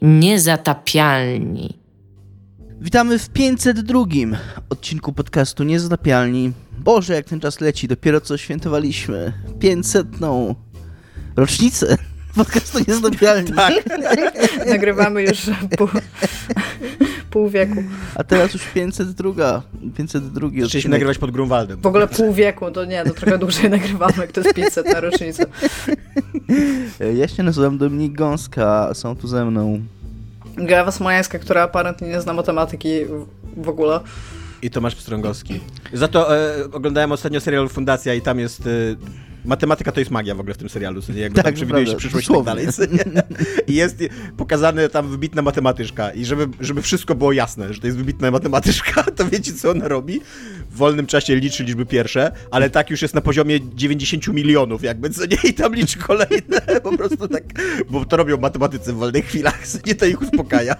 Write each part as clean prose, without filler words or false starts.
Niezatapialni. Witamy w 502 odcinku podcastu Niezatapialni. Boże, jak ten czas leci, dopiero co świętowaliśmy 500. rocznicę podcastu Niezatapialni. Tak, nagrywamy już pół wieku. A teraz już 502 Zaczęliśmy odcinek. nagrywać pod Grunwaldem. W ogóle pół wieku, to nie, to trochę dłużej nagrywamy, jak to jest 500 na rocznicę. Ja się nazywam Dominik Gąska, a są tu ze mną Gawa Smojańska, która aparentnie nie zna matematyki w ogóle. I Tomasz Pstrągowski. Za to oglądałem ostatnio serial Fundacja i tam jest... matematyka to jest magia w ogóle w tym serialu, co nie? Jakby tak, tam przewiduje się przyszłość i tak dalej. I jest pokazane tam wybitna matematyczka i żeby wszystko było jasne, że to jest wybitna matematyczka, to wiecie co ona robi? W wolnym czasie liczy liczby pierwsze, ale tak już jest na poziomie 90 milionów jakby, co nie? I tam liczy kolejne, po prostu tak, bo to robią matematycy w wolnych chwilach, co nie? To ich uspokaja.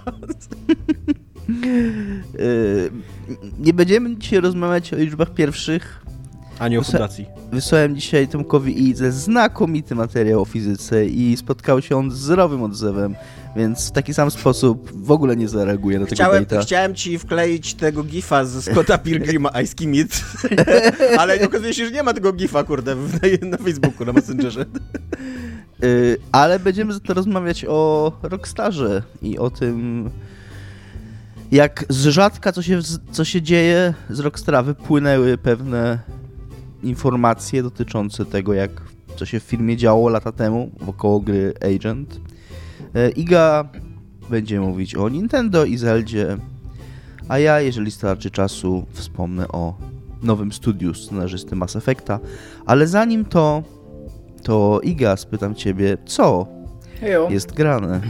Nie będziemy dzisiaj rozmawiać o liczbach pierwszych. Ani o fundacji. Wysłałem dzisiaj Tomkowi Idze znakomity materiał o fizyce i spotkał się on z zerowym odzewem, więc w taki sam sposób w ogóle nie zareaguje na tego data. Chciałem ci wkleić tego gifa ze Scotta Pilgrima Ice Meat, ale okazuje się, że nie ma tego gifa, kurde, na Facebooku, na Messengerze. Ale będziemy za to rozmawiać o Rockstarze i o tym, jak z rzadka co się dzieje z Rockstara wypłynęły pewne informacje dotyczące tego, co się w firmie działo lata temu wokoło gry Agent. Iga będzie mówić o Nintendo i Zeldzie, a ja, jeżeli starczy czasu, wspomnę o nowym studiu scenarzysty Mass Effecta. Ale zanim to Iga, spytam ciebie, co jest grane?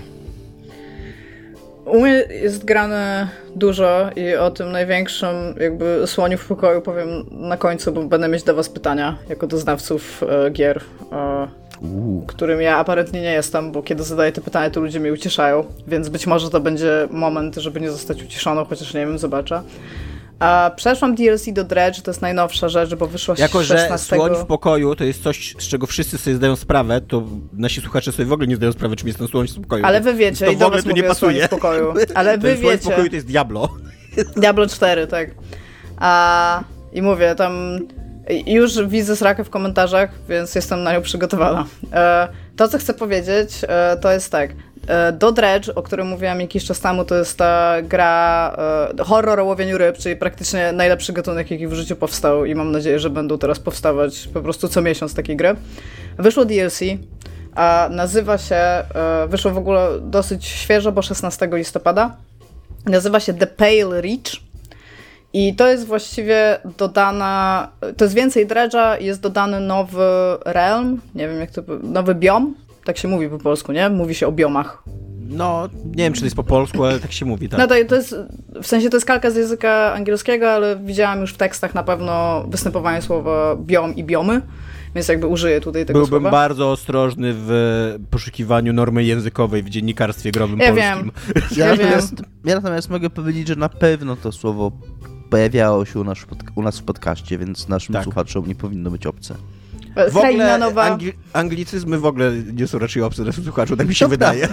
U mnie jest grane dużo i o tym największym jakby słoniu w pokoju powiem na końcu, bo będę mieć do was pytania jako do znawców gier, którym ja aparentnie nie jestem, bo kiedy zadaję te pytania, to ludzie mnie ucieszają, więc być może to będzie moment, żeby nie zostać uciszoną, chociaż nie wiem, zobaczę. Przeszłam DLC do Dredge, to jest najnowsza rzecz, bo wyszła 16... Jako, że słoń w pokoju to jest coś, z czego wszyscy sobie zdają sprawę, to nasi słuchacze sobie w ogóle nie zdają sprawy, czym jest ten słoń w pokoju. Ale wy wiecie, to i do was mówię o słoniu w pokoju. Ale wy wiecie. Słoń w pokoju to jest Diablo. Diablo 4, tak. I mówię, tam już widzę srakę w komentarzach, więc jestem na nią przygotowana. To, co chcę powiedzieć, to jest tak. Do Dredge, o którym mówiłam jakiś czas temu, to jest ta gra horror o łowieniu ryb, czyli praktycznie najlepszy gatunek, jaki w życiu powstał i mam nadzieję, że będą teraz powstawać po prostu co miesiąc takie gry. Wyszło DLC, a nazywa się, wyszło w ogóle dosyć świeżo, bo 16 listopada, nazywa się The Pale Reach i to jest właściwie dodana, to jest więcej Dredge'a, jest dodany nowy realm, nie wiem jak to, nowy biom. Tak się mówi po polsku, nie? Mówi się o biomach. No, nie wiem, czy to jest po polsku, ale tak się mówi, tak. No to jest, w sensie to jest kalka z języka angielskiego, ale widziałam już w tekstach na pewno występowanie słowa biom i biomy, więc jakby użyję tutaj tego słowa. Byłbym bardzo ostrożny w poszukiwaniu normy językowej w dziennikarstwie growym polskim. Ja natomiast mogę powiedzieć, że na pewno to słowo pojawiało się u nas w podcaście, więc naszym słuchaczom nie powinno być obce. W ogóle anglicyzmy w ogóle nie są raczej obce naszym słuchaczom, tak mi się wydaje.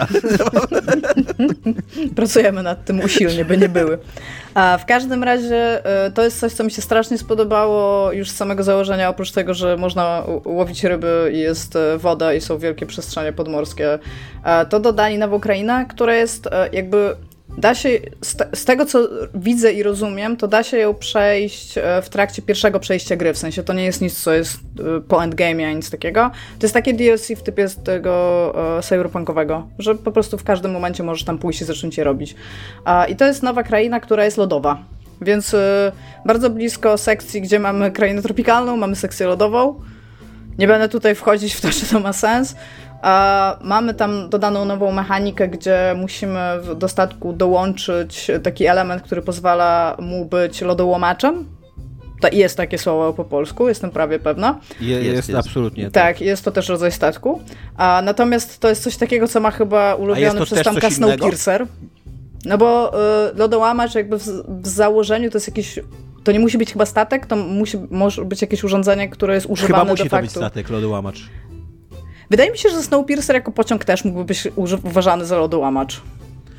Pracujemy nad tym usilnie, by nie były. A w każdym razie to jest coś, co mi się strasznie spodobało już z samego założenia, oprócz tego, że można łowić ryby i jest woda i są wielkie przestrzenie podmorskie. To dodali nową krainę, która jest jakby... Da się, z tego co widzę i rozumiem, to da się ją przejść w trakcie pierwszego przejścia gry, w sensie to nie jest nic, co jest po endgame'ie, ani nic takiego. To jest takie DLC w typie z tego cyberpunkowego, że po prostu w każdym momencie możesz tam pójść i zacząć je robić. I to jest nowa kraina, która jest lodowa, więc bardzo blisko sekcji, gdzie mamy krainę tropikalną, mamy sekcję lodową. Nie będę tutaj wchodzić w to, czy to ma sens. Mamy tam dodaną nową mechanikę, gdzie musimy do statku dołączyć taki element, który pozwala mu być lodołomaczem. Jest takie słowo po polsku, jestem prawie pewna. Jest absolutnie. Tak, jest to też rodzaj statku. Natomiast to jest coś takiego, co ma chyba ulubiony przez Tomka Snowpiercer. No bo lodołamacz jakby w założeniu to jest jakiś... To nie musi być chyba statek, to może być jakieś urządzenie, które jest używane chyba de musi facto. To być statek, lodołamacz. Wydaje mi się, że Snowpiercer jako pociąg też mógłby być uważany za lodołamacz.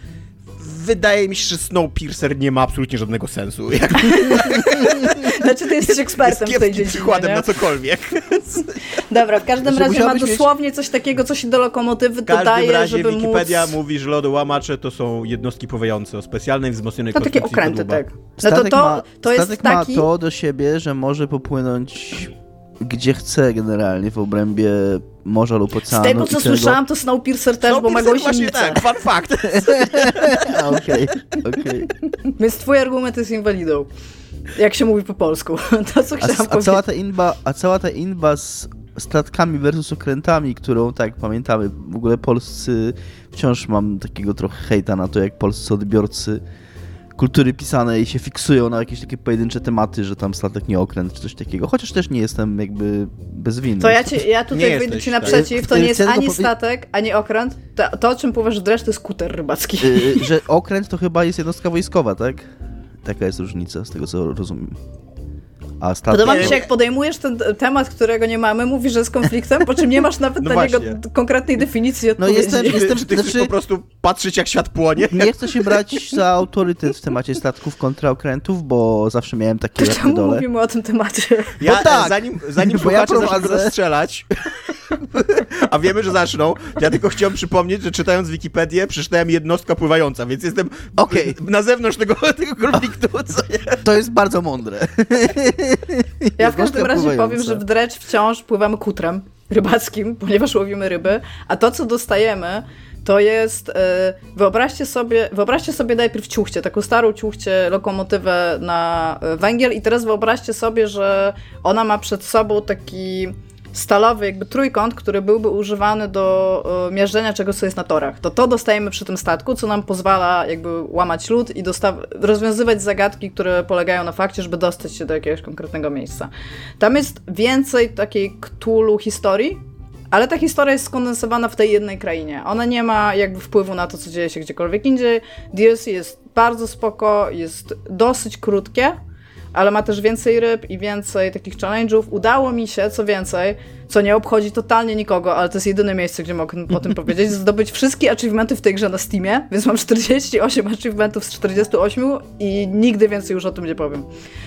wydaje mi się, że Snowpiercer nie ma absolutnie żadnego sensu. Znaczy, ty jesteś ekspertem w tej dziedzinie, przykładem nie? na cokolwiek. Dobra, w każdym razie ma musiałbyś dosłownie coś takiego, co się do lokomotywy W każdym dodaje, razie żeby Wikipedia móc... mówi, że lodołamacze to są jednostki pływające o specjalnej, wzmocnionej To takie konstrukcji okręty, kadłuba. tak. No to jest statek taki... ma to do siebie, że może popłynąć gdzie chce generalnie w obrębie morza lub Z oceanu. tego, co słyszałam, to Snowpiercer też, bo ma Snowpiercer gąsienicę. właśnie tak, fun fact. Okej. Więc twój argument jest inwalidą. Jak się mówi po polsku. To, co chciałam powiedzieć. Cała ta inba z statkami versus okrętami, którą, tak pamiętamy, w ogóle polscy, wciąż mam takiego trochę hejta na to, jak polscy odbiorcy kultury pisanej się fiksują na jakieś takie pojedyncze tematy, że tam statek nie okręt, czy coś takiego. Chociaż też nie jestem jakby bezwinny. To ja tutaj wyjdę ci naprzeciw, to nie jest ani statek, ani okręt. To o czym powiesz dreszcz, to jest kuter rybacki. Że okręt to chyba jest jednostka wojskowa, tak? Taka jest różnica, z tego co rozumiem. A statek... Podoba mi się, jak podejmujesz ten temat, którego nie mamy, mówisz, że jest konfliktem, po czym nie masz nawet na niego konkretnej definicji odpowiedzi. Czy ty chcesz po prostu patrzeć, jak świat płonie? Nie chcę się brać za autorytet w temacie statków kontra okrętów, bo zawsze miałem takie to czemu dole. mówimy o tym temacie? Zanim słuchacze zaczną strzelać, a wiemy, że zaczną, ja tylko chciałem przypomnieć, że czytając Wikipedię przeczytałem jednostka pływająca, więc jestem na zewnątrz tego konfliktu. To jest bardzo mądre. Ja w każdym razie powiem, że w Dredge wciąż pływamy kutrem rybackim, ponieważ łowimy ryby, a to, co dostajemy, to jest, wyobraźcie sobie najpierw ciuchcie, taką starą ciuchcie, lokomotywę na węgiel i teraz wyobraźcie sobie, że ona ma przed sobą taki stalowy jakby trójkąt, który byłby używany do miażdżenia czegoś, co jest na torach. To dostajemy przy tym statku, co nam pozwala jakby łamać lód i rozwiązywać zagadki, które polegają na fakcie, żeby dostać się do jakiegoś konkretnego miejsca. Tam jest więcej takiej Cthulhu historii, ale ta historia jest skondensowana w tej jednej krainie. Ona nie ma jakby wpływu na to, co dzieje się gdziekolwiek indziej. DLC jest bardzo spoko, jest dosyć krótkie, ale ma też więcej ryb i więcej takich challenge'ów. Udało mi się, co więcej, co nie obchodzi totalnie nikogo, ale to jest jedyne miejsce, gdzie mogę o tym powiedzieć, zdobyć wszystkie achievementy w tej grze na Steamie, więc mam 48 achievementów z 48 i nigdy więcej już o tym nie powiem.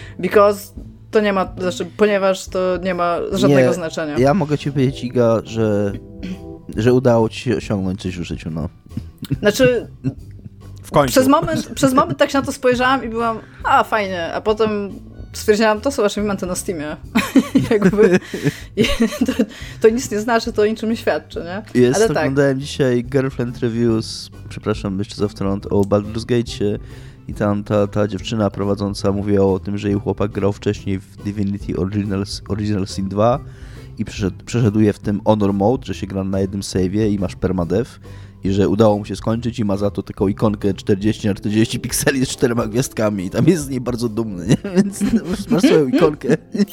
Ponieważ to nie ma żadnego znaczenia. Ja mogę ci powiedzieć, Iga, że udało ci się osiągnąć coś w życiu, no. Znaczy... W końcu. Przez moment tak się na to spojrzałam i byłam, fajnie, a potem stwierdziłam, to są achievementy na Steamie. Jakby, to nic nie znaczy, to o niczym nie świadczy, nie? Ale oglądałem dzisiaj Girlfriend Reviews, przepraszam jeszcze za wtrąd, o Baldur's Gate'cie i tam ta dziewczyna prowadząca mówiła o tym, że jej chłopak grał wcześniej w Divinity Original Sin 2 i przeszedł w tym Honor Mode, że się gra na jednym save'ie i masz permadeath. I że udało mu się skończyć i ma za to taką ikonkę 40x40 pikseli z 4 gwiazdkami i tam jest z niej bardzo dumny, nie? Więc masz swoją ikonkę.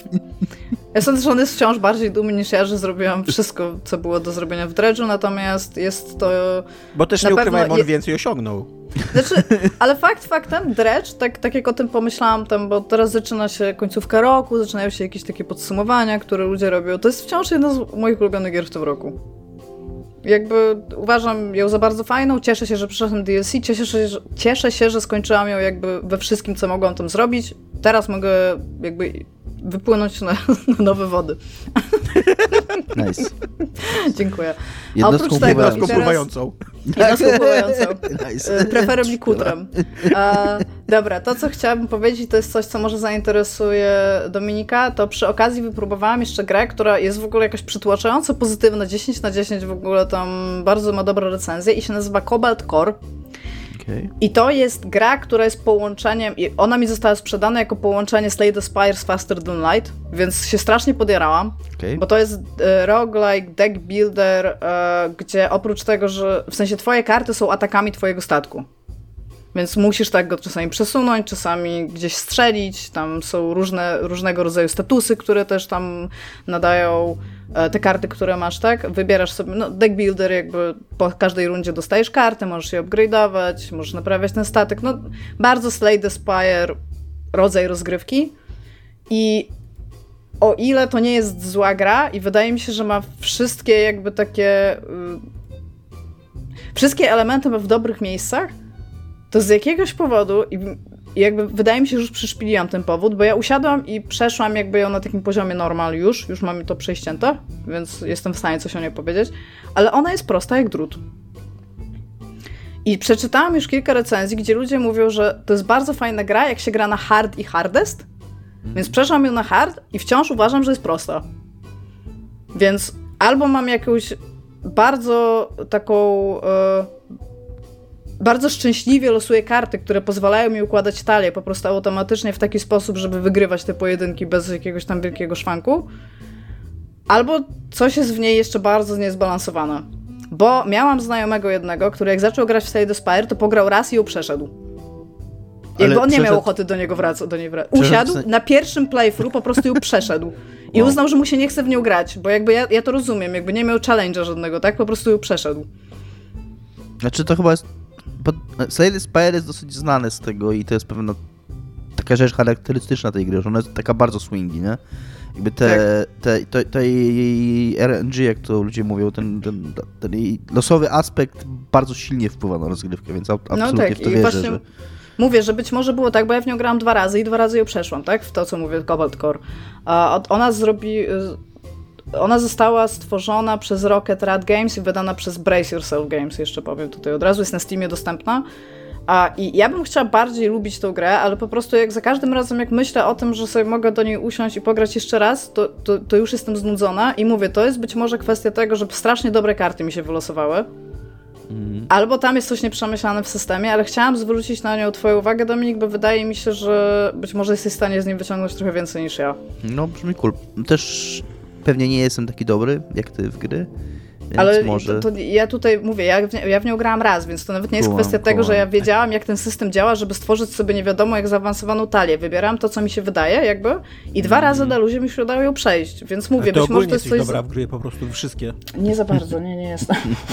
Ja sądzę, że on jest wciąż bardziej dumny niż ja, że zrobiłam wszystko, co było do zrobienia w Dredge'u, natomiast jest to... Bo też nie ukrywajmy, on więcej osiągnął. Znaczy, ale faktem, Dredge, tak jak o tym pomyślałam, bo teraz zaczyna się końcówka roku, zaczynają się jakieś takie podsumowania, które ludzie robią. To jest wciąż jedna z moich ulubionych gier w tym roku. Jakby uważam ją za bardzo fajną, cieszę się, że przeszedłem DLC, cieszę się, że skończyłam ją jakby we wszystkim, co mogłam tam zrobić. Teraz mogę jakby wypłynąć na nowe wody. Nice. Dziękuję. Jednostką pływającą. Jednostką pływającą. Nice. Preferably kutrem. Dobra, to co chciałabym powiedzieć, to jest coś, co może zainteresuje Dominika, to przy okazji wypróbowałam jeszcze grę, która jest w ogóle jakaś przytłaczająco pozytywna, 10/10 w ogóle tam bardzo ma dobre recenzje i się nazywa Cobalt Core. Okay. I to jest gra, która jest połączeniem, i ona mi została sprzedana jako połączenie Slay the Spire z Faster Than Light, więc się strasznie podjarałam, bo to jest roguelike deck builder, gdzie oprócz tego, że w sensie twoje karty są atakami twojego statku. Więc musisz tak go czasami przesunąć, czasami gdzieś strzelić, tam są różnego rodzaju statusy, które też tam nadają te karty, które masz, tak? Wybierasz sobie, deck builder jakby po każdej rundzie dostajesz kartę, możesz je upgrade'ować, możesz naprawiać ten statek, bardzo Slay the Spire rodzaj rozgrywki i o ile to nie jest zła gra i wydaje mi się, że ma wszystkie jakby takie wszystkie elementy ma w dobrych miejscach, to z jakiegoś powodu, i jakby wydaje mi się, że już przyszpiliłam ten powód, bo ja usiadłam i przeszłam jakby ją na takim poziomie normal już mam to przejścięte, więc jestem w stanie coś o niej powiedzieć, ale ona jest prosta jak drut. I przeczytałam już kilka recenzji, gdzie ludzie mówią, że to jest bardzo fajna gra, jak się gra na hard i hardest, więc przeszłam ją na hard i wciąż uważam, że jest prosta. Więc albo mam jakąś bardzo taką... bardzo szczęśliwie losuję karty, które pozwalają mi układać talię po prostu automatycznie w taki sposób, żeby wygrywać te pojedynki bez jakiegoś tam wielkiego szwanku. Albo coś jest w niej jeszcze bardzo niezbalansowane. Bo miałam znajomego jednego, który jak zaczął grać w Slay the Spire, to pograł raz i ją przeszedł. Jakby on nie miał ochoty do niej wracać. Usiadł, na pierwszym playthrough po prostu ją przeszedł. I uznał, że mu się nie chce w nią grać, bo jakby ja to rozumiem, jakby nie miał challenge'a żadnego, tak? Po prostu ją przeszedł. Znaczy to chyba jest... Slay the Spire jest dosyć znany z tego i to jest pewna taka rzecz charakterystyczna tej gry, że ona jest taka bardzo swingi, nie? Jakby te jej RNG, jak to ludzie mówią, ten jej losowy aspekt bardzo silnie wpływa na rozgrywkę, więc absolutnie w to wierzę, że... Mówię, że być może było tak, bo ja w nią grałam 2 razy i 2 razy ją przeszłam, tak? W to, co mówię, Cobalt Core. Ona została stworzona przez Rocket Rat Games i wydana przez Brace Yourself Games, jeszcze powiem tutaj od razu, jest na Steamie dostępna. I ja bym chciała bardziej lubić tę grę, ale po prostu jak za każdym razem, jak myślę o tym, że sobie mogę do niej usiąść i pograć jeszcze raz, to już jestem znudzona i mówię, to jest być może kwestia tego, że strasznie dobre karty mi się wylosowały. Albo tam jest coś nieprzemyślane w systemie, ale chciałam zwrócić na nią twoją uwagę, Dominik, bo wydaje mi się, że być może jesteś w stanie z nim wyciągnąć trochę więcej niż ja. No, brzmi cool. Też pewnie nie jestem taki dobry, jak ty w gry, więc ale może... to ja tutaj mówię, ja w nią grałam raz, więc to nawet nie jest kwestia tego, że ja wiedziałam, jak ten system działa, żeby stworzyć sobie nie wiadomo jak zaawansowaną talię. Wybieram to, co mi się wydaje, jakby, i 2 razy na luzie mi się udało ją przejść, więc mówię, być może to jest coś... dobra w gry, po prostu wszystkie. Nie za bardzo, nie jestem.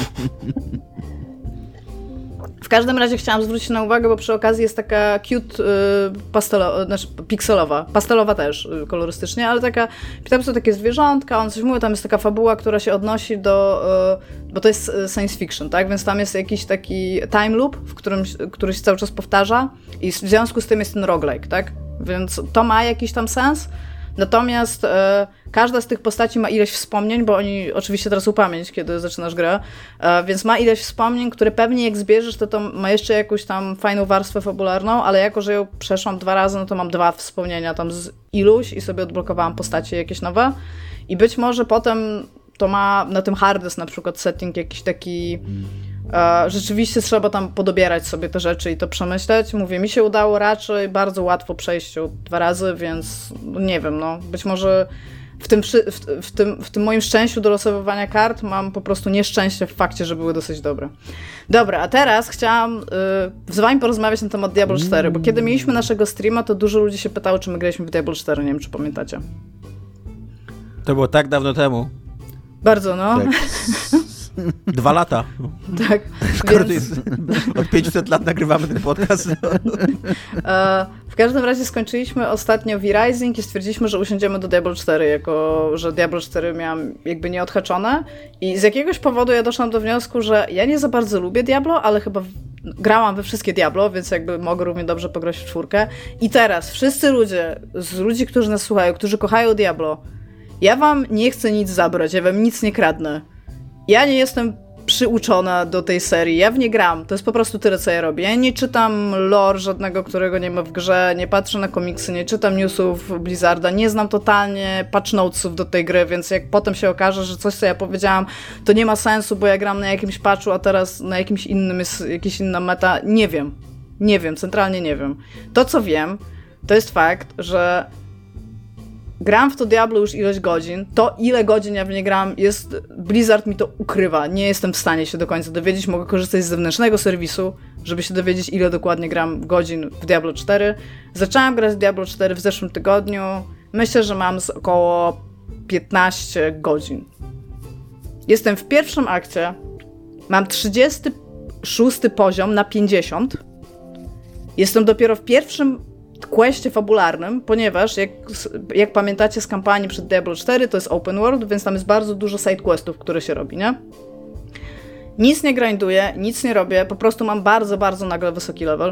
W każdym razie chciałam zwrócić na uwagę, bo przy okazji jest taka cute pikselowa, pastelowa też kolorystycznie, ale taka, tam są takie zwierzątka, on coś mówi, tam jest taka fabuła, która się odnosi do, bo to jest science fiction, tak, więc tam jest jakiś taki time loop, który się cały czas powtarza i w związku z tym jest ten roguelike, tak, więc to ma jakiś tam sens. Natomiast każda z tych postaci ma ileś wspomnień, bo oni oczywiście tracą pamięć, kiedy zaczynasz grę, więc ma ileś wspomnień, które pewnie jak zbierzesz, to ma jeszcze jakąś tam fajną warstwę fabularną, ale jako, że ją przeszłam 2 razy, no to mam 2 wspomnienia tam z iluś i sobie odblokowałam postacie jakieś nowe i być może potem to ma na tym hardest na przykład setting jakiś taki... rzeczywiście trzeba tam podobierać sobie te rzeczy i to przemyśleć. Mówię, mi się udało raczej bardzo łatwo przejść 2 razy, więc nie wiem, no być może w tym moim szczęściu do losowywania kart mam po prostu nieszczęście w fakcie, że były dosyć dobre. Dobra, a teraz chciałam z wami porozmawiać na temat Diablo 4, bo kiedy mieliśmy naszego streama, to dużo ludzi się pytało, czy my graliśmy w Diablo 4, nie wiem, czy pamiętacie. To było tak dawno temu. Bardzo, no. Tak. 2 lata. Tak. Więc... Od 500 lat nagrywamy ten podcast. W każdym razie skończyliśmy ostatnio V-Rising i stwierdziliśmy, że usiądziemy do Diablo 4, jako że Diablo 4 miałam jakby nieodhaczone i z jakiegoś powodu ja doszłam do wniosku, że ja nie za bardzo lubię Diablo, ale chyba grałam we wszystkie Diablo, więc jakby mogę równie dobrze pograć w 4. I teraz wszyscy ludzi, którzy nas słuchają, którzy kochają Diablo, ja wam nie chcę nic zabrać, ja wam nic nie kradnę. Ja nie jestem przyuczona do tej serii, ja w nie gram, to jest po prostu tyle, co ja robię. Ja nie czytam lore żadnego, którego nie ma w grze, nie patrzę na komiksy, nie czytam newsów Blizzarda, nie znam totalnie patch notesów do tej gry, więc jak potem się okaże, że coś, co ja powiedziałam, to nie ma sensu, bo ja gram na jakimś patchu, a teraz na jakimś innym jest jakaś inna meta, nie wiem, centralnie nie wiem. To, co wiem, to jest fakt, że gram w to Diablo już ileś godzin, to ile godzin ja w nie gram, Blizzard mi to ukrywa, nie jestem w stanie się do końca dowiedzieć, mogę korzystać z zewnętrznego serwisu, żeby się dowiedzieć, ile dokładnie gram godzin w Diablo 4. Zaczęłam grać w Diablo 4 w zeszłym tygodniu, myślę, że mam z około 15 godzin. Jestem w pierwszym akcie, mam 36 poziom na 50, jestem dopiero w pierwszym questie fabularnym, ponieważ jak pamiętacie z kampanii przed Diablo 4, to jest open world, więc tam jest bardzo dużo side questów, które się robi, nie? Nic nie grinduję, nic nie robię, po prostu mam bardzo, bardzo nagle wysoki level.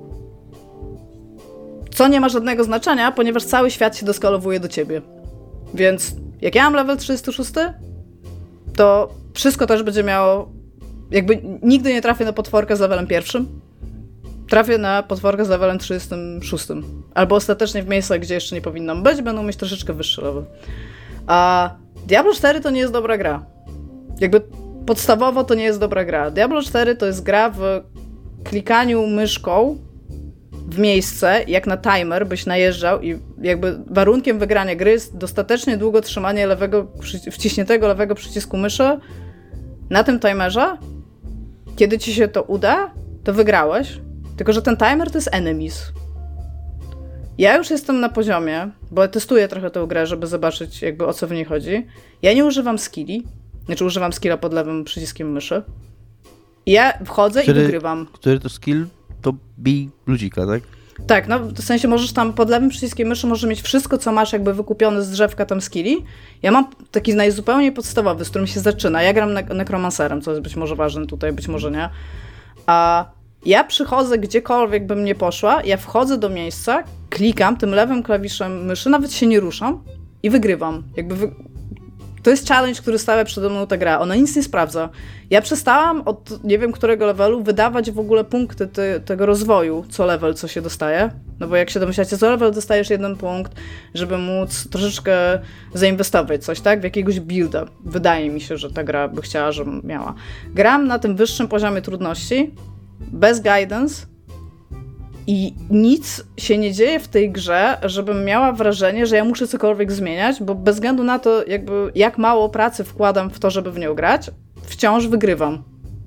Co nie ma żadnego znaczenia, ponieważ cały świat się doskalowuje do ciebie. Więc jak ja mam level 36, to wszystko też będzie miało... Jakby nigdy nie trafię na potworkę z levelem 1. Trafię na potworkę z levelem 36. Albo ostatecznie w miejscach, gdzie jeszcze nie powinnam być, będą mieć troszeczkę wyższy level. A Diablo 4 to nie jest dobra gra. Jakby podstawowo to nie jest dobra gra. Diablo 4 to jest gra w klikaniu myszką w miejsce, jak na timer byś najeżdżał i jakby warunkiem wygrania gry jest dostatecznie długo trzymanie wciśniętego lewego przycisku myszy na tym timerze. Kiedy ci się to uda, to wygrałeś. Tylko że ten timer to jest enemies. Ja już jestem na poziomie, bo testuję trochę tę grę, żeby zobaczyć jakby o co w niej chodzi. Ja nie używam skilli. Znaczy używam skilla pod lewym przyciskiem myszy. Ja wchodzę i wygrywam. Który to skill? To bij ludzika, tak? Tak, no w sensie możesz tam pod lewym przyciskiem myszy możesz mieć wszystko, co masz jakby wykupione z drzewka tam skilli. Ja mam taki najzupełniej podstawowy, z którym się zaczyna. Ja gram nekromancerem, co jest być może ważne tutaj, być może nie. A ja przychodzę gdziekolwiek bym nie poszła, ja wchodzę do miejsca, klikam tym lewym klawiszem myszy, nawet się nie ruszam i wygrywam. To jest challenge, który stawia przede mną ta gra. Ona nic nie sprawdza. Ja przestałam od nie wiem którego levelu wydawać w ogóle punkty tego rozwoju, co level, co się dostaje. No bo jak się domyślacie, co level dostajesz 1 punkt, żeby móc troszeczkę zainwestować coś, tak? W jakiegoś builda. Wydaje mi się, że ta gra by chciała, żebym miała. Gram na tym wyższym poziomie trudności, bez guidance i nic się nie dzieje w tej grze, żebym miała wrażenie, że ja muszę cokolwiek zmieniać, bo bez względu na to, jakby jak mało pracy wkładam w to, żeby w nią grać, wciąż wygrywam.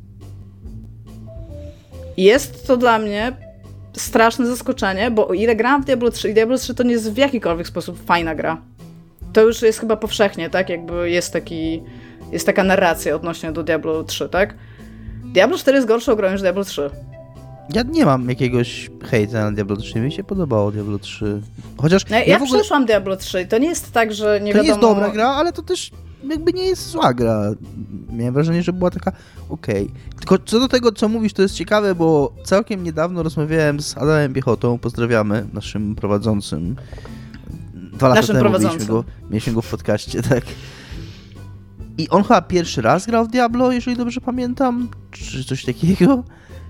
Jest to dla mnie straszne zaskoczenie, bo o ile gram w Diablo 3 i Diablo 3 to nie jest w jakikolwiek sposób fajna gra. To już jest chyba powszechnie, tak? Jakby jest taka narracja odnośnie do Diablo 3, tak? Diablo 4 jest gorszą grą niż Diablo 3. Ja nie mam jakiegoś hejta na Diablo 3. Mi się podobało Diablo 3. Chociaż ja w ogóle... przeszłam Diablo 3. To nie jest tak, że nie to wiadomo... To nie jest dobra gra, ale to też jakby nie jest zła gra. Miałem wrażenie, że była taka okej. Tylko co do tego, co mówisz, to jest ciekawe, bo całkiem niedawno rozmawiałem z Adamem Piechotą. Pozdrawiamy, naszym prowadzącym. 2 lata temu mieliśmy go w podcaście, tak. I on chyba pierwszy raz grał w Diablo, jeżeli dobrze pamiętam, czy coś takiego.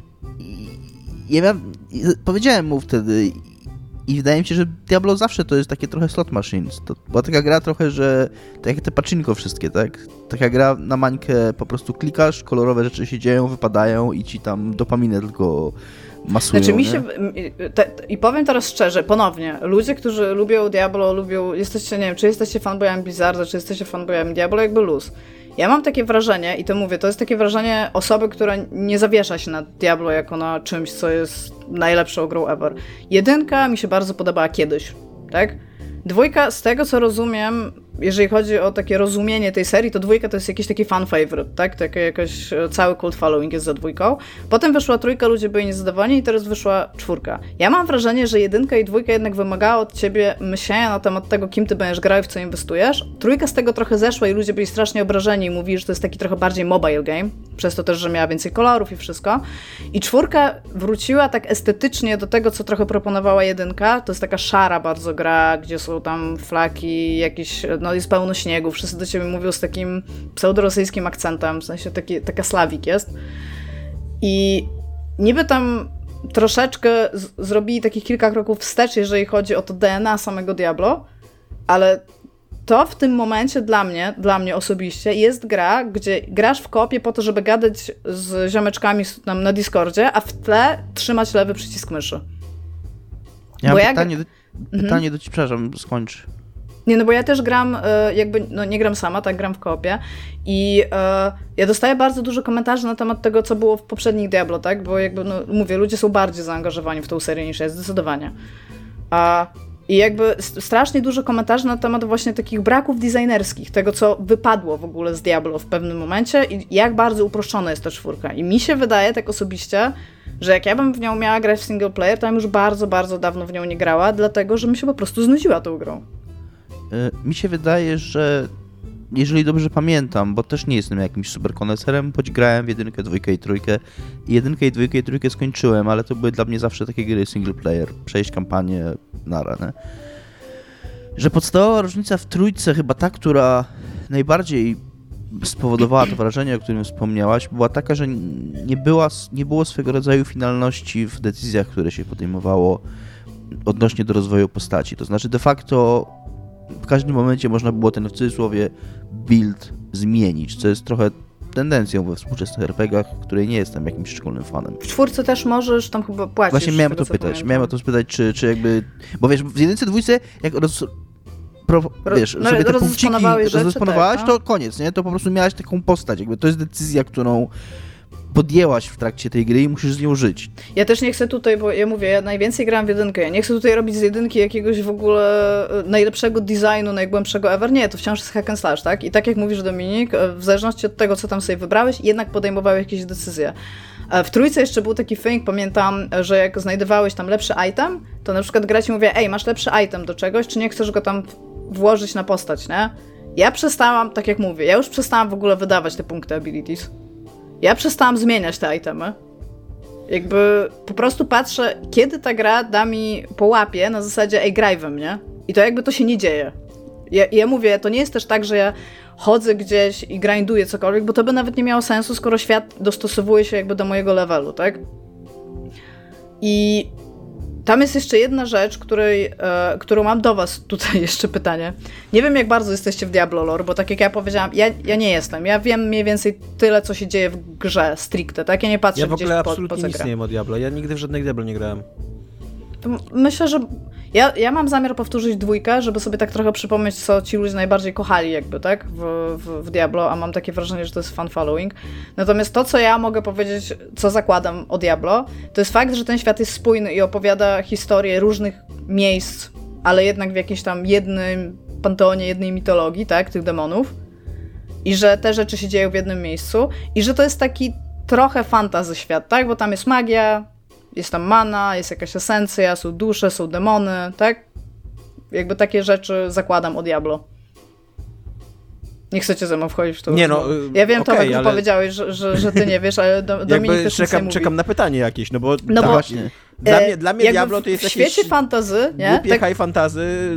Powiedziałem mu wtedy i wydaje mi się, że Diablo zawsze to jest takie trochę slot machines. To była taka gra trochę, że tak jak te pachinko wszystkie, tak? Taka gra na mańkę, po prostu klikasz, kolorowe rzeczy się dzieją, wypadają i ci tam dopaminę tylko masują. Znaczy i powiem teraz szczerze, ponownie, ludzie, którzy lubią Diablo, jesteście, nie wiem, czy jesteście fanboyami Blizzarda, czy jesteście fanboyami Diablo, jakby luz. Ja mam takie wrażenie, i to mówię, to jest takie wrażenie osoby, która nie zawiesza się na Diablo jako na czymś, co jest najlepszą grą ever. 1 mi się bardzo podobała kiedyś, tak? 2, z tego co rozumiem, jeżeli chodzi o takie rozumienie tej serii, to 2 to jest jakiś taki fan favorite, tak? Takie jakoś cały cult following jest za 2. Potem wyszła 3, ludzie byli niezadowoleni i teraz wyszła 4. Ja mam wrażenie, że 1 i 2 jednak wymagała od ciebie myślenia na temat tego, kim ty będziesz grał i w co inwestujesz. 3 z tego trochę zeszła i ludzie byli strasznie obrażeni i mówili, że to jest taki trochę bardziej mobile game, przez to też, że miała więcej kolorów i wszystko. I 4 wróciła tak estetycznie do tego, co trochę proponowała 1. To jest taka szara bardzo gra, gdzie są tam flaki, jakieś, no jest pełno śniegu, wszyscy do ciebie mówią z takim pseudorosyjskim akcentem, w sensie taka slawik jest. I niby tam troszeczkę zrobili takich kilka kroków wstecz, jeżeli chodzi o to DNA samego Diablo, ale to w tym momencie dla mnie osobiście jest gra, gdzie grasz w koopie po to, żeby gadać z ziomeczkami tam na Discordzie, a w tle trzymać lewy przycisk myszy. Ja mam pytanie do ciebie, przepraszam, skończ. Nie, no bo ja też gram, nie gram sama, tak, gram w koopie i ja dostaję bardzo dużo komentarzy na temat tego, co było w poprzednich Diablo, tak, bo jakby, no mówię, ludzie są bardziej zaangażowani w tę serię niż ja, zdecydowanie. I jakby strasznie dużo komentarzy na temat właśnie takich braków designerskich, tego, co wypadło w ogóle z Diablo w pewnym momencie i jak bardzo uproszczona jest ta 4. I mi się wydaje, tak osobiście, że jak ja bym w nią miała grać w single player, to ja już bardzo, bardzo dawno w nią nie grała, dlatego, że mi się po prostu znudziła tą grą. Mi się wydaje, że jeżeli dobrze pamiętam, bo też nie jestem jakimś super koneserem, choć grałem w 1, 2 i 3. I 1, 2 i 3 skończyłem, ale to były dla mnie zawsze takie gry single player. Przejść kampanię nara, nie? Że podstawowa różnica w 3, chyba ta, która najbardziej spowodowała to wrażenie, o którym wspomniałaś, była taka, że nie było swego rodzaju finalności w decyzjach, które się podejmowało odnośnie do rozwoju postaci. To znaczy de facto w każdym momencie można było ten w cudzysłowie build zmienić, co jest trochę tendencją we współczesnych RPGach, której nie jestem jakimś szczególnym fanem. W 4 też możesz, tam chyba płacisz. Właśnie miałem o to spytać, czy jakby... Bo wiesz, w 1, 2 jak sobie te punkciki rozdysponowałeś, tak, to koniec, nie? To po prostu miałaś taką postać, jakby to jest decyzja, którą podjęłaś w trakcie tej gry i musisz z nią żyć. Ja też nie chcę tutaj, bo ja mówię, ja najwięcej grałam w 1, ja nie chcę tutaj robić z 1 jakiegoś w ogóle najlepszego designu, najgłębszego ever, nie, to wciąż jest hack and slash, tak? I tak jak mówisz, Dominik, w zależności od tego, co tam sobie wybrałeś, jednak podejmowałeś jakieś decyzje. W 3 jeszcze był taki thing, pamiętam, że jak znajdowałeś tam lepszy item, to na przykład gra ci mówiła, ej, masz lepszy item do czegoś, czy nie chcesz go tam włożyć na postać, nie? Ja przestałam, tak jak mówię, ja już przestałam w ogóle wydawać te punkty abilities. Ja przestałam zmieniać te itemy. Jakby po prostu patrzę, kiedy ta gra da mi po łapie na zasadzie, ej, graj we mnie. I to jakby to się nie dzieje. Ja mówię, to nie jest też tak, że ja chodzę gdzieś i grinduję cokolwiek, bo to by nawet nie miało sensu, skoro świat dostosowuje się jakby do mojego levelu, tak? I tam jest jeszcze jedna rzecz, którą mam do was tutaj jeszcze pytanie. Nie wiem, jak bardzo jesteście w Diablo lore, bo tak jak ja powiedziałam, ja nie jestem. Ja wiem mniej więcej tyle, co się dzieje w grze stricte, tak? Ja nie patrzę gdzieś Ja w ogóle absolutnie nic nie wiem o Diablo. Ja nigdy w żadnych Diablo nie grałem. To myślę, że ja mam zamiar powtórzyć 2, żeby sobie tak trochę przypomnieć, co ci ludzie najbardziej kochali jakby, tak? W Diablo, a mam takie wrażenie, że to jest fan following. Natomiast to, co ja mogę powiedzieć, co zakładam o Diablo, to jest fakt, że ten świat jest spójny i opowiada historię różnych miejsc, ale jednak w jakimś tam jednym panteonie, jednej mitologii, tak? Tych demonów. I że te rzeczy się dzieją w jednym miejscu. I że to jest taki trochę fantasy świat, tak? Bo tam jest magia, jest tam mana, jest jakaś esencja, są dusze, są demony, tak? Jakby takie rzeczy zakładam o Diablo. Nie chcecie ze mną wchodzić w to. Nie no, ja wiem, Tomek, ale powiedziałeś, że ty nie wiesz, ale Dominik też czekam na pytanie jakieś, no bo właśnie. Dla mnie Diablo to jest jakieś... W świecie fantasy, nie? Głupie high fantasy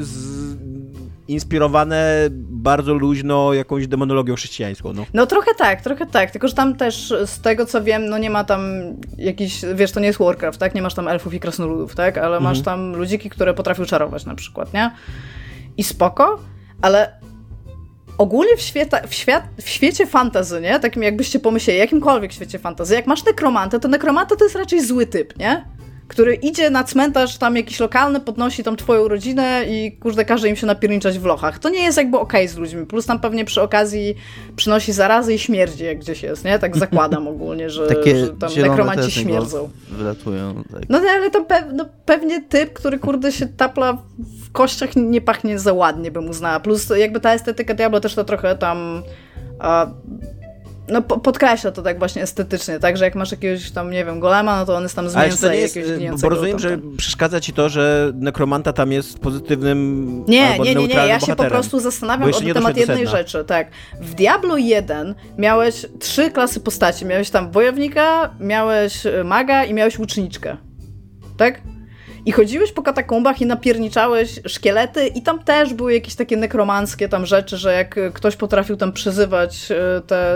inspirowane bardzo luźno jakąś demonologią chrześcijańską, no. No trochę tak, tylko że tam też z tego co wiem, no nie ma tam jakichś, wiesz, to nie jest Warcraft, tak? Nie masz tam elfów i krasnoludów, tak? Ale masz tam ludziki, które potrafią czarować na przykład, nie? I spoko, ale ogólnie w świecie fantasy, nie? Takim jakbyście pomyśleli, jakimkolwiek świecie fantasy, jak masz nekromantę, to nekromanta to jest raczej zły typ, nie? Który idzie na cmentarz tam jakiś lokalny, podnosi tam twoją rodzinę i kurde każe im się napierniczać w lochach. To nie jest jakby okej z ludźmi. Plus tam pewnie przy okazji przynosi zarazy i śmierdzi jak gdzieś jest, nie? Tak zakładam ogólnie, że tam nekromanci śmierdzą. Wylatują. Tak. No ale tam pewnie typ, który kurde się tapla w kościach, nie pachnie za ładnie, bym uznała. Plus jakby ta estetyka Diablo też to trochę tam... No podkreśla to tak właśnie estetycznie, tak, że jak masz jakiegoś tam, nie wiem, golema, no to on jest tam z mięsa i jakiegoś gnijącego. Bo rozumiem, że przeszkadza ci to, że nekromanta tam jest pozytywnym nie, albo neutralnym ja się bohaterem. Po prostu zastanawiam na temat jednej rzeczy, tak. W Diablo 1 miałeś 3 klasy postaci. Miałeś tam wojownika, miałeś maga i miałeś łuczniczkę. Tak? I chodziłeś po katakumbach i napierniczałeś szkielety i tam też były jakieś takie nekromanckie tam rzeczy, że jak ktoś potrafił tam przyzywać te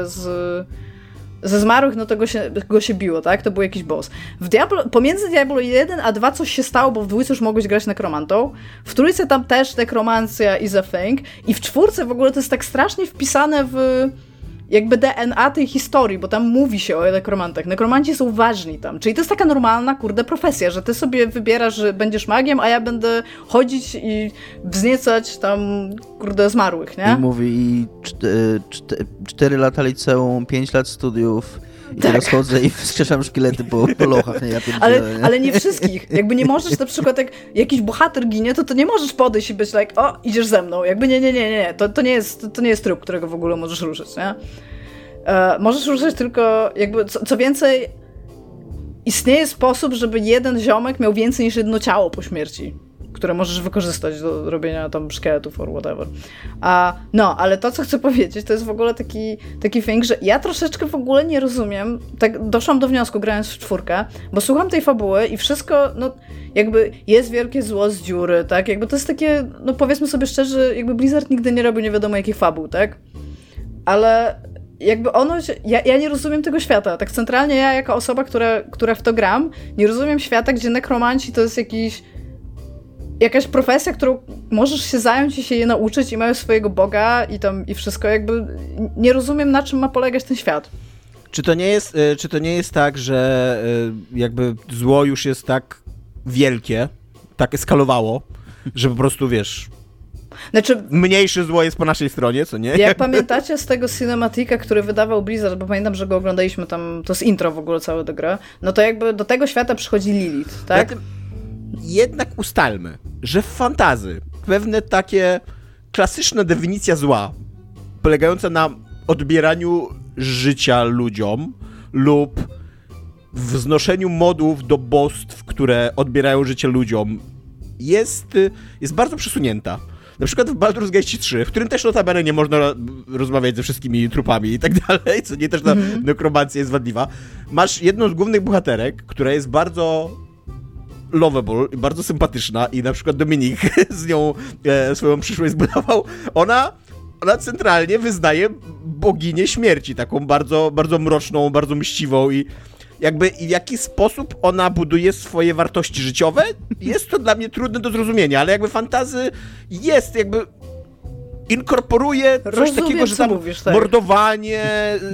ze zmarłych, no to go się biło, tak? To był jakiś boss. Pomiędzy Diablo 1 a 2 coś się stało, bo w 2 już mogłeś grać nekromantą. W 3 tam też nekromancja is a thing. I w 4 w ogóle to jest tak strasznie wpisane w jakby DNA tej historii, bo tam mówi się o nekromantach. Nekromanci są ważni tam. Czyli to jest taka normalna, kurde, profesja, że ty sobie wybierasz, że będziesz magiem, a ja będę chodzić i wzniecać tam, kurde, zmarłych, nie? I mówi 4 lata liceum, 5 lat studiów i teraz chodzę i wskrzeszam szkielety po lochach. Nie? Ale nie wszystkich. Jakby nie możesz na przykład, jak jakiś bohater ginie, to nie możesz podejść i być like, o, idziesz ze mną. Jakby nie. To nie jest tryb, którego w ogóle możesz ruszyć, nie? Możesz ruszyć tylko, jakby, co więcej, istnieje sposób, żeby jeden ziomek miał więcej niż jedno ciało po śmierci. które możesz wykorzystać do robienia tam szkieletów or whatever. No, ale to, co chcę powiedzieć, to jest w ogóle taki thing, że ja troszeczkę w ogóle nie rozumiem, tak doszłam do wniosku grając w 4, bo słucham tej fabuły i wszystko, no jakby jest wielkie zło z dziury, tak? Jakby to jest takie, no powiedzmy sobie szczerze, jakby Blizzard nigdy nie robił nie wiadomo jakich fabuł, tak? Ale jakby ja nie rozumiem tego świata. Tak centralnie ja jako osoba, która w to gram, nie rozumiem świata, gdzie nekromanci to jest jakaś profesja, którą możesz się zająć i się je nauczyć i mają swojego boga i wszystko. Jakby nie rozumiem, na czym ma polegać ten świat. Czy to nie jest tak, że jakby zło już jest tak wielkie, tak eskalowało, że po prostu, wiesz, znaczy, mniejsze zło jest po naszej stronie, co nie? Jak pamiętacie z tego cinematika, który wydawał Blizzard, bo pamiętam, że go oglądaliśmy tam, to jest intro w ogóle całe do gry, no to jakby do tego świata przychodzi Lilith, tak? Jednak ustalmy, że w fantasy pewne takie klasyczna definicja zła, polegająca na odbieraniu życia ludziom lub wznoszeniu modów do bóstw, które odbierają życie ludziom, jest bardzo przesunięta. Na przykład w Baldur's Gate 3, w którym też notabene nie można rozmawiać ze wszystkimi trupami i tak dalej, co nie też na nekromancja jest wadliwa. Masz jedną z głównych bohaterek, która jest bardzo lovable i bardzo sympatyczna i na przykład Dominik z nią swoją przyszłość zbudował. Ona centralnie wyznaje boginię śmierci, taką bardzo, bardzo mroczną, bardzo mściwą i jakby w jaki sposób ona buduje swoje wartości życiowe, jest to dla mnie trudne do zrozumienia, ale jakby fantasy jest, jakby inkorporuje coś takiego, że tam mówisz, tak. mordowanie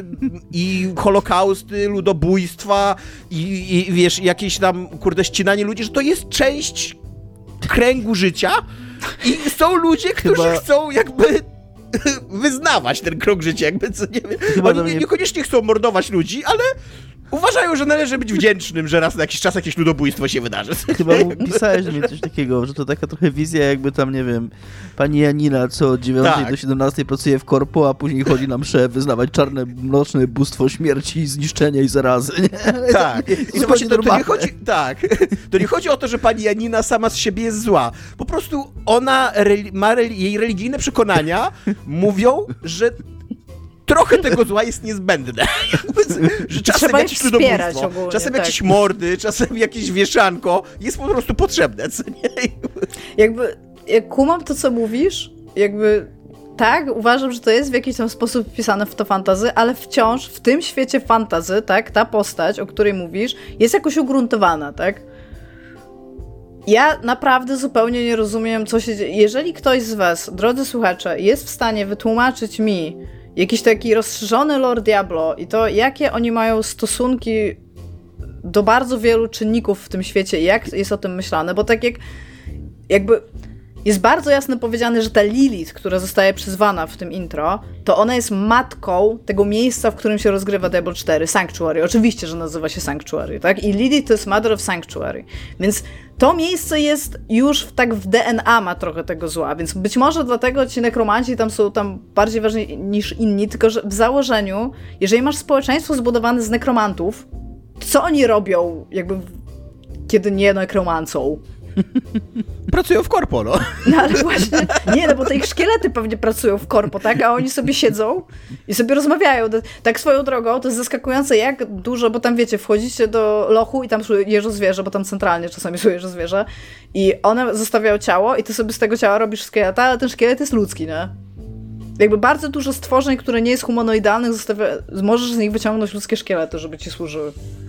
i holokausty, ludobójstwa i wiesz, jakieś tam, kurde, ścinanie ludzi, że to jest część kręgu życia i są ludzie, którzy chcą jakby wyznawać ten krąg życia, jakby co nie wiem. Oni niekoniecznie chcą mordować ludzi, ale uważają, że należy być wdzięcznym, że raz na jakiś czas jakieś ludobójstwo się wydarzy. Chyba pisałeś mi coś takiego, że to taka trochę wizja, jakby tam, nie wiem, pani Janina, co od 9 do 17 pracuje w korpo, a później chodzi na mszę wyznawać czarne, mroczne bóstwo śmierci, zniszczenia i zarazy, nie? Tak. I to właśnie to nie chodzi, tak. To nie chodzi o to, że pani Janina sama z siebie jest zła. Po prostu ona ma jej religijne przekonania mówią, że trochę tego zła jest niezbędne. Że czasem jakieś ludobójstwo, ogólnie, czasem jakieś mordy, czasem jakieś wieszanko jest po prostu potrzebne, co nie? Jakby, jak kumam to, co mówisz, jakby tak, uważam, że to jest w jakiś tam sposób wpisane w to fantasy, ale wciąż w tym świecie fantasy, tak, ta postać, o której mówisz, jest jakoś ugruntowana, tak? Ja naprawdę zupełnie nie rozumiem, co się dzieje. Jeżeli ktoś z was, drodzy słuchacze, jest w stanie wytłumaczyć mi jakiś taki rozszerzony lore Diablo i to, jakie oni mają stosunki do bardzo wielu czynników w tym świecie i jak jest o tym myślane, bo tak jakby jest bardzo jasno powiedziane, że ta Lilith, która zostaje przyzwana w tym intro, to ona jest matką tego miejsca, w którym się rozgrywa Diablo 4, Sanctuary. Oczywiście, że nazywa się Sanctuary, tak? I Lilith to jest Mother of Sanctuary. Więc to miejsce jest już tak w DNA ma trochę tego zła, więc być może dlatego ci nekromanci tam są tam bardziej ważni niż inni, tylko że w założeniu, jeżeli masz społeczeństwo zbudowane z nekromantów, to co oni robią, jakby kiedy nie nekromancą? Pracują w korpo, no. No ale właśnie, nie, no bo te ich szkielety pewnie pracują w korpo, tak? A oni sobie siedzą i sobie rozmawiają. Tak swoją drogą, to jest zaskakujące, jak dużo, bo tam wiecie, wchodzicie do lochu i tam są jeżozwierzę, bo tam centralnie czasami są jeżozwierzę i one zostawiają ciało i ty sobie z tego ciała robisz szkieleta, ale ten szkielet jest ludzki, nie? Jakby bardzo dużo stworzeń, które nie jest humanoidalnych, możesz z nich wyciągnąć ludzkie szkielety, żeby ci służyły.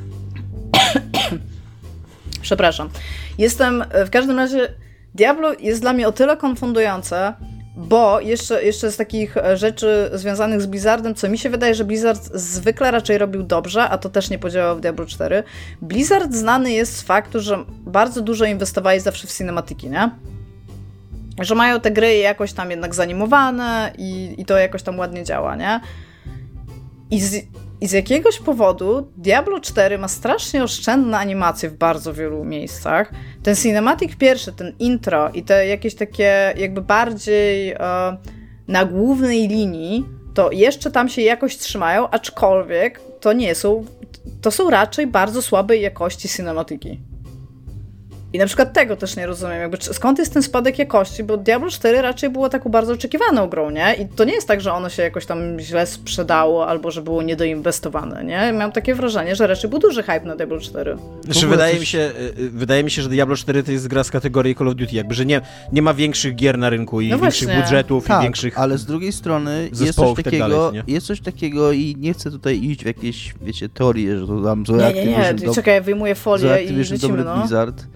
Przepraszam. W każdym razie Diablo jest dla mnie o tyle konfundujące, bo jeszcze z takich rzeczy związanych z Blizzardem, co mi się wydaje, że Blizzard zwykle raczej robił dobrze, a to też nie podziałało w Diablo 4. Blizzard znany jest z faktu, że bardzo dużo inwestowali zawsze w cinematyki, nie? Że mają te gry jakoś tam jednak zanimowane i to jakoś tam ładnie działa, nie? I z jakiegoś powodu Diablo 4 ma strasznie oszczędne animacje w bardzo wielu miejscach. Ten cinematic pierwszy, ten intro i te jakieś takie jakby bardziej na głównej linii, to jeszcze tam się jakoś trzymają, aczkolwiek to są raczej bardzo słabej jakości cinematiki. I na przykład tego też nie rozumiem, jakby skąd jest ten spadek jakości, bo Diablo 4 raczej było taką bardzo oczekiwaną grą, nie? I to nie jest tak, że ono się jakoś tam źle sprzedało, albo że było niedoinwestowane, nie? Mam takie wrażenie, że raczej był duży hype na Diablo 4. Znaczy, wydaje mi się, że Diablo 4 to jest gra z kategorii Call of Duty, jakby, że nie ma większych gier na rynku i większych budżetów tak, i większych ale z drugiej strony jest coś takiego i nie chcę tutaj iść w jakieś, wiecie, teorie, że to tam złe Activision... Nie, czekaj, wyjmuję folię i lecimy, no. Blizzard.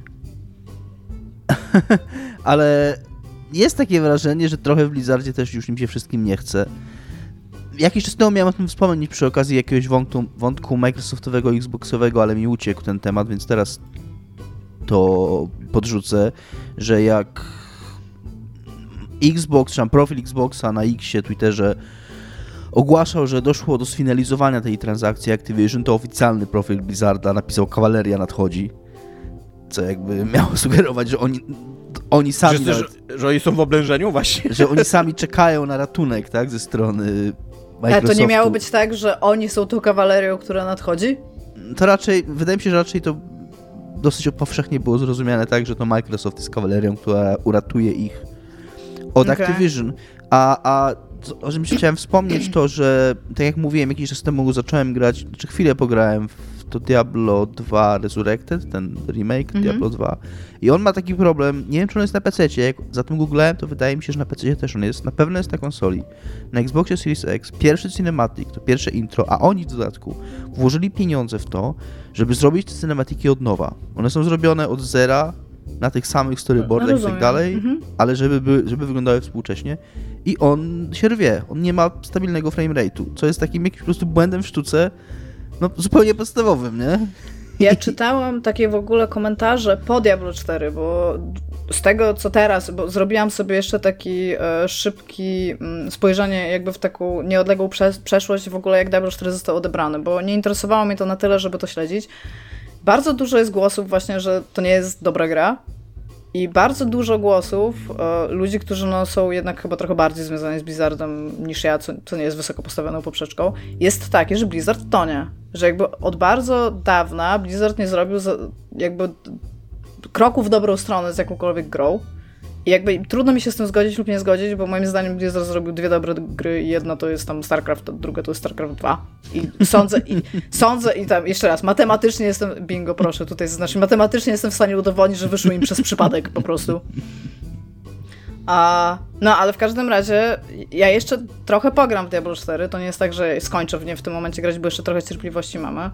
Ale jest takie wrażenie, że trochę w Blizzardzie też już im się wszystkim nie chce. Jakiś czas temu miałem o tym wspomnieć przy okazji jakiegoś wątku Microsoftowego, Xboxowego, ale mi uciekł ten temat, więc teraz to podrzucę, że jak Xbox, czy tam profil Xboxa na Xie, Twitterze ogłaszał, że doszło do sfinalizowania tej transakcji Activision, to oficjalny profil Blizzarda napisał kawaleria nadchodzi, co jakby miało sugerować, że oni sami... Że oni są w oblężeniu właśnie. Że oni sami czekają na ratunek, tak, ze strony Microsoftu. Ale to nie miało być tak, że oni są tą kawalerią, która nadchodzi? To raczej, wydaje mi się, że raczej to dosyć powszechnie było zrozumiane tak, że to Microsoft jest kawalerią, która uratuje ich od Activision. O czym chciałem wspomnieć to, że tak jak mówiłem, jakiś czas temu zacząłem grać, czy chwilę pograłem w to Diablo 2 Resurrected, ten remake Diablo 2 i on ma taki problem, nie wiem czy on jest na PC-cie, jak za tym googlałem, to wydaje mi się, że na PC-cie też on jest, na pewno jest na konsoli. Na Xboxie Series X, pierwszy cinematic, to pierwsze intro, a oni w dodatku włożyli pieniądze w to, żeby zrobić te cinematiki od nowa. One są zrobione od zera, na tych samych storyboardach i tak dalej, ale żeby wyglądały współcześnie i on się rwie, on nie ma stabilnego frame rate'u, co jest takim jakimś po prostu błędem w sztuce, no zupełnie podstawowym, nie? Ja czytałam takie w ogóle komentarze po Diablo 4, bo z tego co teraz, bo zrobiłam sobie jeszcze taki szybki spojrzenie jakby w taką nieodległą przeszłość w ogóle jak Diablo 4 został odebrany, bo nie interesowało mnie to na tyle, żeby to śledzić. Bardzo dużo jest głosów właśnie, że to nie jest dobra gra i bardzo dużo głosów ludzi, którzy są jednak chyba trochę bardziej związani z Blizzardem niż ja, co nie jest wysoko postawioną poprzeczką, jest takie, że Blizzard tonie. Że jakby od bardzo dawna Blizzard nie zrobił jakby kroku w dobrą stronę z jakąkolwiek grą. I jakby trudno mi się z tym zgodzić lub nie zgodzić, bo moim zdaniem Blizzard zrobił dwie dobre gry i jedna to jest tam StarCraft, a druga to jest StarCraft 2. I sądzę i tam jeszcze raz, matematycznie jestem, bingo proszę tutaj zaznaczyć, matematycznie jestem w stanie udowodnić, że wyszło im przez przypadek po prostu. No ale w każdym razie ja jeszcze trochę pogram w Diablo 4, to nie jest tak, że skończę w tym momencie grać, bo jeszcze trochę cierpliwości mamy.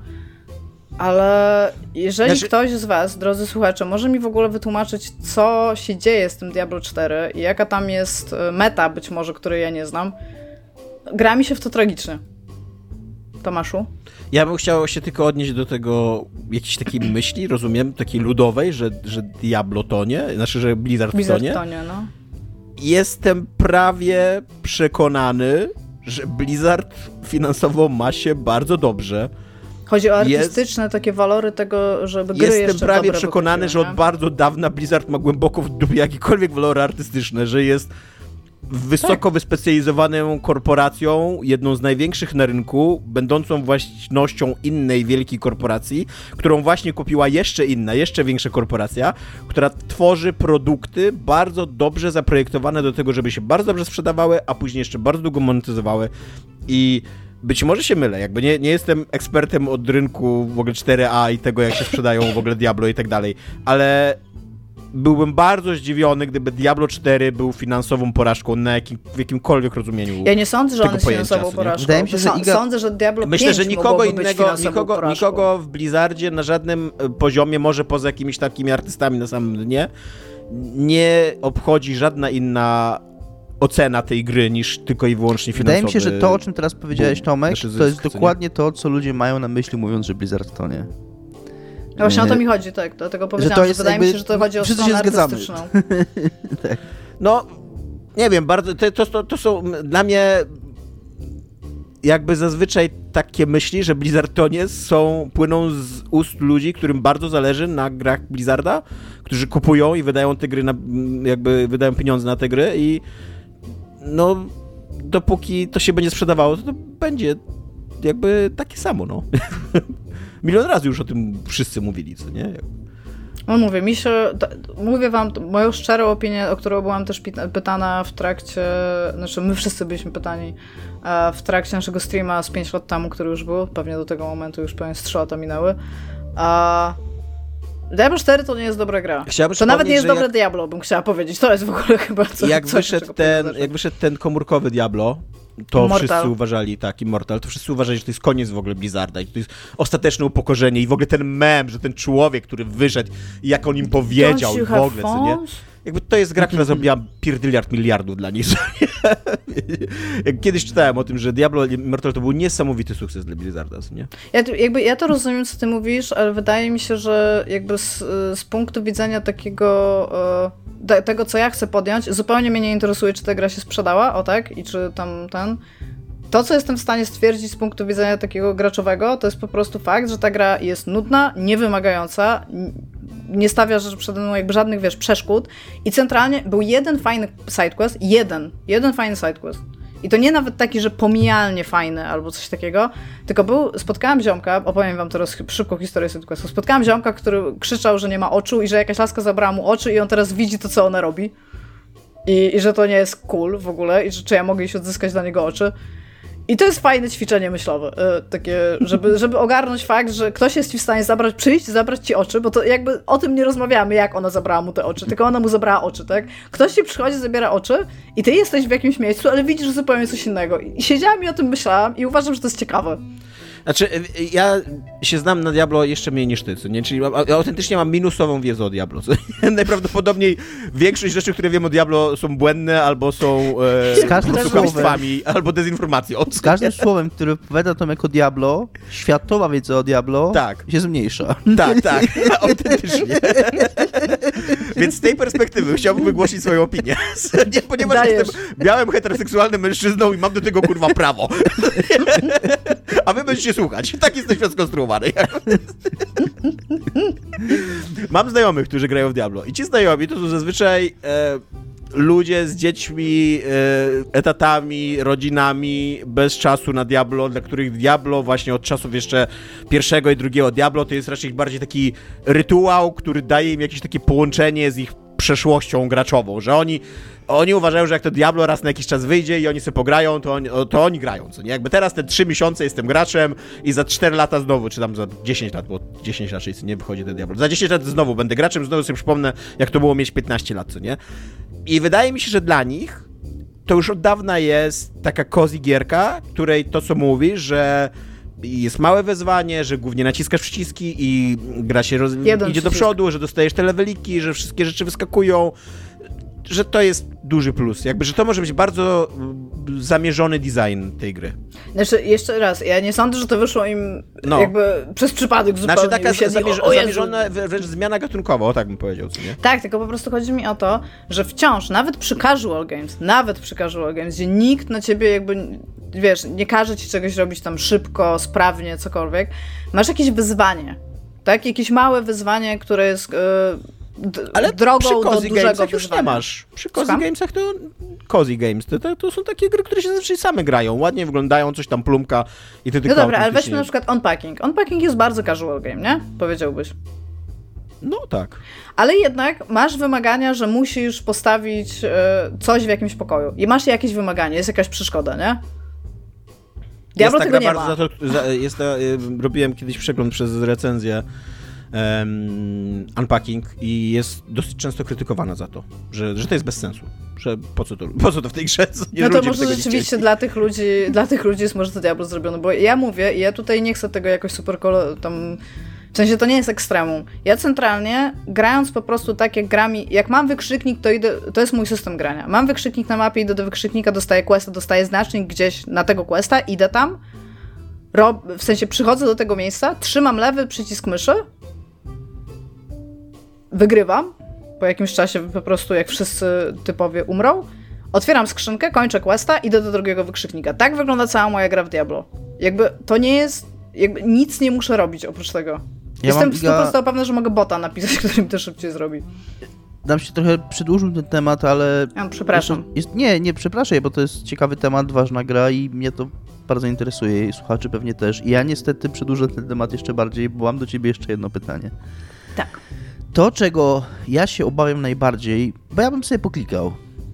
Ale jeżeli ktoś z was, drodzy słuchacze, może mi w ogóle wytłumaczyć, co się dzieje z tym Diablo 4 i jaka tam jest meta, być może, której ja nie znam, gra mi się w to tragicznie. Tomaszu? Ja bym chciał się tylko odnieść do tego jakiejś takiej myśli, rozumiem, takiej ludowej, że Diablo tonie, znaczy, że Blizzard tonie. No. Jestem prawie przekonany, że Blizzard finansowo ma się bardzo dobrze. Chodzi o artystyczne takie walory tego, żeby gry jeszcze Jestem prawie dobre przekonany, że od bardzo dawna Blizzard ma głęboko w dupie jakiekolwiek walory artystyczne, że jest wysoko wyspecjalizowaną korporacją, jedną z największych na rynku, będącą własnością innej wielkiej korporacji, którą właśnie kupiła jeszcze inna, jeszcze większa korporacja, która tworzy produkty bardzo dobrze zaprojektowane do tego, żeby się bardzo dobrze sprzedawały, a później jeszcze bardzo długo monetyzowały i być może się mylę, jakby nie jestem ekspertem od rynku w ogóle 4A i tego, jak się sprzedają w ogóle Diablo i tak dalej, ale byłbym bardzo zdziwiony, gdyby Diablo 4 był finansową porażką w jakimkolwiek rozumieniu. Ja nie sądzę, że on jest finansową porażką. Wydaje mi się, że sądzę, że Diablo 5 myślę, że nikogo innego, nikogo nikogo w Blizzardzie na żadnym poziomie, może poza jakimiś takimi artystami na samym dnie, nie obchodzi żadna inna ocena tej gry niż tylko i wyłącznie finansowy. Wydaje mi się, że to, o czym teraz powiedziałeś, Tomek, to jest dokładnie to, co ludzie mają na myśli, mówiąc, że Blizzard tonie. No właśnie o to mi chodzi, tak. Dlatego powiedziałam, że wydaje mi się, że to chodzi o stronę artystyczną. Tak. No, nie wiem, bardzo to są dla mnie jakby zazwyczaj takie myśli, że Blizzard tonie płyną z ust ludzi, którym bardzo zależy na grach Blizzarda, którzy kupują i wydają te gry jakby wydają pieniądze na te gry i no dopóki to się będzie sprzedawało, to będzie jakby takie samo, no. Milion razy już o tym wszyscy mówili, co nie? No mówię, mówię wam moją szczerą opinię, o którą byłam też pytana w trakcie, znaczy my wszyscy byliśmy pytani w trakcie naszego streama z 5 lat temu, który już był, pewnie do tego momentu już pewnie z 3 lata minęły. Diablo 4 to nie jest dobra gra. To nawet nie jest dobre Diablo, bym chciała powiedzieć. To jest w ogóle chyba coś. Jak wyszedł ten komórkowy Diablo, to Immortal. Wszyscy uważali, tak, Immortal, to wszyscy uważali, że to jest koniec w ogóle Blizzarda i to jest ostateczne upokorzenie i w ogóle ten mem, że ten człowiek, który wyszedł i jak on im powiedział i w ogóle, co nie? Jakby to jest gra, która zrobiła pierdyliard miliardów dla nich. Jak kiedyś czytałem o tym, że Diablo Immortal to był niesamowity sukces dla Blizzarda, nie? Ja to rozumiem, co ty mówisz, ale wydaje mi się, że jakby z punktu widzenia tego, co ja chcę podjąć, zupełnie mnie nie interesuje, czy ta gra się sprzedała, o tak, i czy tam To, co jestem w stanie stwierdzić z punktu widzenia takiego graczowego, to jest po prostu fakt, że ta gra jest nudna, niewymagająca, nie stawia przede mną jakby żadnych, przeszkód i centralnie był jeden fajny sidequest, jeden fajny sidequest. I to nie nawet taki, że pomijalnie fajny albo coś takiego, tylko spotkałam ziomka, opowiem wam teraz szybką historię sidequestu, spotkałam ziomka, który krzyczał, że nie ma oczu i że jakaś laska zabrała mu oczy i on teraz widzi to, co ona robi. I że to nie jest cool w ogóle i że czy ja mogę iść odzyskać dla niego oczy. I to jest fajne ćwiczenie myślowe, takie, żeby ogarnąć fakt, że ktoś jest ci w stanie zabrać ci oczy, bo to jakby o tym nie rozmawiamy, jak ona zabrała mu te oczy, tylko ona mu zabrała oczy, tak? Ktoś ci przychodzi, zabiera oczy i ty jesteś w jakimś miejscu, ale widzisz zupełnie coś innego. I siedziałam i o tym myślałam i uważam, że to jest ciekawe. Znaczy, ja się znam na Diablo jeszcze mniej niż ty, co nie? Czyli autentycznie mam minusową wiedzę o Diablo, co nie? Najprawdopodobniej większość rzeczy, które wiem o Diablo są błędne, albo są kłamstwami, albo dezinformacją. Z każdym słowem, które opowiada Tomek o Diablo, światowa wiedza o Diablo się zmniejsza. Tak, autentycznie. Więc z tej perspektywy chciałbym wygłosić swoją opinię. Nie, ponieważ jestem białym, heteroseksualnym mężczyzną i mam do tego, kurwa, prawo. A wy będziecie słuchać. Tak jest ten świat skonstruowany. Mam znajomych, którzy grają w Diablo i ci znajomi to są zazwyczaj ludzie z dziećmi, etatami, rodzinami, bez czasu na Diablo, dla których Diablo właśnie od czasów jeszcze pierwszego i drugiego Diablo to jest raczej bardziej taki rytuał, który daje im jakieś takie połączenie z ich przeszłością graczową, że oni uważają, że jak to Diablo raz na jakiś czas wyjdzie i oni sobie pograją, to oni grają, co nie? Jakby teraz te 3 miesiące jestem graczem i za 4 lata znowu, czy tam za 10 lat, bo 10 raczej nie wychodzi ten Diablo. Za 10 lat znowu będę graczem, znowu sobie przypomnę, jak to było mieć 15 lat, co nie? I wydaje mi się, że dla nich to już od dawna jest taka cozy gierka, której to, co mówisz, że jest małe wyzwanie, że głównie naciskasz przyciski i gra się idzie do przodu, że dostajesz te leveliki, że wszystkie rzeczy wyskakują, że to jest duży plus. Jakby, że to może być bardzo zamierzony design tej gry. Znaczy, jeszcze raz, ja nie sądzę, że to wyszło im jakby przez przypadek zupełnie. Znaczy taka zamierzona wręcz zmiana gatunkowa, o tak bym powiedział, co nie? Tak, tylko po prostu chodzi mi o to, że wciąż, nawet przy casual games, gdzie nikt na ciebie jakby, nie każe ci czegoś robić tam szybko, sprawnie, cokolwiek, masz jakieś wyzwanie, tak? Jakieś małe wyzwanie, które jest ale drogą do dużego już nie masz. Przy Cozy Gamesach to Cozy Games to są takie gry, które się zazwyczaj same grają, ładnie wyglądają, coś tam plumka i ty tylko... No dobra, ale weźmy na przykład Unpacking. Unpacking jest bardzo casual game, nie? Powiedziałbyś. No tak. Ale jednak masz wymagania, że musisz postawić coś w jakimś pokoju. I masz jakieś wymaganie, jest jakaś przeszkoda, nie? Diablo tego nie ma. Robiłem kiedyś przegląd przez recenzję Unpacking i jest dosyć często krytykowana za to, że to jest bez sensu, że po co to w tej grze? No to może rzeczywiście dla tych ludzi jest może to Diablo zrobione, bo ja mówię i ja tutaj nie chcę tego jakoś super tam, w sensie to nie jest ekstremum. Ja centralnie, grając po prostu tak jak grami, jak mam wykrzyknik, to idę, to jest mój system grania. Mam wykrzyknik na mapie, idę do wykrzyknika, dostaję questa, dostaję znacznik gdzieś na tego questa, idę tam, w sensie przychodzę do tego miejsca, trzymam lewy przycisk myszy, wygrywam, po jakimś czasie po prostu jak wszyscy typowie umrą, otwieram skrzynkę, kończę questa, idę do drugiego wykrzyknika. Tak wygląda cała moja gra w Diablo. Jakby to nie jest, jakby nic nie muszę robić oprócz tego. Jestem 100% pewna, że mogę bota napisać, który mi to szybciej zrobi. Nam się trochę przedłużył ten temat, ale... Przepraszam. Nie przepraszaj, bo to jest ciekawy temat, ważna gra i mnie to bardzo interesuje i słuchaczy pewnie też. I ja niestety przedłużę ten temat jeszcze bardziej, bo mam do ciebie jeszcze jedno pytanie. Tak. To, czego ja się obawiam najbardziej, bo ja bym sobie poklikał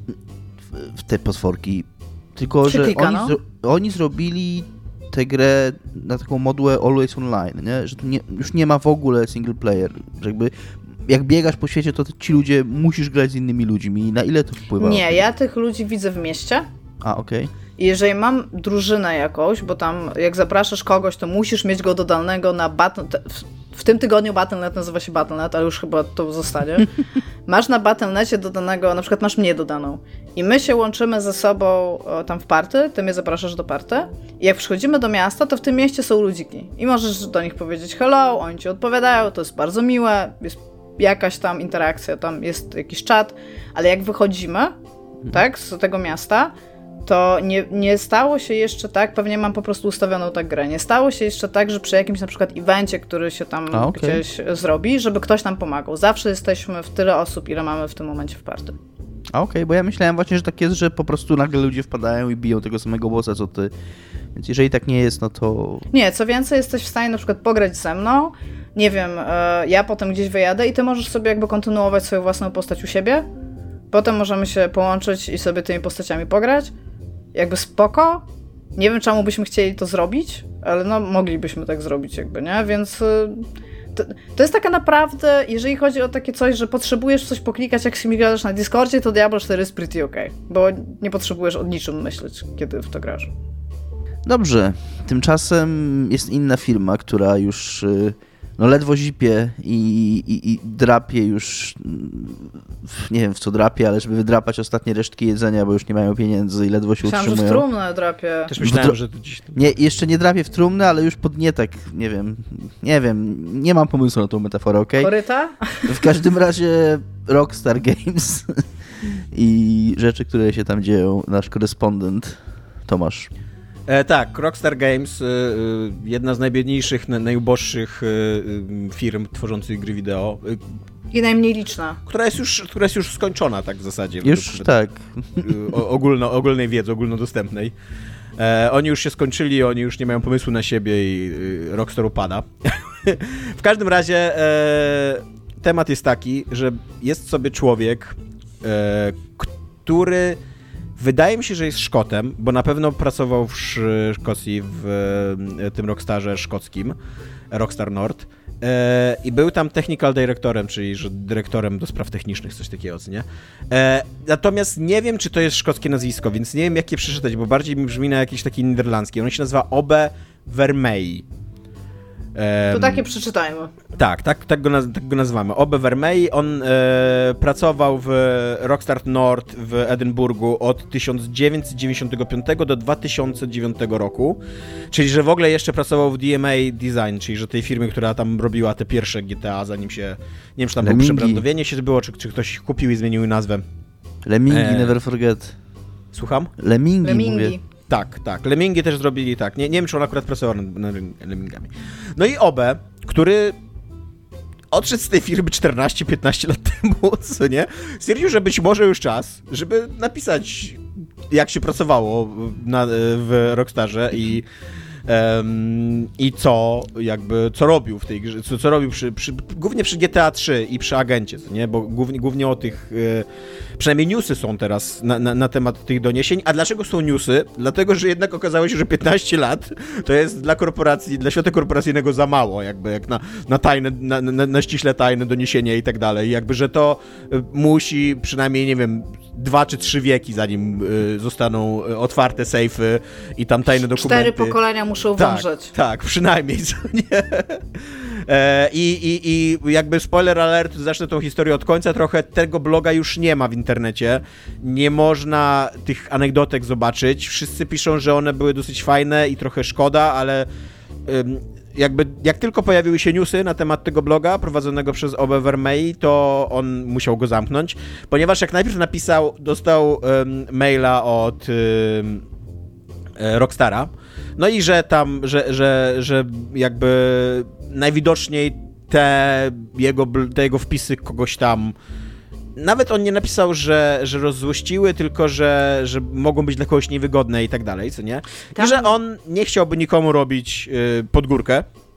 w te potworki, tylko że oni zrobili tę grę na taką modułę Always Online, nie? Że tu już nie ma w ogóle single player, że jakby jak biegasz po świecie, to ci ludzie musisz grać z innymi ludźmi. Na ile to wpływa? Nie, ja tych ludzi widzę w mieście. A, okej. I jeżeli mam drużynę jakąś, bo tam jak zapraszasz kogoś, to musisz mieć go dodalnego na w tym tygodniu Battle.net nazywa się Battle.net, ale już chyba to zostanie. Masz na Battle.necie dodanego, na przykład masz mnie dodaną. I my się łączymy ze sobą tam w party, ty mnie zapraszasz do party. I jak przychodzimy do miasta, to w tym mieście są ludziki. I możesz do nich powiedzieć hello, oni ci odpowiadają, to jest bardzo miłe, jest jakaś tam interakcja, tam jest jakiś czat, ale jak wychodzimy, tak, z tego miasta, to nie stało się jeszcze tak, pewnie mam po prostu ustawioną tak grę, nie stało się jeszcze tak, że przy jakimś na przykład evencie, który się tam gdzieś zrobi, żeby ktoś nam pomagał. Zawsze jesteśmy w tyle osób, ile mamy w tym momencie w party. Okej, bo ja myślałem właśnie, że tak jest, że po prostu nagle ludzie wpadają i biją tego samego bossa, co ty. Więc jeżeli tak nie jest, no to... Nie, co więcej, jesteś w stanie na przykład pograć ze mną, nie wiem, ja potem gdzieś wyjadę i ty możesz sobie jakby kontynuować swoją własną postać u siebie, potem możemy się połączyć i sobie tymi postaciami pograć. Jakby spoko. Nie wiem, czemu byśmy chcieli to zrobić, ale no moglibyśmy tak zrobić jakby, nie? Więc to jest taka naprawdę, jeżeli chodzi o takie coś, że potrzebujesz coś poklikać, jak się gadasz na Discordzie, to Diablo 4 jest pretty okej, bo nie potrzebujesz o niczym myśleć, kiedy w to grasz. Dobrze. Tymczasem jest inna firma, która już ledwo zipie i drapie już, nie wiem w co drapie, ale żeby wydrapać ostatnie resztki jedzenia, bo już nie mają pieniędzy i ledwo się utrzymują. Myślałem, że w trumnę drapie. Też myślałem, że to dziś... Nie, jeszcze nie drapie w trumnę, ale już podnietek, nie wiem, nie mam pomysłu na tą metaforę, okej? Koryta? W każdym razie Rockstar Games i rzeczy, które się tam dzieją, nasz korespondent Tomasz. Tak, Rockstar Games, jedna z najbiedniejszych, najuboższych firm tworzących gry wideo. I najmniej liczna. Która jest już skończona, tak w zasadzie. Już tak. Ogólnej wiedzy, ogólnodostępnej. Oni już się skończyli, oni już nie mają pomysłu na siebie i Rockstar upada. W każdym razie temat jest taki, że jest sobie człowiek, który... Wydaje mi się, że jest Szkotem, bo na pewno pracował w Szkocji w tym Rockstarze szkockim, Rockstar Nord, i był tam technical directorem, czyli że dyrektorem do spraw technicznych, coś takiego, nie? Natomiast nie wiem, czy to jest szkockie nazwisko, więc nie wiem, jak je przeczytać, bo bardziej mi brzmi na jakiś taki niderlandzki. On się nazywa Obe Vermeij. To takie przeczytajmy. Tak go nazywamy. Obe Vermeij. On pracował w Rockstar Nord w Edynburgu od 1995 do 2009 roku. Czyli, że w ogóle jeszcze pracował w DMA Design, czyli że tej firmy, która tam robiła te pierwsze GTA, zanim się... Nie wiem, czy tam było przebrandowienie się było, czy ktoś kupił i zmienił nazwę. Lemmingi, never forget. Słucham? Lemmingi. Mówię. Tak. Lemmingi też zrobili tak. Nie wiem, czy on akurat pracował nad Lemmingami. No i Obe, który odszedł z tej firmy 14-15 lat temu, co nie? Stwierdził, że być może już czas, żeby napisać, jak się pracowało w Rockstarze i co robił w tej grze, co robił głównie przy GTA 3 i przy Agencie, nie? Bo głównie o tych, przynajmniej newsy są teraz na temat tych doniesień. A dlaczego są newsy? Dlatego, że jednak okazało się, że 15 lat to jest dla korporacji, dla świata korporacyjnego za mało, jakby jak na tajne, na ściśle tajne doniesienia i tak dalej. Jakby, że to musi przynajmniej, nie wiem, 2 czy 3 wieki, zanim zostaną otwarte sejfy i tam tajne dokumenty. 4 pokolenia muszą wymrzeć. Tak, przynajmniej, co nie? I jakby spoiler alert, zacznę tą historię od końca trochę, tego bloga już nie ma w internecie, nie można tych anegdotek zobaczyć, wszyscy piszą, że one były dosyć fajne i trochę szkoda, ale jakby jak tylko pojawiły się newsy na temat tego bloga prowadzonego przez Obe Vermeij, to on musiał go zamknąć, ponieważ jak najpierw dostał maila od Rockstara, no i że tam, że jakby najwidoczniej te jego wpisy kogoś tam, nawet on nie napisał, że rozzłościły, tylko że mogą być dla kogoś niewygodne i tak dalej, co nie? I że on nie chciałby nikomu robić pod górkę,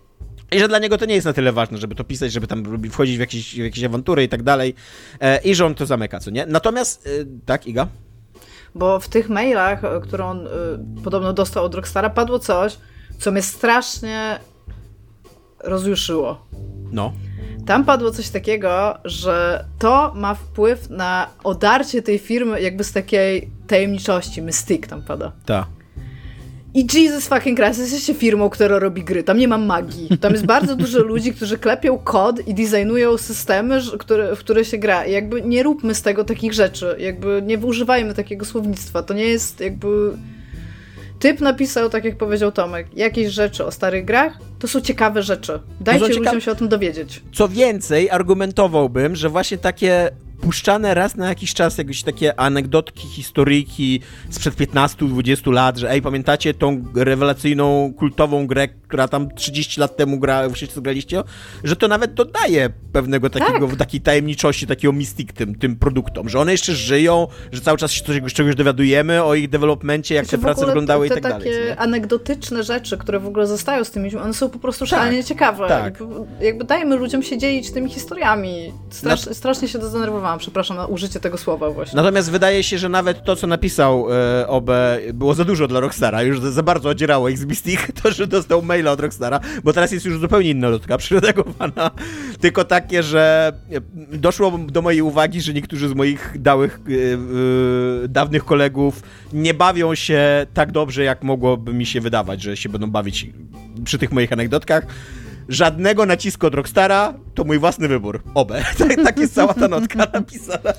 I że dla niego to nie jest na tyle ważne, żeby to pisać, żeby tam wchodzić w jakieś awantury i tak dalej. I że on to zamyka, co nie? Natomiast, tak, Iga? Bo w tych mailach, które on podobno dostał od Rockstara, padło coś, co mnie strasznie rozjuszyło. No. Tam padło coś takiego, że to ma wpływ na odarcie tej firmy jakby z takiej tajemniczości. Mystique tam pada. Tak. I Jesus fucking Christ, jesteście firmą, która robi gry. Tam nie ma magii. Tam jest bardzo dużo ludzi, którzy klepią kod i designują systemy, w które się gra. I jakby nie róbmy z tego takich rzeczy. Jakby nie używajmy takiego słownictwa. To nie jest jakby... Typ napisał, tak jak powiedział Tomek, jakieś rzeczy o starych grach, to są ciekawe rzeczy. Dajcie ludziom się o tym dowiedzieć. Co więcej, argumentowałbym, że właśnie takie puszczane raz na jakiś czas jakieś takie anegdotki, historyjki sprzed 15-20 lat, że pamiętacie tą rewelacyjną, kultową grę, która tam 30 lat temu wszyscy graliście, że to nawet dodaje pewnego takiej tajemniczości, takiego mystik tym produktom, że one jeszcze żyją, że cały czas się czegoś dowiadujemy o ich developmencie, jak te prace wyglądały i tak dalej. Te takie anegdotyczne rzeczy, które w ogóle zostają z tymi, one są po prostu szalenie ciekawe. Tak. Jakby dajmy ludziom się dzielić tymi historiami. Strasznie się zdenerwowałam, przepraszam na użycie tego słowa właśnie. Natomiast wydaje się, że nawet to, co napisał Obe, było za dużo dla Rockstara, już za bardzo odzierało ich z Mystic, to, że dostał maila od Rockstara, bo teraz jest już zupełnie inna lotka przyredagowana, tylko takie, że doszło do mojej uwagi, że niektórzy z moich dawnych kolegów nie bawią się tak dobrze, jak mogłoby mi się wydawać, że się będą bawić przy tych moich anegdotkach. Żadnego nacisku od Rockstara, to mój własny wybór. Obe. Tak jest cała ta notka napisana.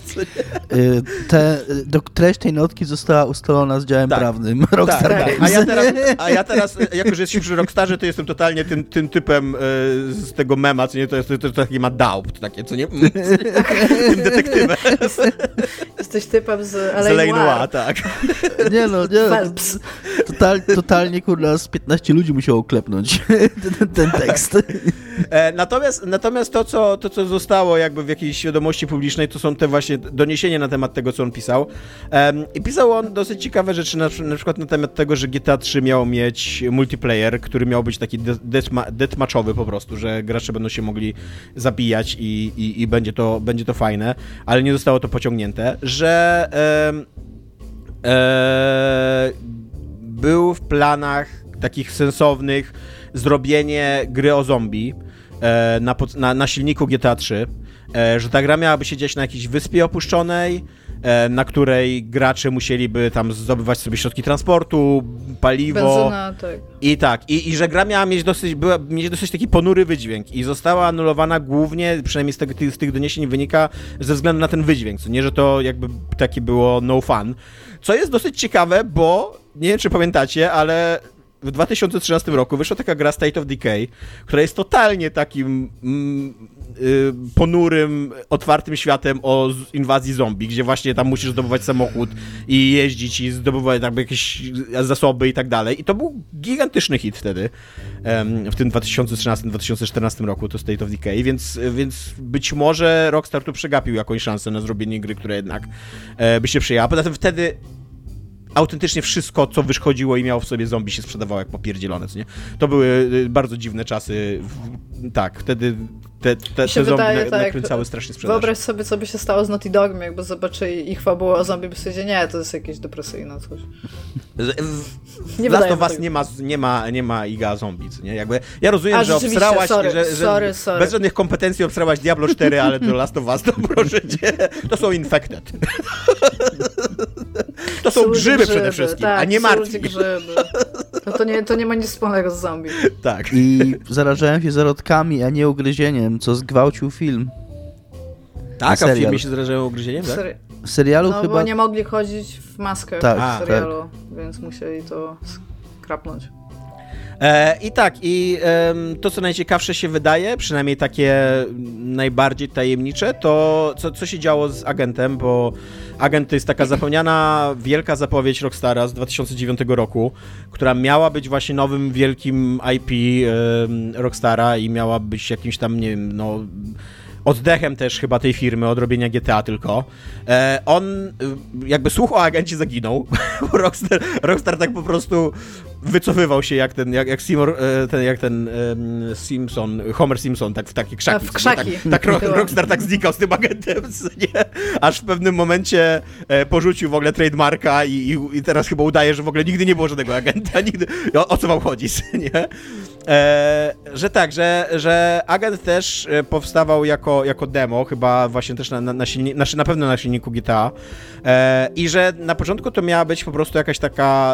Treść tej notki została ustalona z działem prawnym Rockstar Games. A ja teraz, jako że jesteśmy przy Rockstarze, to jestem totalnie tym typem z tego mema, co nie, to taki ma doubt, takie, co nie? Tym detektywem. Jesteś typem z L.A. Noire, tak. Nie. Totalnie, kurwa, z 15 ludzi musiało klepnąć ten tekst. Natomiast to, co zostało jakby w jakiejś świadomości publicznej, to są te właśnie doniesienia na temat tego, co on pisał. I pisał on dosyć ciekawe rzeczy, na przykład na temat tego, że GTA 3 miało mieć multiplayer, który miał być taki deathmatchowy po prostu, że gracze będą się mogli zabijać i będzie to fajne, ale nie zostało to pociągnięte, że był w planach takich sensownych zrobienie gry o zombie na silniku GTA 3, że ta gra miałaby się dziać na jakiejś wyspie opuszczonej, na której gracze musieliby tam zdobywać sobie środki transportu, paliwo. Benzyna, tak. I że gra miała mieć dosyć taki ponury wydźwięk i została anulowana głównie, przynajmniej z tych doniesień wynika, ze względu na ten wydźwięk, co nie, że to jakby takie było no fun. Co jest dosyć ciekawe, bo nie wiem, czy pamiętacie, ale w 2013 roku wyszła taka gra State of Decay, która jest totalnie takim ponurym, otwartym światem o inwazji zombie, gdzie właśnie tam musisz zdobywać samochód i jeździć i zdobywać jakby jakieś zasoby i tak dalej. I to był gigantyczny hit wtedy, w tym 2013-2014 roku, to State of Decay, więc być może Rockstar tu przegapił jakąś szansę na zrobienie gry, która jednak by się przyjęła. Poza tym wtedy autentycznie wszystko, co wychodziło i miało w sobie zombie, się sprzedawało jak popierdzielone, co nie? To były bardzo dziwne czasy. Tak, wtedy te zombie nakręcały strasznie sprzedaż. Wyobraź sobie, co by się stało z Naughty Dogiem, jakby zobaczyli ich fabułę o zombie, by sobie nie, to jest jakieś depresyjne coś. W Last of Us nie ma Iga zombie, co nie? Jakby, ja rozumiem, że obsrałaś, sorry. bez żadnych kompetencji obsrałaś Diablo 4, ale do Last of Us to proszę cię, to są infected. To są grzyby przede wszystkim, tak, a nie martwi. Grzyby. To nie ma nic wspólnego z zombie. Tak. I zarażałem się zarodkami, a nie ugryzieniem, co zgwałcił film. Tak, a w filmie się zarażają ugryzieniem, tak? W serialu chyba... bo nie mogli chodzić w maskach w serialu, więc musieli to skrapnąć. To, co najciekawsze się wydaje, przynajmniej takie najbardziej tajemnicze, to co się działo z Agentem, bo Agent to jest taka zapomniana wielka zapowiedź Rockstara z 2009 roku, która miała być właśnie nowym wielkim IP Rockstara i miała być jakimś tam, nie wiem, no... oddechem też chyba tej firmy, od robienia GTA tylko. On, jakby słuch o Agencie zaginął. Rockstar tak po prostu wycofywał się jak Simpson, Homer Simpson, tak w takie krzaki. W krzaki. Tak Rockstar tak znikał z tym agentem, nie? Aż w pewnym momencie porzucił w ogóle trademarka i teraz chyba udaje, że w ogóle nigdy nie było żadnego agenta, nigdy. O co wam chodzi, nie? Że tak, że agent też powstawał jako demo, chyba właśnie też na pewno na silniku GTA i że na początku to miała być po prostu jakaś taka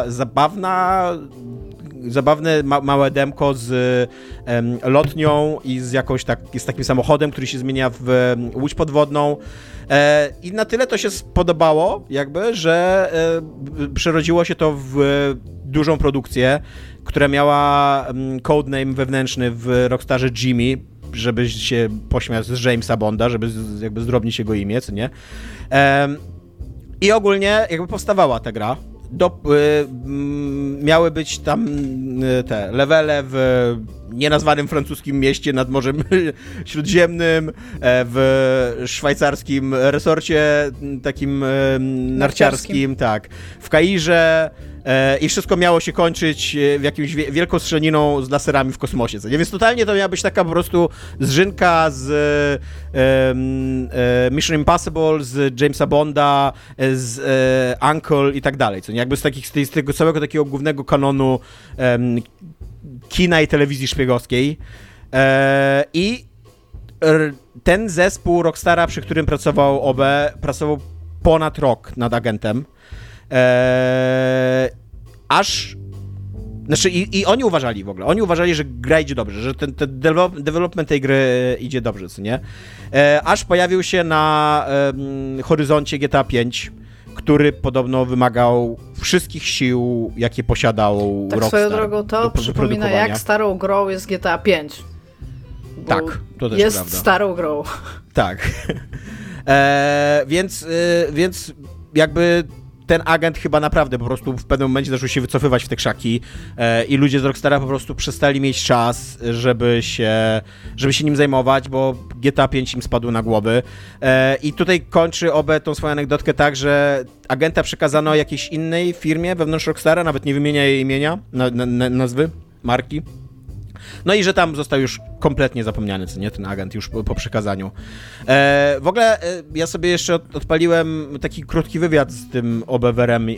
zabawne małe demko z lotnią i z takim samochodem, który się zmienia w łódź podwodną. I na tyle to się spodobało, jakby, że przerodziło się to w dużą produkcję, która miała codename wewnętrzny w Rockstarze Jimmy, żeby się pośmiać z Jamesa Bonda, żeby jakby zdrobnić jego imię, co nie? I ogólnie jakby powstawała ta gra. Miały być tam te levele w nienazwanym francuskim mieście nad Morzem Śródziemnym, w szwajcarskim resorcie takim narciarskim, tak, w Kairze. I wszystko miało się kończyć w jakimś wielką strzeliną z laserami w kosmosie. Nie? Więc totalnie to miała być taka po prostu zżynka z Mission Impossible, z Jamesa Bonda, z Uncle i tak dalej. Co nie? Jakby z tego całego takiego głównego kanonu kina i telewizji szpiegowskiej. I ten zespół Rockstara, przy którym pracował OBE, pracował ponad rok nad agentem. I oni uważali, że gra idzie dobrze, że ten development tej gry idzie dobrze, co nie? Aż pojawił się na horyzoncie GTA 5, który podobno wymagał wszystkich sił, jakie posiadał tak Rockstar. Tak swoją drogą to przypomina, jak starą grą jest GTA 5. Tak, to też jest prawda. Jest starą grą. Tak. Więc jakby ten agent chyba naprawdę po prostu w pewnym momencie zaczął się wycofywać w te krzaki i ludzie z Rockstara po prostu przestali mieć czas, żeby się nim zajmować, bo GTA 5 im spadło na głowy. I tutaj kończy OBE tą swoją anegdotkę tak, że agenta przekazano jakiejś innej firmie wewnątrz Rockstara, nawet nie wymienia jej imienia, nazwy, marki. No i że tam został już kompletnie zapomniany, co nie, ten agent już po przekazaniu. W ogóle ja sobie jeszcze odpaliłem taki krótki wywiad z tym OBE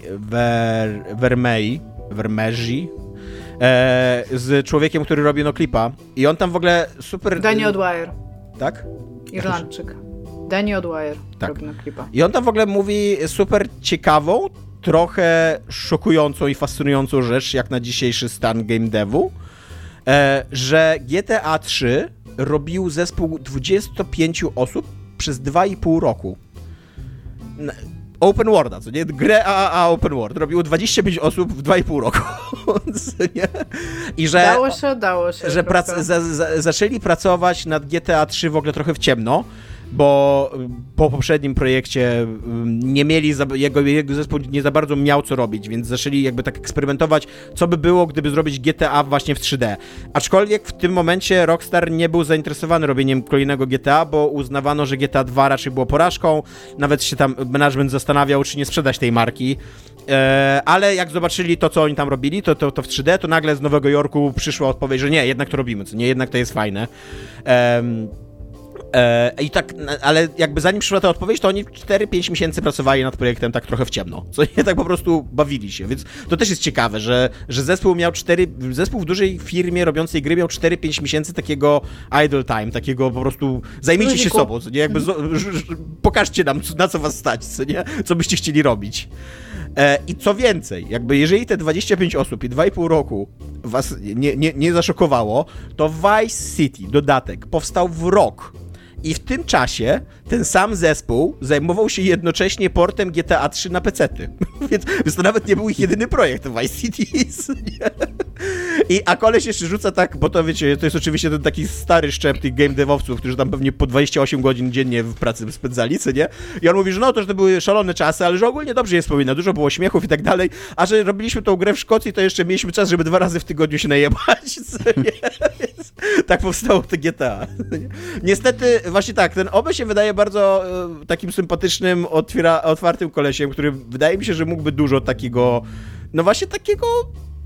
Vermeji, z człowiekiem, który robi Noclipa i on tam w ogóle super... Danny O'Dwyer. Tak? Irlandczyk. Danny O'Dwyer tak. robi Noclipa. I on tam w ogóle mówi super ciekawą, trochę szokującą i fascynującą rzecz, jak na dzisiejszy stan game devu, że GTA 3 robił zespół 25 osób przez 2,5 roku. Open Worlda, co nie? Grę AAA Open World robiło 25 osób w 2,5 roku. Nie? I że Dało się. Że zaczęli pracować nad GTA 3 w ogóle trochę w ciemno, bo po poprzednim projekcie nie mieli, jego zespół nie za bardzo miał co robić, więc zaczęli jakby tak eksperymentować, co by było, gdyby zrobić GTA właśnie w 3D. Aczkolwiek w tym momencie Rockstar nie był zainteresowany robieniem kolejnego GTA, bo uznawano, że GTA 2 raczej było porażką, nawet się tam management zastanawiał, czy nie sprzedać tej marki. Ale jak zobaczyli to, co oni tam robili, to w 3D, to nagle z Nowego Jorku przyszła odpowiedź, że nie, jednak to robimy, co nie, jednak to jest fajne. I tak, ale jakby zanim przyszła ta odpowiedź, to oni 4-5 miesięcy pracowali nad projektem tak trochę w ciemno, co nie, tak po prostu bawili się, więc to też jest ciekawe, że zespół w dużej firmie robiącej gry miał 4-5 miesięcy takiego idle time, takiego po prostu zajmijcie się sobą, co nie, jakby pokażcie nam, na co was stać, co nie, co byście chcieli robić. I co więcej, jakby jeżeli te 25 osób i 2,5 roku was nie zaszokowało, to Vice City, dodatek, powstał w rok. I w tym czasie ten sam zespół zajmował się jednocześnie portem GTA 3 na pecety. Więc to nawet nie był ich jedyny projekt Vice Cities. A koleś jeszcze rzuca tak, bo to wiecie, to jest oczywiście ten taki stary szczep tych game devowców, którzy tam pewnie po 28 godzin dziennie w pracy spędzali, co nie? I on mówi, że no to były szalone czasy, ale że ogólnie dobrze je wspomina, dużo było śmiechów i tak dalej, a że robiliśmy tą grę w Szkocji, to jeszcze mieliśmy czas, żeby 2 razy w tygodniu się najebać, co nie? Więc tak powstało to GTA. Niestety, właśnie tak, ten OBE się wydaje bardzo takim sympatycznym, otwartym kolesiem, który wydaje mi się, że mógłby dużo takiego, no właśnie takiego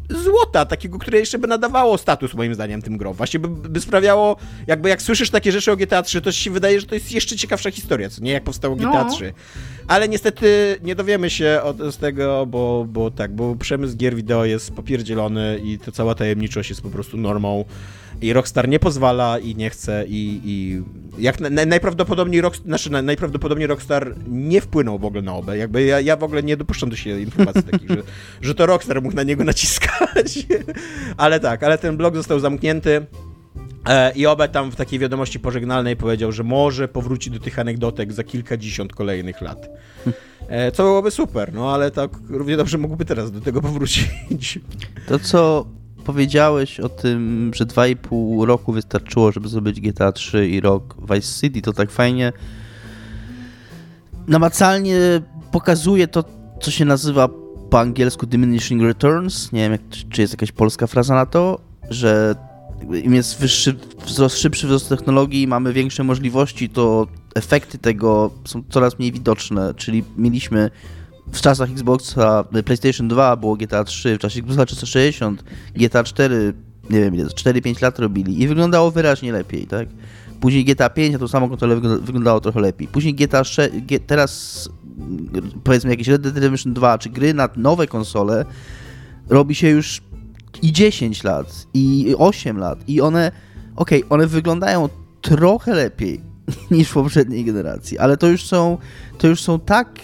złota, takiego, które jeszcze by nadawało status moim zdaniem tym grom. Właśnie by sprawiało, jakby jak słyszysz takie rzeczy o GTA 3, to ci się wydaje, że to jest jeszcze ciekawsza historia, co nie? Jak powstało GTA 3. Ale niestety nie dowiemy się z tego, bo przemysł gier wideo jest popierdzielony i to cała tajemniczość jest po prostu normą. I Rockstar nie pozwala i nie chce i jak najprawdopodobniej Rockstar nie wpłynął w ogóle na OBE. Jakby ja w ogóle nie dopuszczam do siebie informacji takich, że to Rockstar mógł na niego naciskać. Ale ten blog został zamknięty i OBE tam w takiej wiadomości pożegnalnej powiedział, że może powróci do tych anegdotek za kilkadziesiąt kolejnych lat. Co byłoby super, no ale tak równie dobrze mógłby teraz do tego powrócić. To co powiedziałeś o tym, że 2,5 roku wystarczyło, żeby zrobić GTA 3 i rok Vice City, to tak fajnie namacalnie pokazuje to, co się nazywa po angielsku diminishing returns. Nie wiem, czy jest jakaś polska fraza na to, że im jest szybszy wzrost technologii, mamy większe możliwości, to efekty tego są coraz mniej widoczne, czyli mieliśmy w czasach Xboxa, PlayStation 2 było GTA 3, w czasie Xboxa 360, GTA 4, nie wiem ile, 4-5 lat robili i wyglądało wyraźnie lepiej, tak? Później GTA 5, a to samo kontrolę wyglądało trochę lepiej. Później GTA 6, teraz powiedzmy jakieś Red Dead Redemption 2, czy gry na nowe konsole robi się już i 10 lat, i 8 lat i one wyglądają trochę lepiej niż w poprzedniej generacji, ale to już są tak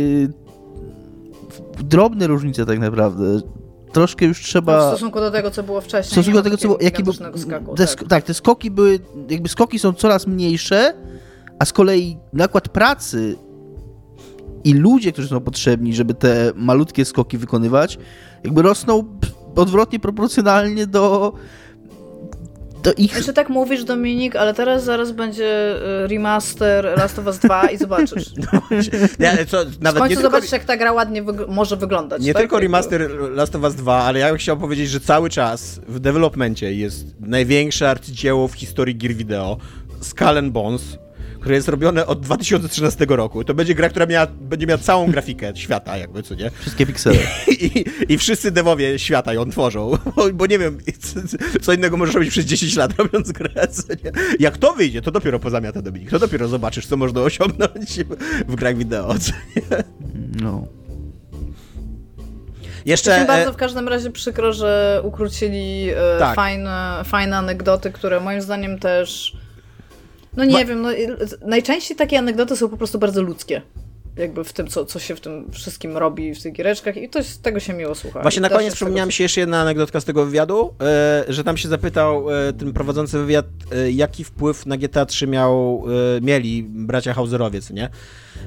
drobne różnice tak naprawdę. Troszkę już trzeba... No w stosunku do tego, co było wcześniej. W stosunku do tego, co było... Te skoki były... Jakby skoki są coraz mniejsze, a z kolei nakład pracy i ludzie, którzy są potrzebni, żeby te malutkie skoki wykonywać, jakby rosną odwrotnie proporcjonalnie do ich... Jeszcze tak mówisz, Dominik, ale zaraz będzie remaster Last of Us 2 i zobaczysz. W końcu zobaczysz, jak ta gra ładnie może wyglądać. Nie tylko remaster Last of Us 2, ale ja bym chciał powiedzieć, że cały czas w developmencie jest największe arcydzieło w historii gier wideo, Skull and Bones, które jest robione od 2013 roku. To będzie gra, która będzie miała całą grafikę świata, jakby, co nie? Wszystkie piksele. I wszyscy devowie świata ją tworzą, bo nie wiem, co innego możesz robić przez 10 lat, robiąc grę, co nie? Jak to wyjdzie, to dopiero pozamiata, Dominik. To dopiero zobaczysz, co można osiągnąć w grach wideo, co nie? No. Jeszcze... Mi bardzo w każdym razie przykro, że ukrócili fajne anegdoty, które moim zdaniem też... No nie wiem, najczęściej takie anegdoty są po prostu bardzo ludzkie. Jakby w tym, co się w tym wszystkim robi w tych giereczkach i tego się miło słucha. Właśnie na koniec przypomniała mi się jeszcze jedna anegdotka z tego wywiadu, że tam się zapytał ten prowadzący wywiad, jaki wpływ na GTA 3 mieli bracia Hauserowie, co nie?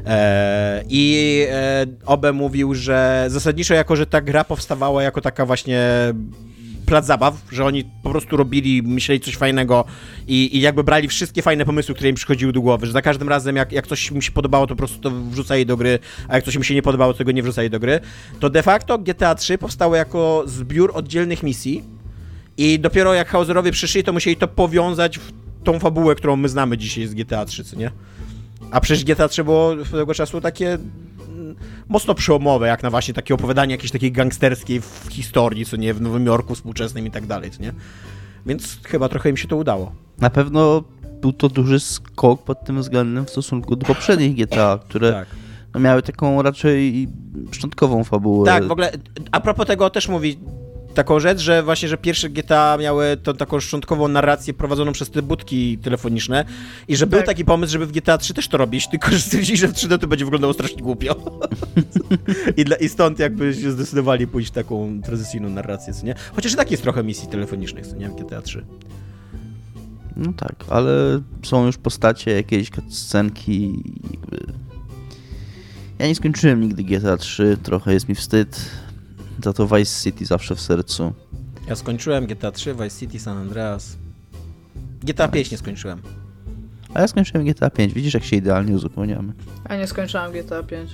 I Obe mówił, że zasadniczo jako, że ta gra powstawała jako taka właśnie plac zabaw, że oni po prostu robili, myśleli coś fajnego i jakby brali wszystkie fajne pomysły, które im przychodziły do głowy, że za każdym razem jak coś im się podobało, to po prostu to wrzucali do gry, a jak coś im się nie podobało, to tego nie wrzucali do gry, to de facto GTA 3 powstało jako zbiór oddzielnych misji i dopiero jak Hauserowie przyszli, to musieli to powiązać w tą fabułę, którą my znamy dzisiaj z GTA 3, co nie? A przecież GTA 3 było tego czasu takie mocno przełomowe, jak na właśnie takie opowiadanie jakiejś takiej gangsterskiej w historii, co nie, w Nowym Jorku współczesnym i tak dalej, co nie? Więc chyba trochę im się to udało. Na pewno był to duży skok pod tym względem w stosunku do poprzednich GTA, które miały taką raczej szczątkową fabułę. Tak, w ogóle a propos tego też mówi taką rzecz, że właśnie, że pierwsze GTA miały tą taką szczątkową narrację prowadzoną przez te budki telefoniczne i że był taki pomysł, żeby w GTA 3 też to robić, tylko że stwierdzili, że w 3D to będzie wyglądało strasznie głupio. I stąd jakby się zdecydowali pójść w taką tradycyjną narrację, co nie? Chociaż i tak jest trochę misji telefonicznych, co nie, w GTA 3. No tak, ale są już postacie, jakieś scenki jakby... Ja nie skończyłem nigdy GTA 3, trochę jest mi wstyd. Za to Vice City zawsze w sercu. Ja skończyłem GTA 3, Vice City, San Andreas. GTA 5 nie skończyłem. A ja skończyłem GTA 5. Widzisz, jak się idealnie uzupełniamy. Ja nie skończyłem GTA 5.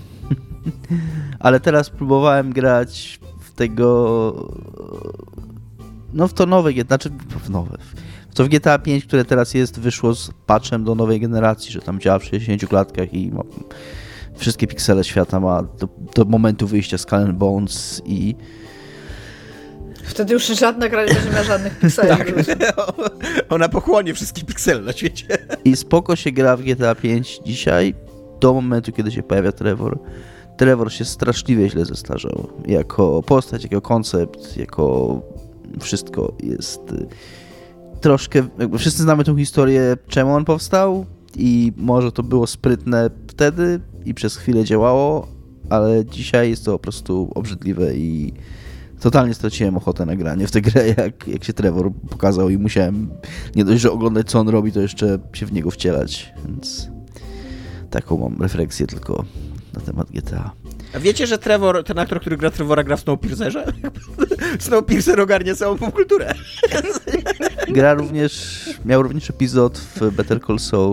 Ale teraz próbowałem grać w tego... No w to nowe GTA, znaczy w to w GTA 5, które teraz wyszło z patchem do nowej generacji, że tam działa w 60 klatkach i ma... Wszystkie piksele świata ma do momentu wyjścia Skull and Bones i Wtedy już żadna gra nie będzie miała żadnych pikseli. Tak. Ona pochłonie wszystkie piksele na świecie. I spoko się gra w GTA 5 dzisiaj, do momentu, kiedy się pojawia Trevor. Trevor się straszliwie źle zestarzał. Jako postać, jako koncept, jako wszystko jest troszkę... Jakby wszyscy znamy tą historię, czemu on powstał i może to było sprytne wtedy i przez chwilę działało, ale dzisiaj jest to po prostu obrzydliwe i totalnie straciłem ochotę na granie w tę grę, jak się Trevor pokazał i musiałem nie dość, że oglądać, co on robi, to jeszcze się w niego wcielać, więc taką mam refleksję tylko na temat GTA. A wiecie, że Trevor, ten aktor, który gra Trevora, gra w Snowpiercerze? Snowpiercer ogarnia całą popkulturę. Miał również epizod w Better Call Saul.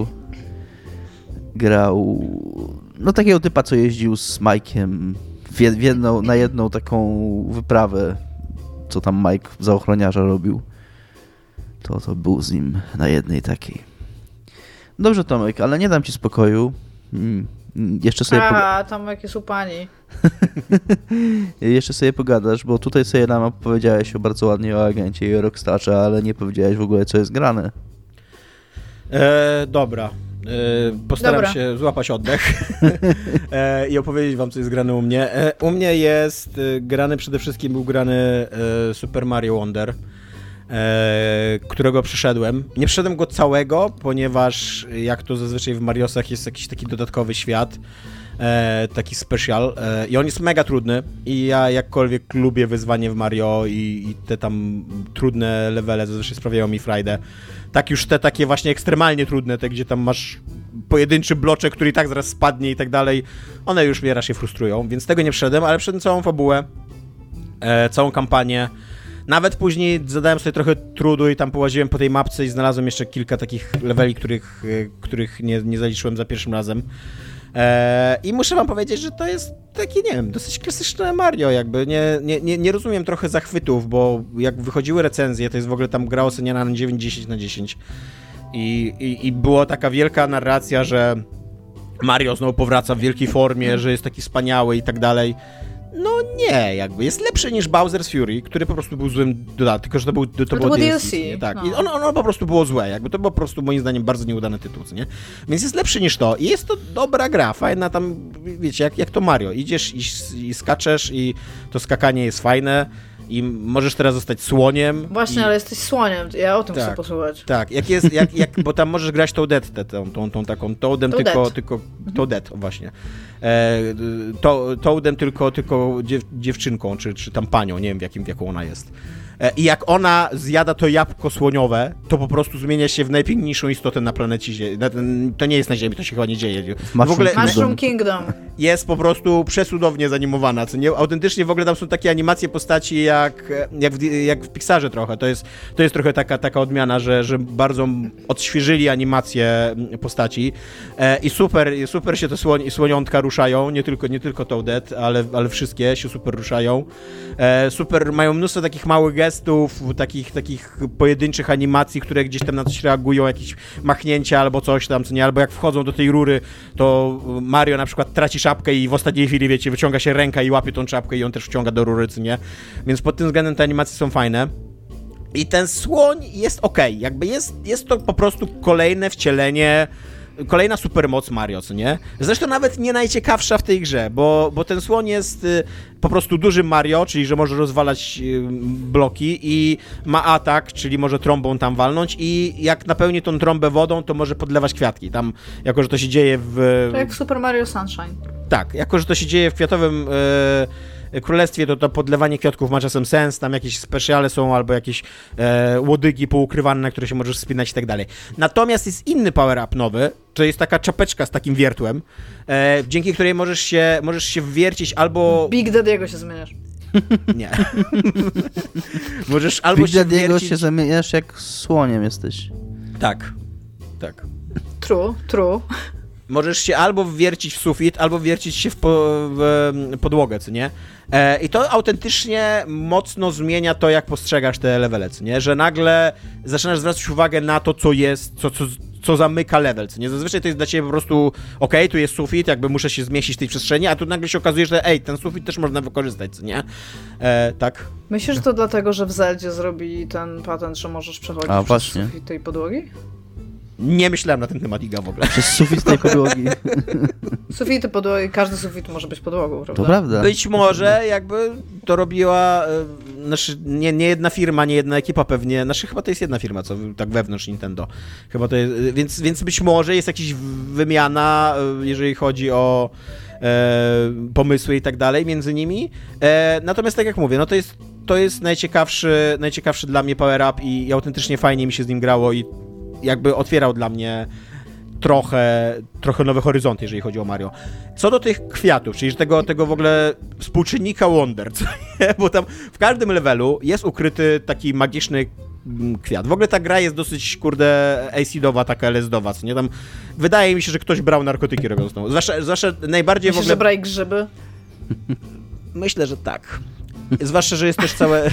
Grał takiego typa, co jeździł z Mike'iem na jedną taką wyprawę, co tam Mike za ochroniarza robił. To był z nim na jednej takiej. Dobrze, Tomek, ale nie dam ci spokoju. Jeszcze sobie Tomek jest u pani. Jeszcze sobie pogadasz, bo tutaj sobie nam opowiedziałeś bardzo ładnie o agencie i o Rockstarze, ale nie powiedziałeś w ogóle, co jest grane. Dobra. Postaram się złapać oddech i opowiedzieć wam, co jest grane u mnie. U mnie jest grany, przede wszystkim był grany Super Mario Wonder, którego przeszedłem. Nie przeszedłem go całego, ponieważ jak to zazwyczaj w Mariosach jest jakiś taki dodatkowy świat, taki special i on jest mega trudny i ja jakkolwiek lubię wyzwanie w Mario i te tam trudne levele zazwyczaj sprawiają mi frajdę. Tak już te takie właśnie ekstremalnie trudne, te gdzie tam masz pojedynczy bloczek, który i tak zaraz spadnie i tak dalej, one już mnie raczej frustrują, więc tego nie przeszedłem, ale przeszedłem całą fabułę, całą kampanię. Nawet później zadałem sobie trochę trudu i tam połaziłem po tej mapce i znalazłem jeszcze kilka takich leveli, których nie zaliczyłem za pierwszym razem. I muszę wam powiedzieć, że to jest takie, nie wiem, dosyć klasyczne Mario, jakby nie rozumiem trochę zachwytów, bo jak wychodziły recenzje, to jest w ogóle tam gra oceniana na 9, 10 na 10 i była taka wielka narracja, że Mario znowu powraca w wielkiej formie, że jest taki wspaniały i tak dalej. No nie, jakby jest lepszy niż Bowser's Fury, który po prostu był złym dodatkiem, tylko że to było DLC. Tak, no. I ono po prostu było złe, jakby to było po prostu moim zdaniem bardzo nieudany tytuł, nie? Więc jest lepszy niż to i jest to dobra gra, fajna tam, wiecie, jak to Mario, idziesz i skaczesz i to skakanie jest fajne i możesz teraz zostać słoniem. Właśnie, ale jesteś słoniem, ja o tym chcę posłuchać. Tak, bo tam możesz grać Toadette, tą taką Toadem, tylko Toadette, właśnie. Toadem tylko dziewczynką, czy tam panią, nie wiem w jaką ona jest. I jak ona zjada to jabłko słoniowe, to po prostu zmienia się w najpiękniejszą istotę na planecie Ziemi. To nie jest na Ziemi, to się chyba nie dzieje. W ogóle Mushroom Kingdom. Jest po prostu przecudownie zanimowana, co nie? Autentycznie w ogóle tam są takie animacje postaci jak w Pixarze trochę. To jest trochę taka odmiana, że bardzo odświeżyli animacje postaci i super się te słoniątka ruszają, nie tylko Toadette, ale wszystkie się super ruszają. Super, mają mnóstwo takich małych gestów, takich pojedynczych animacji, które gdzieś tam na coś reagują, jakieś machnięcia albo coś tam, co nie? Albo jak wchodzą do tej rury, to Mario na przykład traci czapkę i w ostatniej chwili, wiecie, wyciąga się ręka i łapie tą czapkę i on też wciąga do rury, co nie? Więc pod tym względem te animacje są fajne. I ten słoń jest okej, jakby jest to po prostu kolejne wcielenie, kolejna supermoc Mario, co nie? Zresztą nawet nie najciekawsza w tej grze, bo ten słoń jest po prostu dużym Mario, czyli że może rozwalać bloki i ma atak, czyli może trąbą tam walnąć i jak napełni tą trąbę wodą, to może podlewać kwiatki. Tam, jako że to się dzieje w... To jak w Super Mario Sunshine. Tak, jako że to się dzieje w kwiatowym królestwie, to podlewanie kwiatków ma czasem sens, tam jakieś specjale są albo jakieś łodygi poukrywane, na które się możesz wspinać i tak dalej. Natomiast jest inny power-up nowy, to jest taka czapeczka z takim wiertłem, dzięki której możesz się wwiercić albo... Big Daddy'ego się zmieniasz. Nie. Możesz albo Big się Daddy'ego wwiercić... się zamieniasz jak słoniem jesteś. Tak. True. Możesz się albo wwiercić w sufit, albo wwiercić się w podłogę, co nie? I to autentycznie mocno zmienia to, jak postrzegasz te levele, co nie? Że nagle zaczynasz zwracać uwagę na to, co jest, co zamyka level, co nie? Zazwyczaj to jest dla ciebie po prostu okej, tu jest sufit, jakby muszę się zmieścić w tej przestrzeni, a tu nagle się okazuje, że ten sufit też można wykorzystać, co nie? Tak. Myślisz, że to dlatego, że w Zeldzie zrobili ten patent, że możesz przechodzić przez sufit tej podłogi? Nie myślałem na ten temat, Iga, w ogóle. Przez sufit tej podłogi. Sufity, podłogi, każdy sufit może być podłogą, prawda? To prawda. Być może jakby to robiła nie jedna firma, nie jedna ekipa pewnie, chyba to jest jedna firma, co tak wewnątrz Nintendo. Chyba to jest, więc być może jest jakaś wymiana, jeżeli chodzi o pomysły i tak dalej między nimi. Natomiast tak jak mówię, no to jest najciekawszy dla mnie power-up i autentycznie fajnie mi się z nim grało i jakby otwierał dla mnie trochę nowe horyzonty, jeżeli chodzi o Mario. Co do tych kwiatów, czyli tego w ogóle współczynnika Wonder, co nie? Bo tam w każdym levelu jest ukryty taki magiczny kwiat. W ogóle ta gra jest dosyć, acidowa, taka LSD-owa, co nie? Tam wydaje mi się, że ktoś brał narkotyki robiąc tą. Zwłaszcza najbardziej Myślisz, w ogóle... że brali grzyby? Myślę, że tak. Zwłaszcza, że jest też całe...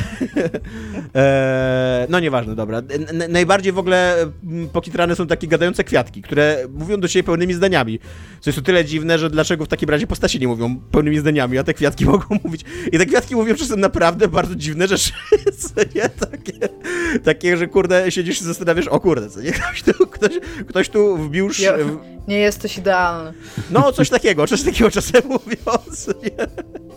no nieważne, dobra. Najbardziej w ogóle pokitrane są takie gadające kwiatki, które mówią do siebie pełnymi zdaniami. Co jest o tyle dziwne, że dlaczego w takim razie postacie nie mówią pełnymi zdaniami, a te kwiatki mogą mówić. I te kwiatki mówią czasem naprawdę bardzo dziwne rzeczy. Co nie? Takie, że siedzisz i zastanawiasz, o kurde, co nie? Ktoś tu wbił... Nie jesteś idealny. No, coś takiego czasem mówią, co nie?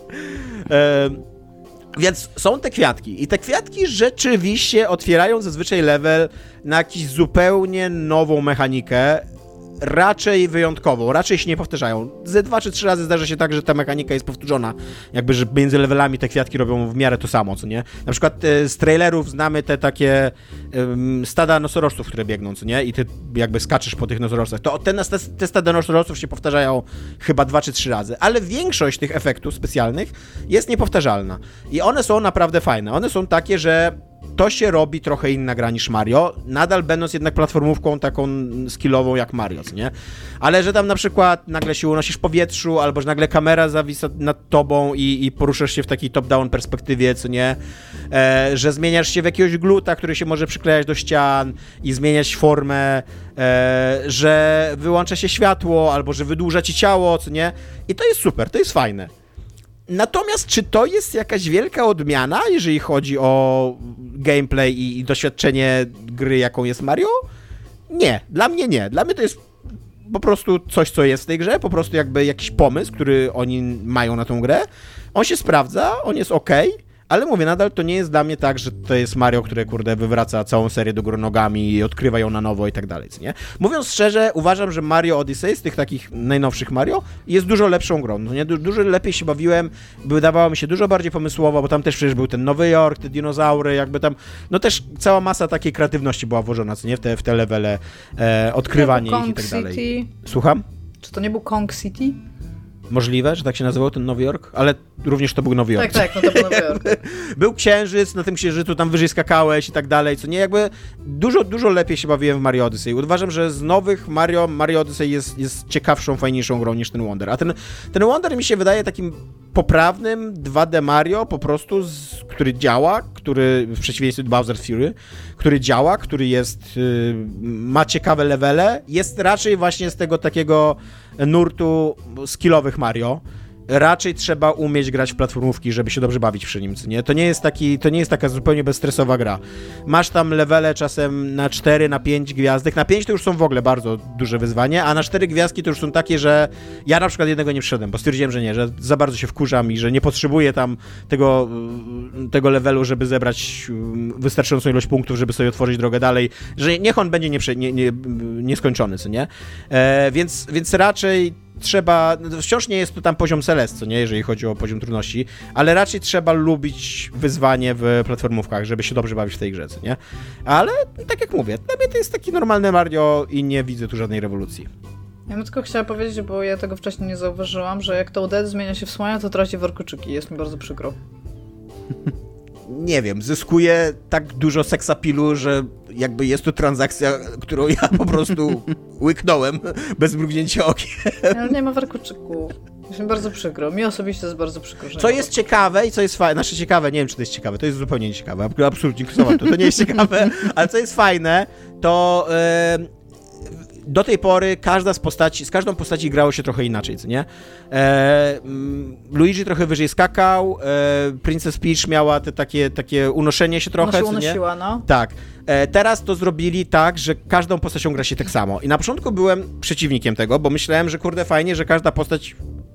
Więc są te kwiatki i te kwiatki rzeczywiście otwierają zazwyczaj level na jakąś zupełnie nową mechanikę, raczej wyjątkową, raczej się nie powtarzają. Ze 2 czy 3 razy zdarza się tak, że ta mechanika jest powtórzona, jakby, że między levelami te kwiatki robią w miarę to samo, co nie? Na przykład z trailerów znamy te takie stada nosorożców, które biegną, co nie? I ty jakby skaczesz po tych nosorożcach. To te stada nosorożców się powtarzają chyba 2 czy 3 razy, ale większość tych efektów specjalnych jest niepowtarzalna. I one są naprawdę fajne. One są takie, że to się robi trochę inna gra niż Mario, nadal będąc jednak platformówką taką skillową jak Mario, nie? Ale że tam na przykład nagle się unosisz w powietrzu, albo że nagle kamera zawisa nad tobą i poruszasz się w takiej top-down perspektywie, co nie? Że zmieniasz się w jakiegoś gluta, który się może przyklejać do ścian i zmieniać formę, że wyłącza się światło, albo że wydłuża ci ciało, co nie? I to jest super, to jest fajne. Natomiast czy to jest jakaś wielka odmiana, jeżeli chodzi o gameplay i doświadczenie gry, jaką jest Mario? Nie, dla mnie nie. Dla mnie to jest po prostu coś, co jest w tej grze, po prostu jakby jakiś pomysł, który oni mają na tą grę. On się sprawdza, on jest okej, ale mówię, nadal to nie jest dla mnie tak, że to jest Mario, które, wywraca całą serię do góry nogami i odkrywa ją na nowo i tak dalej, nie? Mówiąc szczerze, uważam, że Mario Odyssey z tych takich najnowszych Mario jest dużo lepszą grą, no nie? Dużo lepiej się bawiłem, wydawało mi się dużo bardziej pomysłowo, bo tam też przecież był ten Nowy Jork, te dinozaury, jakby tam, no też cała masa takiej kreatywności była włożona, co nie? W te levele, odkrywanie ich i tak dalej. City? Słucham? Czy to nie był Kong City? Możliwe, że tak się nazywał ten Nowy Jork, ale również to był Nowy Jork. Tak, no to był Nowy Jork. Był księżyc, na tym księżycu tam wyżej skakałeś i tak dalej, co nie, jakby dużo lepiej się bawiłem w Mario Odyssey. Uważam, że z nowych Mario Odyssey jest ciekawszą, fajniejszą grą niż ten Wonder. A ten Wonder mi się wydaje takim poprawnym 2D Mario, po prostu, który działa, który w przeciwieństwie do Bowser's Fury, który działa, który jest, ma ciekawe levele, jest raczej właśnie z tego takiego nurtu skillowych Mario. Raczej trzeba umieć grać w platformówki, żeby się dobrze bawić przy nim, co nie? To nie jest taka zupełnie bezstresowa gra. Masz tam levele czasem na 4, na 5 gwiazdek. Na 5 to już są w ogóle bardzo duże wyzwanie, a na 4 gwiazdki to już są takie, że ja na przykład jednego nie przyszedłem, bo stwierdziłem, że nie, że za bardzo się wkurzam i że nie potrzebuję tam tego levelu, żeby zebrać wystarczającą ilość punktów, żeby sobie otworzyć drogę dalej, że niech on będzie nieskończony, co nie? Więc raczej trzeba, wciąż nie jest to tam poziom Celeste, co nie, jeżeli chodzi o poziom trudności, ale raczej trzeba lubić wyzwanie w platformówkach, żeby się dobrze bawić w tej grze, co nie? Ale tak jak mówię, dla mnie to jest taki normalny Mario i nie widzę tu żadnej rewolucji. Ja bym tylko chciała powiedzieć, bo ja tego wcześniej nie zauważyłam, że jak to Dead zmienia się w słonia, to traci warkoczyki. Jest mi bardzo przykro. Nie wiem, zyskuje tak dużo seksapilu, że jakby jest to transakcja, którą ja po prostu łyknąłem bez mrugnięcia okiem. Ale nie ma warkoczyków. Jest mi bardzo przykro. Mi osobiście jest bardzo przykro. Co jest ciekawe i co jest fajne, znaczy ciekawe, nie wiem, czy to jest ciekawe, to jest zupełnie nieciekawe, absolutnie to nie jest ciekawe, ale co jest fajne, to do tej pory z każdą postaci grało się trochę inaczej, co nie? Luigi trochę wyżej skakał, Princess Peach miała te takie unoszenie się trochę, Ona się co nie? unosiła, no. Tak. Teraz to zrobili tak, że każdą postacią gra się tak samo. I na początku byłem przeciwnikiem tego, bo myślałem, że kurde fajnie, że każda postać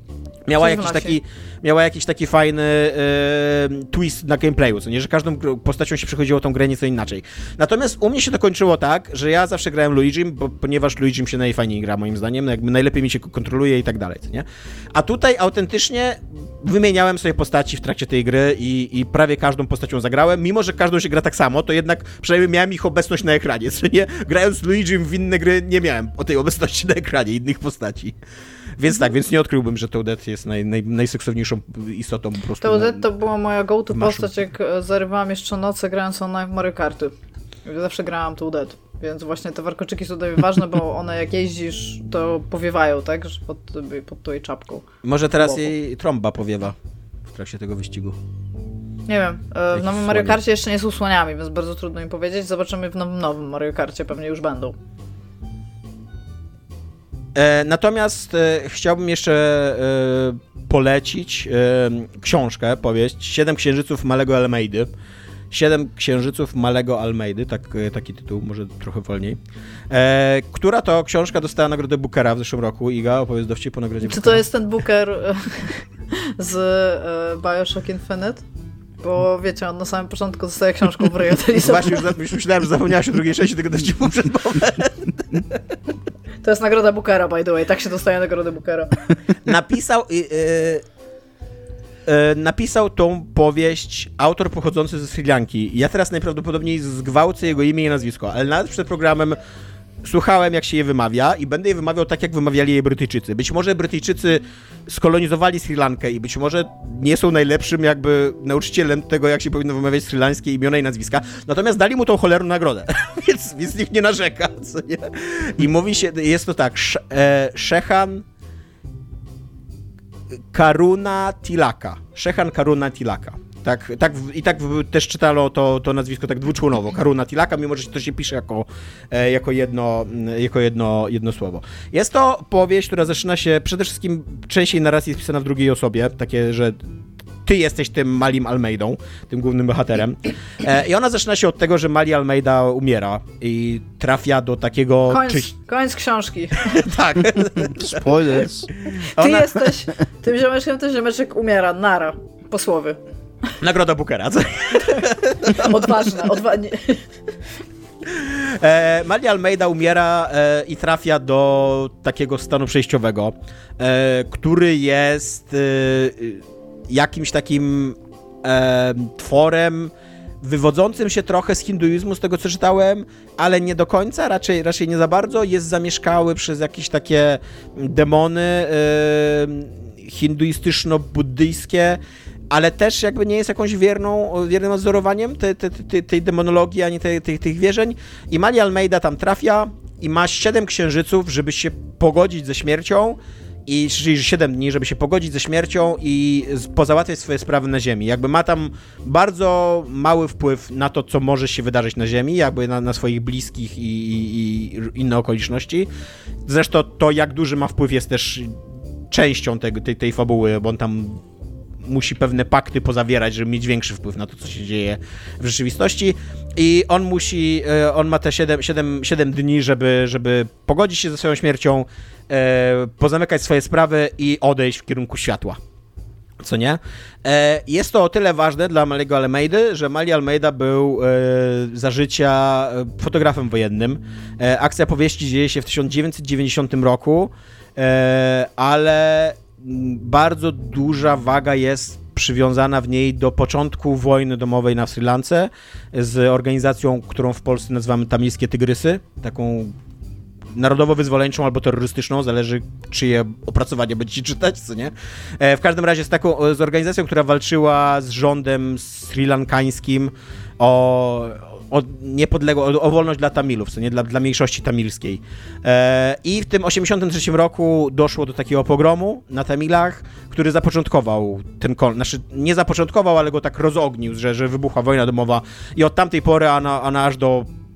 miała jakiś taki fajny twist na gameplayu, co nie, że każdą postacią się przechodziło tą grę nieco inaczej. Natomiast u mnie się to kończyło tak, że ja zawsze grałem Luigim, ponieważ Luigim się najfajniej gra moim zdaniem, jakby najlepiej mi się kontroluje i tak dalej, co nie? A tutaj autentycznie wymieniałem sobie postaci w trakcie tej gry i prawie każdą postacią zagrałem, mimo że każdą się gra tak samo, to jednak przynajmniej miałem ich obecność na ekranie, co nie? Grając Luigim w inne gry nie miałem o tej obecności na ekranie innych postaci. Więc tak, więc nie odkryłbym, że Toadette jest najseksowniejszą istotą po prostu. Toadette to była moja go-to postać, jak zarywałam jeszcze noce grając online w Mario Karty. Zawsze grałam Toadette, więc właśnie te warkoczyki są tutaj ważne, bo one jak jeździsz, to powiewają, tak? Pod tą jej czapką. Może teraz jej trąba powiewa w trakcie tego wyścigu. Nie wiem, w nowym Mario Karcie jeszcze nie są słoniami, więc bardzo trudno mi powiedzieć. Zobaczymy w nowym Mario Karcie, pewnie już będą. Natomiast chciałbym jeszcze polecić książkę, powieść 7 księżyców Malego Almeidy. 7 księżyców Malego Almeidy, taki tytuł, może trochę wolniej. Która to książka dostała nagrodę Bookera w zeszłym roku. Iga, opowiedz dowcip po nagrodzie Bookera. Czy to jest ten Booker z BioShock Infinite? Bo wiecie, on na samym początku dostaje książką w ryju. Właśnie, już myślałem, że zapomniałaś o drugiej części tego dowcipu przed momentem. To jest nagroda Bookera, by the way. Tak się dostaje nagrodę Bookera. Napisał tą powieść autor pochodzący ze Sri Lanki. Ja teraz najprawdopodobniej zgwałcę jego imię i nazwisko, ale nawet przed programem słuchałem, jak się je wymawia i będę je wymawiał tak, jak wymawiali je Brytyjczycy. Być może Brytyjczycy skolonizowali Sri Lankę i być może nie są najlepszym jakby nauczycielem tego, jak się powinno wymawiać srilańskie imiona i nazwiska, natomiast dali mu tą cholerną nagrodę, więc nikt nie narzeka, co nie? I mówi się, jest to tak, Shehan Karuna Tilaka. Shehan Karuna Tilaka. Tak też czytano to nazwisko tak dwuczłonowo, Karuna Tilaka, mimo że to się pisze jako jedno słowo. Jest to powieść, która zaczyna się, przede wszystkim częściej narracja jest pisana w drugiej osobie, takie, że ty jesteś tym Malim Almeidą, tym głównym bohaterem. I ona zaczyna się od tego, że Mali Almeida umiera i trafia do takiego... Koniec książki. Tak. Spoilers. Ty jesteś tym ziomeczkiem, ten ziomeczek umiera, nara, po słowie. Nagroda Bookera, co? Odważna. Mali Almeida umiera i trafia do takiego stanu przejściowego, który jest jakimś takim tworem wywodzącym się trochę z hinduizmu, z tego co czytałem, ale nie do końca, raczej nie za bardzo. Jest zamieszkały przez jakieś takie demony hinduistyczno-buddyjskie, ale też jakby nie jest jakąś wiernym odzorowaniem tej demonologii, ani tych wierzeń. I Mali Almeida tam trafia i ma 7 księżyców, żeby się pogodzić ze śmiercią, czyli 7 dni, żeby się pogodzić ze śmiercią i pozałatwiać swoje sprawy na Ziemi. Jakby ma tam bardzo mały wpływ na to, co może się wydarzyć na Ziemi, jakby na swoich bliskich i inne okoliczności. Zresztą to, jak duży ma wpływ, jest też częścią tej fabuły, bo on tam musi pewne pakty pozawierać, żeby mieć większy wpływ na to, co się dzieje w rzeczywistości. I on ma te 7 dni, żeby pogodzić się ze swoją śmiercią, pozamykać swoje sprawy i odejść w kierunku światła. Co nie? Jest to o tyle ważne dla Maliego Almeidy, że Mali Almeida był za życia fotografem wojennym. Akcja powieści dzieje się w 1990 roku, ale bardzo duża waga jest przywiązana w niej do początku wojny domowej na Sri Lance z organizacją, którą w Polsce nazywamy Tamilskie Tygrysy, taką narodowo-wyzwoleńczą albo terrorystyczną, zależy czyje opracowanie będziecie czytać, co nie? W każdym razie z organizacją, która walczyła z rządem srilankańskim o wolność dla Tamilów, co nie? Dla mniejszości tamilskiej. I w tym 1983 roku doszło do takiego pogromu na Tamilach, który zapoczątkował ten nie zapoczątkował, ale go tak rozognił, że wybuchła wojna domowa i od tamtej pory ona aż do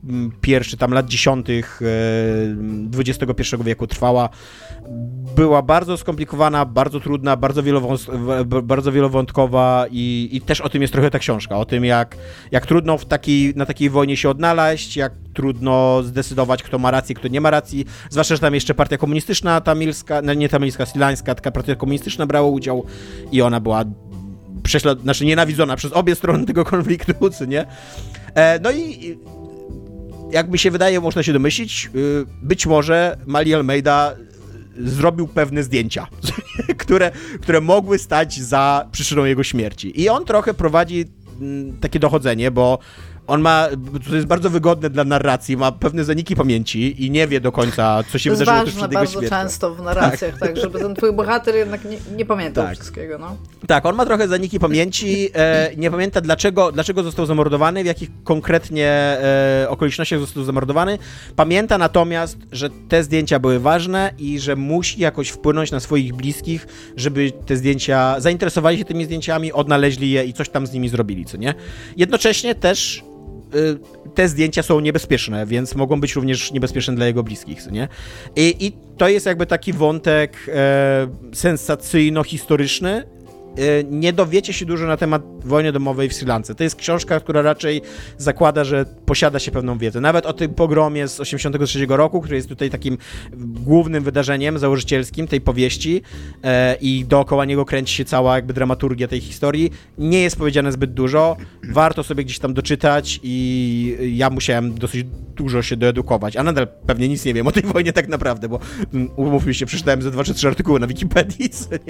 pierwszy, tam lat 10. XXI wieku trwała. Była bardzo skomplikowana, bardzo trudna, bardzo wielowątkowa i też o tym jest trochę ta książka, o tym jak trudno na takiej wojnie się odnaleźć, jak trudno zdecydować, kto ma rację, kto nie ma racji, zwłaszcza, że tam jeszcze partia komunistyczna tamilska, nie tamilska, srilańska, taka partia komunistyczna brała udział i ona była nienawidzona przez obie strony tego konfliktu, co nie? No i jak mi się wydaje, można się domyślić, być może Mali Almeida zrobił pewne zdjęcia, które mogły stać za przyczyną jego śmierci. I on trochę prowadzi takie dochodzenie, bo on ma, to jest bardzo wygodne dla narracji, ma pewne zaniki pamięci i nie wie do końca, co się wydarzyło też przed jego śmiercią. To jest ważne bardzo często w narracjach, tak, żeby ten twój bohater jednak nie pamiętał wszystkiego, no. Tak, on ma trochę zaniki pamięci, nie pamięta dlaczego został zamordowany, w jakich konkretnie okolicznościach został zamordowany. Pamięta natomiast, że te zdjęcia były ważne i że musi jakoś wpłynąć na swoich bliskich, żeby te zdjęcia, zainteresowali się tymi zdjęciami, odnaleźli je i coś tam z nimi zrobili, co nie? Jednocześnie też te zdjęcia są niebezpieczne, więc mogą być również niebezpieczne dla jego bliskich, co nie? I to jest jakby taki wątek sensacyjno-historyczny. Nie dowiecie się dużo na temat wojny domowej w Sri Lance. To jest książka, która raczej zakłada, że posiada się pewną wiedzę. Nawet o tym pogromie z 1983 roku, który jest tutaj takim głównym wydarzeniem założycielskim tej powieści i dookoła niego kręci się cała jakby dramaturgia tej historii. Nie jest powiedziane zbyt dużo. Warto sobie gdzieś tam doczytać i ja musiałem dosyć dużo się doedukować, a nadal pewnie nic nie wiem o tej wojnie tak naprawdę, bo umówmy się, przeczytałem ze 2 czy 3 artykuły na Wikipedii, co nie?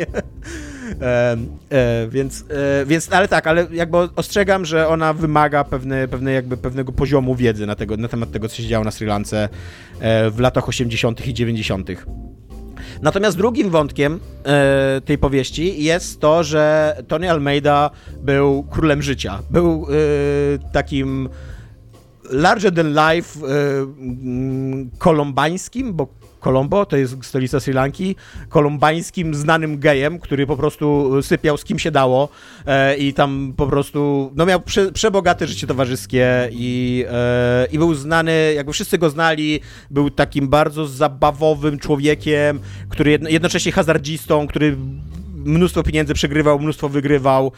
Więc, ale jakby ostrzegam, że ona wymaga pewnego poziomu wiedzy na temat tego, co się działo na Sri Lance w latach 80. i 90. Natomiast drugim wątkiem tej powieści jest to, że Tony Almeida był królem życia. Był takim larger than life kolumbańskim, bo Colombo, to jest stolica Sri Lanki, kolumbańskim znanym gejem, który po prostu sypiał z kim się dało i tam po prostu miał przebogate życie towarzyskie i był znany, jakby wszyscy go znali, był takim bardzo zabawowym człowiekiem, który jednocześnie hazardzistą, który mnóstwo pieniędzy przegrywał, mnóstwo wygrywał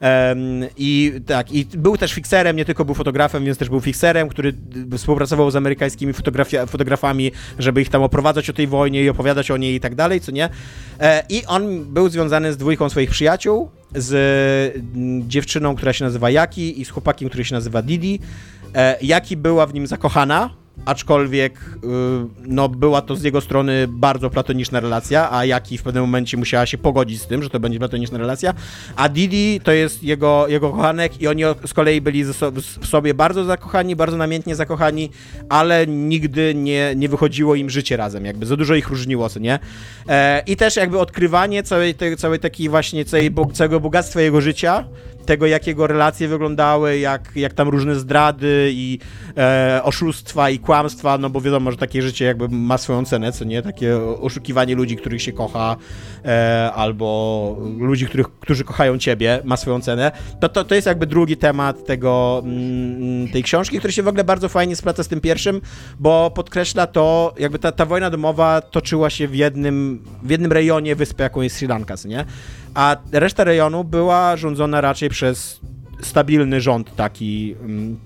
i był też fikserem, nie tylko był fotografem, więc też był fikserem, który współpracował z amerykańskimi fotografami, żeby ich tam oprowadzać o tej wojnie i opowiadać o niej i tak dalej, co nie? I on był związany z 2 swoich przyjaciół, z dziewczyną, która się nazywa Jaki i z chłopakiem, który się nazywa Didi. Jaki była w nim zakochana, aczkolwiek była to z jego strony bardzo platoniczna relacja, a Jaki w pewnym momencie musiała się pogodzić z tym, że to będzie platoniczna relacja, a Didi to jest jego kochanek i oni z kolei byli w sobie bardzo zakochani, bardzo namiętnie zakochani, ale nigdy nie wychodziło im życie razem, jakby za dużo ich różniło, co nie? I też jakby odkrywanie całej takiej właśnie całego bogactwa jego życia, tego, jak jego relacje wyglądały, jak tam różne zdrady i oszustwa i kłamstwa, no bo wiadomo, że takie życie jakby ma swoją cenę, co nie? Takie oszukiwanie ludzi, których się kocha, albo ludzi, którzy kochają ciebie, ma swoją cenę. To jest jakby drugi temat tej książki, który się w ogóle bardzo fajnie splaca z tym pierwszym, bo podkreśla to, jakby ta wojna domowa toczyła się w jednym rejonie wyspy, jaką jest Sri Lanka, co nie? A reszta rejonu była rządzona raczej przez stabilny rząd taki,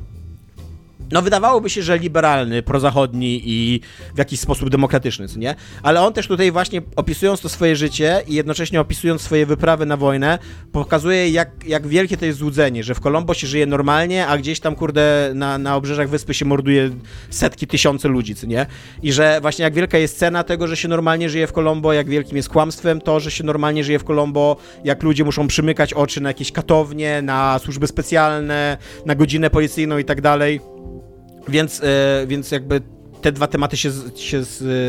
wydawałoby się, że liberalny, prozachodni i w jakiś sposób demokratyczny, co nie? Ale on też tutaj właśnie opisując to swoje życie i jednocześnie opisując swoje wyprawy na wojnę, pokazuje jak wielkie to jest złudzenie, że w Colombo się żyje normalnie, a gdzieś tam, kurde, na obrzeżach wyspy się morduje setki, tysiące ludzi, co nie? I że właśnie jak wielka jest cena tego, że się normalnie żyje w Colombo, jak wielkim jest kłamstwem to, że się normalnie żyje w Colombo, jak ludzie muszą przymykać oczy na jakieś katownie, na służby specjalne, na godzinę policyjną i tak dalej. Więc jakby te dwa tematy się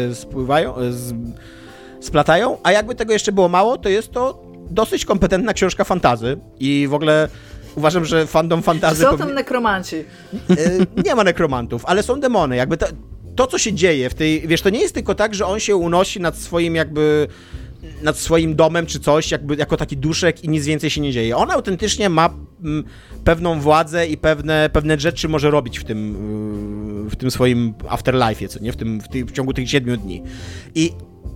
splatają, a jakby tego jeszcze było mało, to jest to dosyć kompetentna książka fantasy i w ogóle uważam, że fandom fantasy... Są tam nekromanci. Nie ma nekromantów, ale są demony. Jakby to, co się dzieje w tej... Wiesz, to nie jest tylko tak, że on się unosi nad swoim domem czy coś, jakby jako taki duszek i nic więcej się nie dzieje. On autentycznie ma pewną władzę i pewne rzeczy może robić w tym swoim afterlife'ie, co nie? W ciągu tych 7 dni. I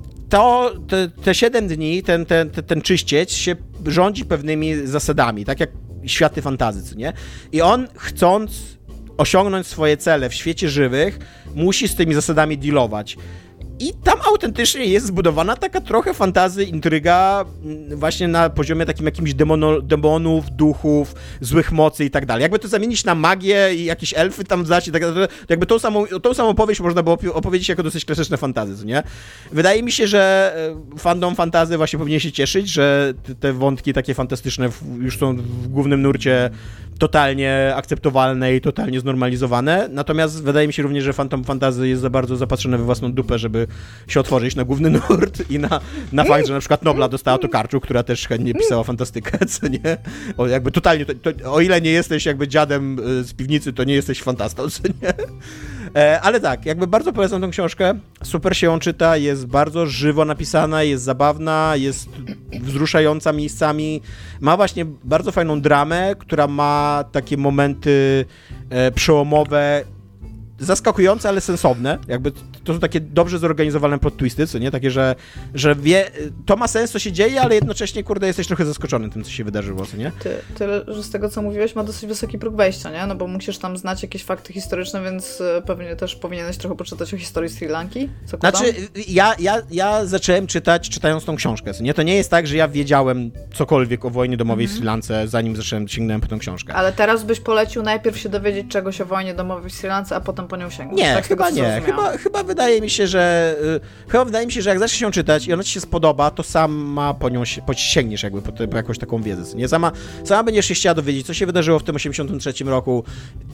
te 7 dni, ten czyściec się rządzi pewnymi zasadami, tak jak światy fantasy, co nie? I on, chcąc osiągnąć swoje cele w świecie żywych, musi z tymi zasadami dealować. I tam autentycznie jest zbudowana taka trochę fantasy, intryga właśnie na poziomie takim jakimś demonów, duchów, złych mocy i tak dalej. Jakby to zamienić na magię i jakieś elfy tam wdać i tak dalej, to jakby tą samą opowieść można było opowiedzieć jako dosyć klasyczne fantasy, nie? Wydaje mi się, że fandom fantasy właśnie powinien się cieszyć, że te wątki takie fantastyczne już są w głównym nurcie totalnie akceptowalne i totalnie znormalizowane, natomiast wydaje mi się również, że fandom fantasy jest za bardzo zapatrzone we własną dupę, żeby się otworzyć na główny nurt i na fakt, że na przykład Nobla dostała Tokarczuk, która też chętnie pisała fantastykę, co nie? Jakby totalnie, o ile nie jesteś jakby dziadem z piwnicy, to nie jesteś fantastą, co nie? Ale tak, jakby bardzo polecam tą książkę, super się ją czyta, jest bardzo żywo napisana, jest zabawna, jest wzruszająca miejscami, ma właśnie bardzo fajną dramę, która ma takie momenty przełomowe, zaskakujące, ale sensowne. Jakby to są takie dobrze zorganizowane plot twisty, co nie? Takie, że to ma sens, co się dzieje, ale jednocześnie, kurde, jesteś trochę zaskoczony tym, co się wydarzyło, co nie? Tyle, że z tego, co mówiłeś, ma dosyć wysoki próg wejścia, nie? No bo musisz tam znać jakieś fakty historyczne, więc pewnie też powinieneś trochę poczytać o historii Sri Lanki. Znaczy, ja zacząłem czytając tą książkę, co nie? To nie jest tak, że ja wiedziałem cokolwiek o wojnie domowej w Sri Lance, zanim sięgnąłem po tę książkę. Ale teraz byś polecił najpierw się dowiedzieć czegoś o wojnie domowej w Sri Lance, a potem po nią sięgnąć. Nie, tak chyba nie. Chyba wydaje mi się, że jak zaczniesz się czytać i ona ci się spodoba, to sama po nią sięgniesz jakby po jakąś taką wiedzę. Nie? Sama będziesz się chciała dowiedzieć, co się wydarzyło w tym 83 roku,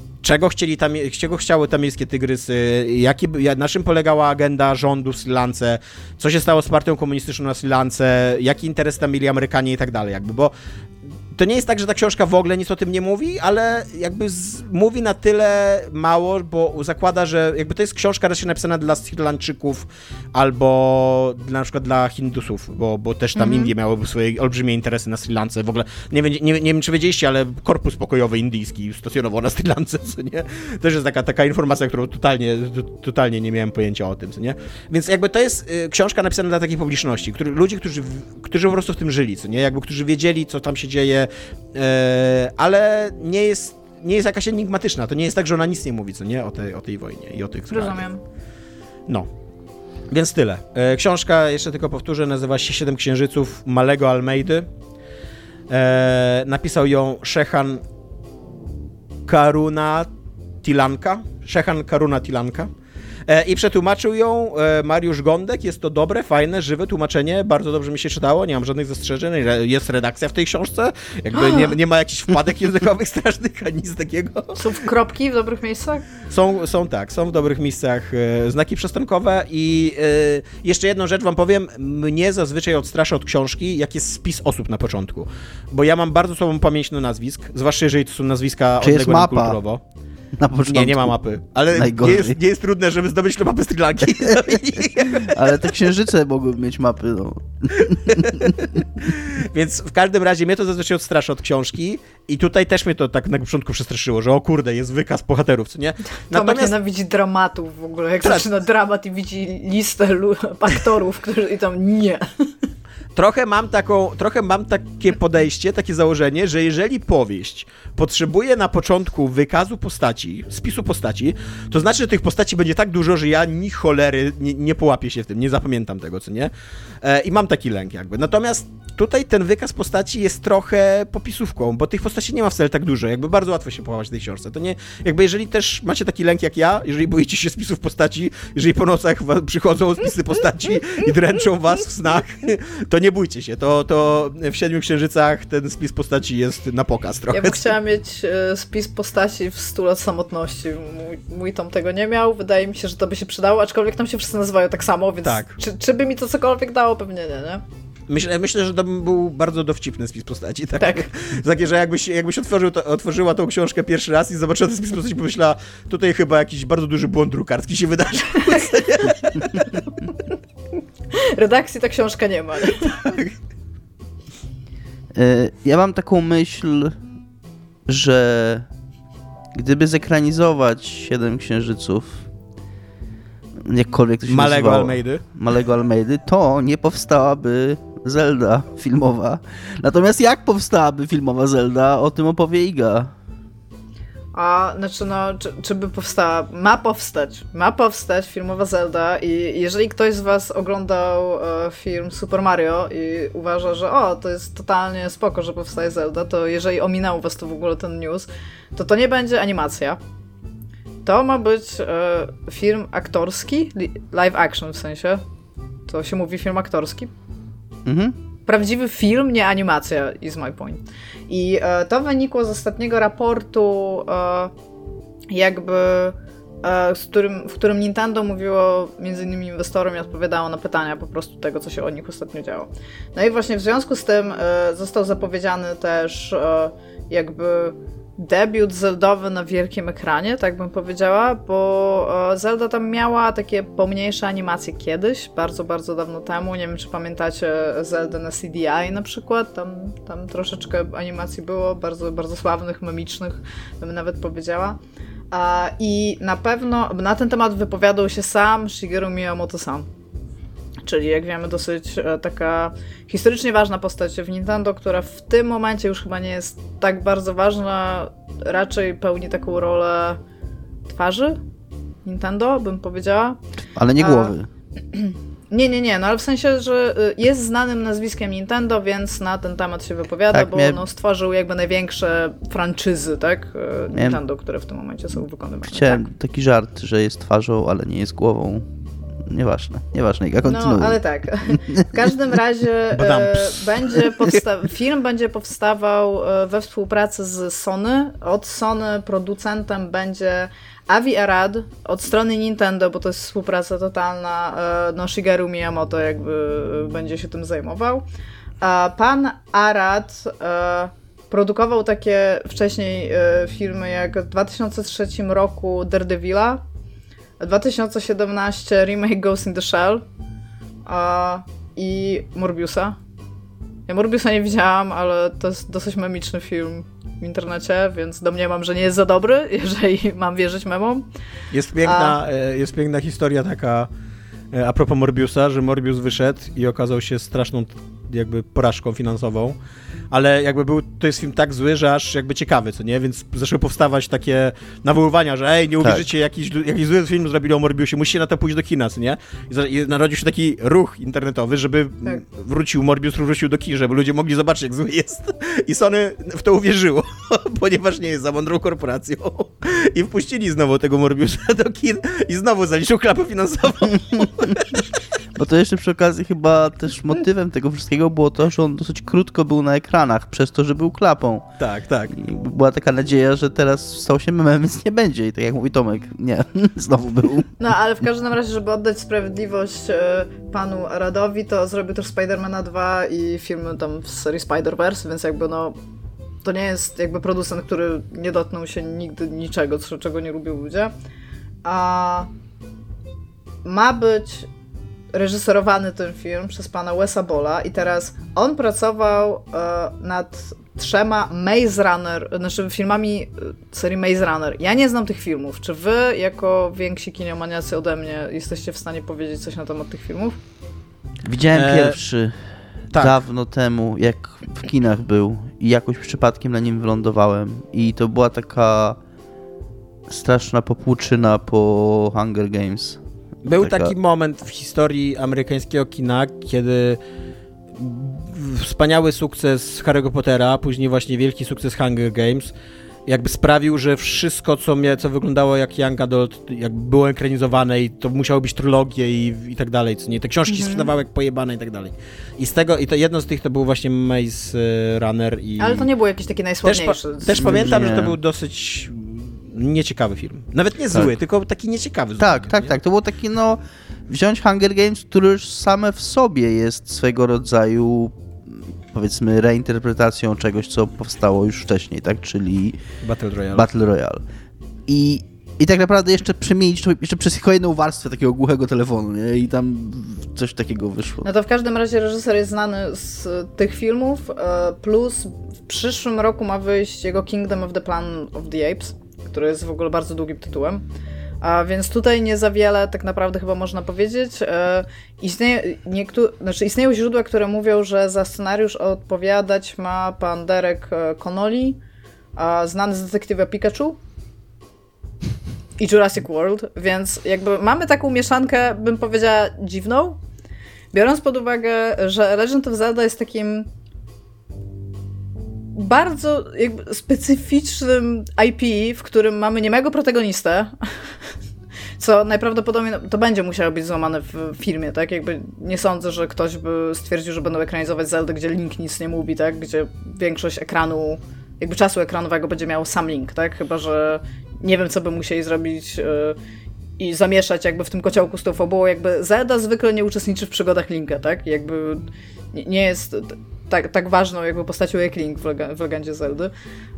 czego chciały tamielskie tygrysy, na czym polegała agenda rządu w Sri Lance, co się stało z partią komunistyczną na Sri Lance, jaki interes tam mieli Amerykanie i tak dalej, jakby, bo to nie jest tak, że ta książka w ogóle nic o tym nie mówi, ale jakby mówi na tyle mało, bo zakłada, że jakby to jest książka raczej napisana dla Sri Lanczyków albo na przykład dla Hindusów, bo też tam Indie miałyby swoje olbrzymie interesy na Sri Lance. W ogóle nie wiem, czy wiedzieliście, ale Korpus Pokojowy Indyjski stacjonował na Sri Lance, co nie? Też jest taka informacja, którą totalnie nie miałem pojęcia o tym, co nie? Więc jakby to jest książka napisana dla takiej publiczności, ludzi, którzy po prostu w tym żyli, co nie? Jakby którzy wiedzieli, co tam się dzieje, ale nie jest jakaś enigmatyczna. To nie jest tak, że ona nic nie mówi, co nie? O tej wojnie i o tych... Rozumiem. No. Więc tyle. Książka, jeszcze tylko powtórzę, nazywa się 7 księżyców Malego Almeidy. Napisał ją Shehan Karuna Tilanka. I przetłumaczył ją Mariusz Gądek. Jest to dobre, fajne, żywe tłumaczenie. Bardzo dobrze mi się czytało, nie mam żadnych zastrzeżeń. Jest redakcja w tej książce. Jakby nie ma jakichś wpadek językowych strasznych, ani nic takiego. Są kropki w dobrych miejscach? Są w dobrych miejscach znaki przystankowe i jeszcze jedną rzecz wam powiem. Mnie zazwyczaj odstrasza od książki, jak jest spis osób na początku. Bo ja mam bardzo słabą pamięć na nazwisk, zwłaszcza jeżeli to są nazwiska odległe kulturowo. Na początku. Nie ma mapy. Ale nie jest trudne, żeby zdobyć tę mapę Sri Lanki. Ale te księżyce mogły mieć mapy, no. Więc w każdym razie mnie to zazwyczaj odstrasza od książki i tutaj też mnie to tak na początku przestraszyło, że o kurde, jest wykaz bohaterów, co nie? Tomek nienawidzi dramatów w ogóle, jak zaczyna dramat i widzi listę aktorów, którzy i tam nie. Trochę mam takie podejście, takie założenie, że jeżeli powieść potrzebuje na początku wykazu postaci, spisu postaci, to znaczy, że tych postaci będzie tak dużo, że ja ni cholery nie połapię się w tym, nie zapamiętam tego, co nie? I mam taki lęk jakby. Natomiast tutaj ten wykaz postaci jest trochę popisówką, bo tych postaci nie ma wcale tak dużo, jakby bardzo łatwo się połapać w tej książce. To nie, jakby jeżeli też macie taki lęk jak ja, jeżeli boicie się spisów postaci, jeżeli po nocach przychodzą spisy postaci i dręczą was w snach, to nie bójcie się, to w 7 księżycach ten spis postaci jest na pokaz trochę. Ja bym chciała mieć spis postaci w 100 lat samotności. Mój tom tego nie miał, wydaje mi się, że to by się przydało, aczkolwiek tam się wszyscy nazywają tak samo, więc tak. Czy by mi to cokolwiek dało? Pewnie nie? Myślę, że to był bardzo dowcipny spis postaci. Tak. Takie, że jakbyś otworzyła tą książkę pierwszy raz i zobaczyła ten spis postaci, pomyślała, tutaj chyba jakiś bardzo duży błąd drukarski się wydarzył. Redakcji ta książka nie ma. Tak. Ja mam taką myśl, że gdyby zekranizować Siedem Księżyców, jakkolwiek to się Malego nazywało, Almeidy, to nie powstałaby Zelda filmowa. Natomiast jak powstałaby filmowa Zelda, o tym opowie Iga. A, znaczy czy by powstała? Ma powstać filmowa Zelda i jeżeli ktoś z was oglądał film Super Mario i uważa, że to jest totalnie spoko, że powstaje Zelda, to jeżeli ominął was to w ogóle ten news, to nie będzie animacja. To ma być film aktorski, live action w sensie. To się mówi film aktorski. Mhm. Prawdziwy film, nie animacja, is my point. I to wynikło z ostatniego raportu, w którym Nintendo mówiło między innymi inwestorom i odpowiadało na pytania po prostu tego, co się o nich ostatnio działo. No i właśnie w związku z tym został zapowiedziany też debiut Zeldowy na wielkim ekranie, tak bym powiedziała, bo Zelda tam miała takie pomniejsze animacje kiedyś, bardzo, bardzo dawno temu. Nie wiem, czy pamiętacie Zeldę na CDI na przykład. Tam troszeczkę animacji było, bardzo, bardzo sławnych, memicznych, bym nawet powiedziała. I na pewno na ten temat wypowiadał się sam Shigeru Miyamoto-san. Czyli, jak wiemy, dosyć taka historycznie ważna postać w Nintendo, która w tym momencie już chyba nie jest tak bardzo ważna, raczej pełni taką rolę twarzy Nintendo, bym powiedziała. Ale nie głowy. Nie, no ale w sensie, że jest znanym nazwiskiem Nintendo, więc na ten temat się wypowiada, tak, bo stworzył największe franczyzy, tak? Nintendo, które w tym momencie są wykonywane. Chciałem taki żart, że jest twarzą, ale nie jest głową. Nieważne, jak kontynuuj. No, ale tak. W każdym razie film będzie powstawał we współpracy z Sony. Od Sony producentem będzie Avi Arad, od strony Nintendo, bo to jest współpraca totalna, Shigeru Miyamoto będzie się tym zajmował. Pan Arad produkował takie wcześniej filmy jak w 2003 roku Daredevila, 2017 remake Ghost in the Shell i Morbiusa. Ja Morbiusa nie widziałam, ale to jest dosyć memiczny film w internecie, więc domniemam, że nie jest za dobry, jeżeli mam wierzyć memom. Jest piękna historia taka a propos Morbiusa, że Morbius wyszedł i okazał się straszną porażką finansową, ale to jest film tak zły, że aż ciekawy, co nie? Więc zaczęły powstawać takie nawoływania, że nie uwierzycie, jakiś zły film zrobili o Morbiusie, musicie na to pójść do kina, co nie? I narodził się taki ruch internetowy, żeby Morbius wrócił do kin, żeby ludzie mogli zobaczyć, jak zły jest. I Sony w to uwierzyło, ponieważ nie jest za mądrą korporacją. I wpuścili znowu tego Morbiusa do kin i znowu zaliczył klapę finansową. Bo to jeszcze przy okazji chyba też motywem tego wszystkiego było to, że on dosyć krótko był na ekranach, przez to, że był klapą. Tak. I była taka nadzieja, że teraz stał się memem, więc nie będzie. I tak jak mówi Tomek, nie, znowu był. No, ale w każdym razie, żeby oddać sprawiedliwość panu Aradowi, to zrobił też Spidermana 2 i filmy tam w serii Spider-Verse, więc to nie jest producent, który nie dotknął się nigdy niczego, czego nie lubią ludzie. A ma być reżyserowany ten film przez pana Wesa Bolla i teraz on pracował nad 3 filmami serii Maze Runner. Ja nie znam tych filmów. Czy wy, jako więksi kiniomaniacy ode mnie, jesteście w stanie powiedzieć coś na temat tych filmów? Widziałem pierwszy dawno temu, jak w kinach był i jakoś przypadkiem na nim wylądowałem i to była taka straszna popłuczyna po Hunger Games. Był taki moment w historii amerykańskiego kina, kiedy wspaniały sukces Harry'ego Pottera, później właśnie wielki sukces Hunger Games sprawił, że wszystko, co wyglądało jak young adult, było ekranizowane i to musiało być trylogie i tak dalej, co nie? Te książki sprzedawały jak pojebane i tak dalej. I to jedno z tych to był właśnie Maze Runner ale to nie był jakiś taki najsławniejszy. Też pamiętam, że to był dosyć nieciekawy film. Nawet nie zły, tylko taki nieciekawy. Tak. To było taki, wziąć Hunger Games, który już same w sobie jest swego rodzaju, powiedzmy, reinterpretacją czegoś, co powstało już wcześniej, tak? Czyli Battle Royale. I tak naprawdę jeszcze przemienić to jeszcze przez kolejną warstwę takiego głuchego telefonu, nie? I tam coś takiego wyszło. No to w każdym razie reżyser jest znany z tych filmów, plus w przyszłym roku ma wyjść jego Kingdom of the Planet of the Apes, który jest w ogóle bardzo długim tytułem. A więc tutaj nie za wiele tak naprawdę chyba można powiedzieć. Istnieją źródła, które mówią, że za scenariusz odpowiadać ma pan Derek Connolly, znany z Detektywa Pikachu i Jurassic World, więc jakby mamy taką mieszankę, bym powiedziała, dziwną, biorąc pod uwagę, że Legend of Zelda jest takim bardzo jakby specyficznym IP, w którym mamy niemego protagonistę, co najprawdopodobniej to będzie musiało być złamane w filmie, tak? Jakby nie sądzę, że ktoś by stwierdził, że będą ekranizować Zeldę, gdzie Link nic nie mówi, tak? Gdzie większość ekranu, jakby czasu ekranowego będzie miał sam Link, tak? Chyba że nie wiem, co by musieli zrobić i zamieszać jakby w tym kociołku z tą fabułą, jakby Zelda zwykle nie uczestniczy w przygodach Linka, tak? Jakby nie jest tak ważną jakby postacią jak Link w legendzie Zeldy.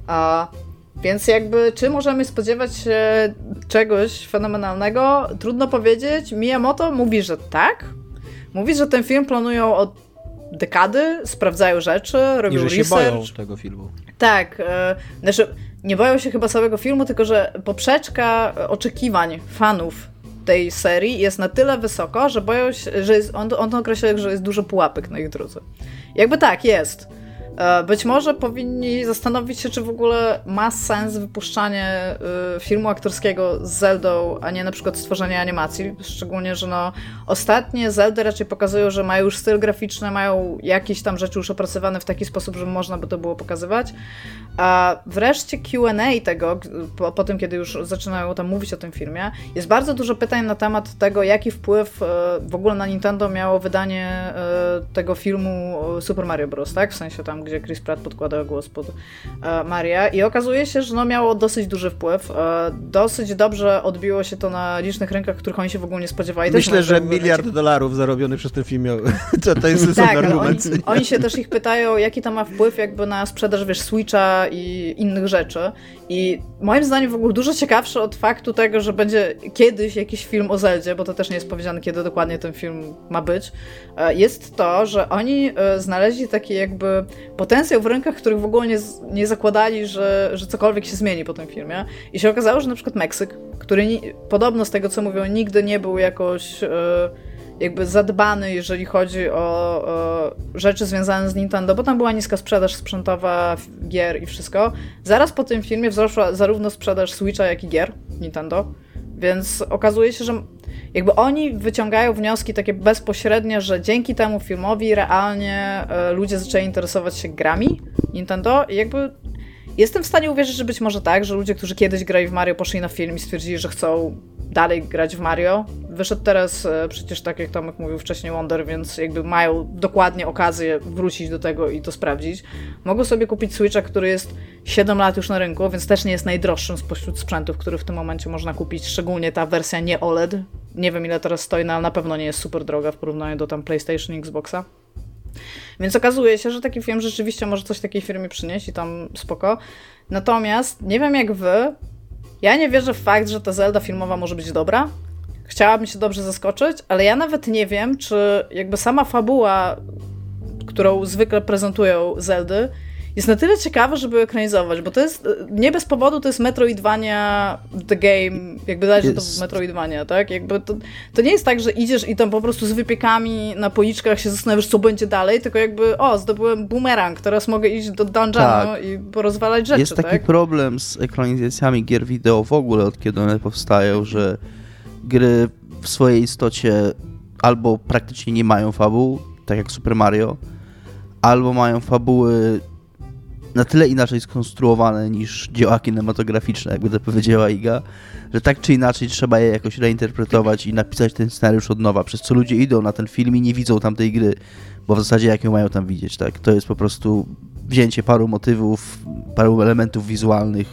Więc jakby, czy możemy spodziewać się czegoś fenomenalnego? Trudno powiedzieć. Miyamoto mówi, że tak. Mówi, że ten film planują od dekady, sprawdzają rzeczy, robią research. I że się boją tego filmu. Tak. Znaczy, nie boją się chyba samego filmu, tylko że poprzeczka oczekiwań fanów tej serii jest na tyle wysoko, że boją się, że on określa, że jest dużo pułapek na ich drodze. Jakby tak, jest. Być może powinni zastanowić się, czy w ogóle ma sens wypuszczanie filmu aktorskiego z Zeldą, a nie na przykład stworzenie animacji. Szczególnie, że ostatnie Zeldy raczej pokazują, że mają już styl graficzny, mają jakieś tam rzeczy już opracowane w taki sposób, żeby można by to było pokazywać. A wreszcie Q&A tego, po tym, kiedy już zaczynają tam mówić o tym filmie, jest bardzo dużo pytań na temat tego, jaki wpływ w ogóle na Nintendo miało wydanie tego filmu Super Mario Bros., tak? W sensie tam, gdzie Chris Pratt podkłada głos pod Maria i okazuje się, że miało dosyć duży wpływ. Dosyć dobrze odbiło się to na licznych rynkach, których oni się w ogóle nie spodziewali. Myślę, że $1 miliard zarobiony przez ten film to jest sensowny argument. Oni się też ich pytają, jaki to ma wpływ jakby na sprzedaż, Switcha i innych rzeczy. I moim zdaniem w ogóle dużo ciekawsze od faktu tego, że będzie kiedyś jakiś film o Zeldzie, bo to też nie jest powiedziane, kiedy dokładnie ten film ma być, jest to, że oni znaleźli taki jakby potencjał w rynkach, których w ogóle nie zakładali, że cokolwiek się zmieni po tym filmie. I się okazało, że na przykład Meksyk, który podobno z tego, co mówią, nigdy nie był jakoś jakby zadbany, jeżeli chodzi o rzeczy związane z Nintendo, bo tam była niska sprzedaż sprzętowa gier i wszystko. Zaraz po tym filmie wzrosła zarówno sprzedaż Switcha, jak i gier Nintendo, więc okazuje się, że jakby oni wyciągają wnioski takie bezpośrednie, że dzięki temu filmowi realnie ludzie zaczęli interesować się grami Nintendo i jakby jestem w stanie uwierzyć, że być może tak, że ludzie, którzy kiedyś grali w Mario, poszli na film i stwierdzili, że chcą dalej grać w Mario. Wyszedł teraz przecież, tak jak Tomek mówił wcześniej, Wonder, więc jakby mają dokładnie okazję wrócić do tego i to sprawdzić. Mogą sobie kupić Switcha, który jest 7 lat już na rynku, więc też nie jest najdroższym spośród sprzętów, który w tym momencie można kupić, szczególnie ta wersja nie OLED. Nie wiem, ile teraz stoi, no ale na pewno nie jest super droga w porównaniu do tam PlayStation i Xboxa. Więc okazuje się, że taki film rzeczywiście może coś takiej firmie przynieść i tam spoko. Natomiast nie wiem jak wy, ja nie wierzę w fakt, że ta Zelda filmowa może być dobra. Chciałabym się dobrze zaskoczyć, ale ja nawet nie wiem, czy jakby sama fabuła, którą zwykle prezentują Zeldy, jest na tyle ciekawa, żeby ekranizować, bo to jest, nie bez powodu to jest Metroidvania The Game, jakby zależy to w Metroidvania, tak? Jakby to nie jest tak, że idziesz i tam po prostu z wypiekami na policzkach się zastanawiasz, co będzie dalej, tylko jakby, zdobyłem bumerang, teraz mogę iść do dungeonu i porozwalać rzeczy, jest taki problem z ekranizacjami gier wideo w ogóle, od kiedy one powstają, że gry w swojej istocie albo praktycznie nie mają fabuł, tak jak Super Mario, albo mają fabuły na tyle inaczej skonstruowane niż dzieła kinematograficzne, jakby to powiedziała Iga, że tak czy inaczej trzeba je jakoś reinterpretować i napisać ten scenariusz od nowa, przez co ludzie idą na ten film i nie widzą tamtej gry, bo w zasadzie jak ją mają tam widzieć, tak? To jest po prostu wzięcie paru motywów, paru elementów wizualnych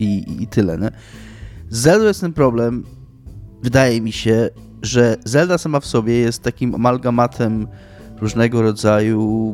i tyle, nie? Z Zeldą jest ten problem, wydaje mi się, że Zelda sama w sobie jest takim amalgamatem różnego rodzaju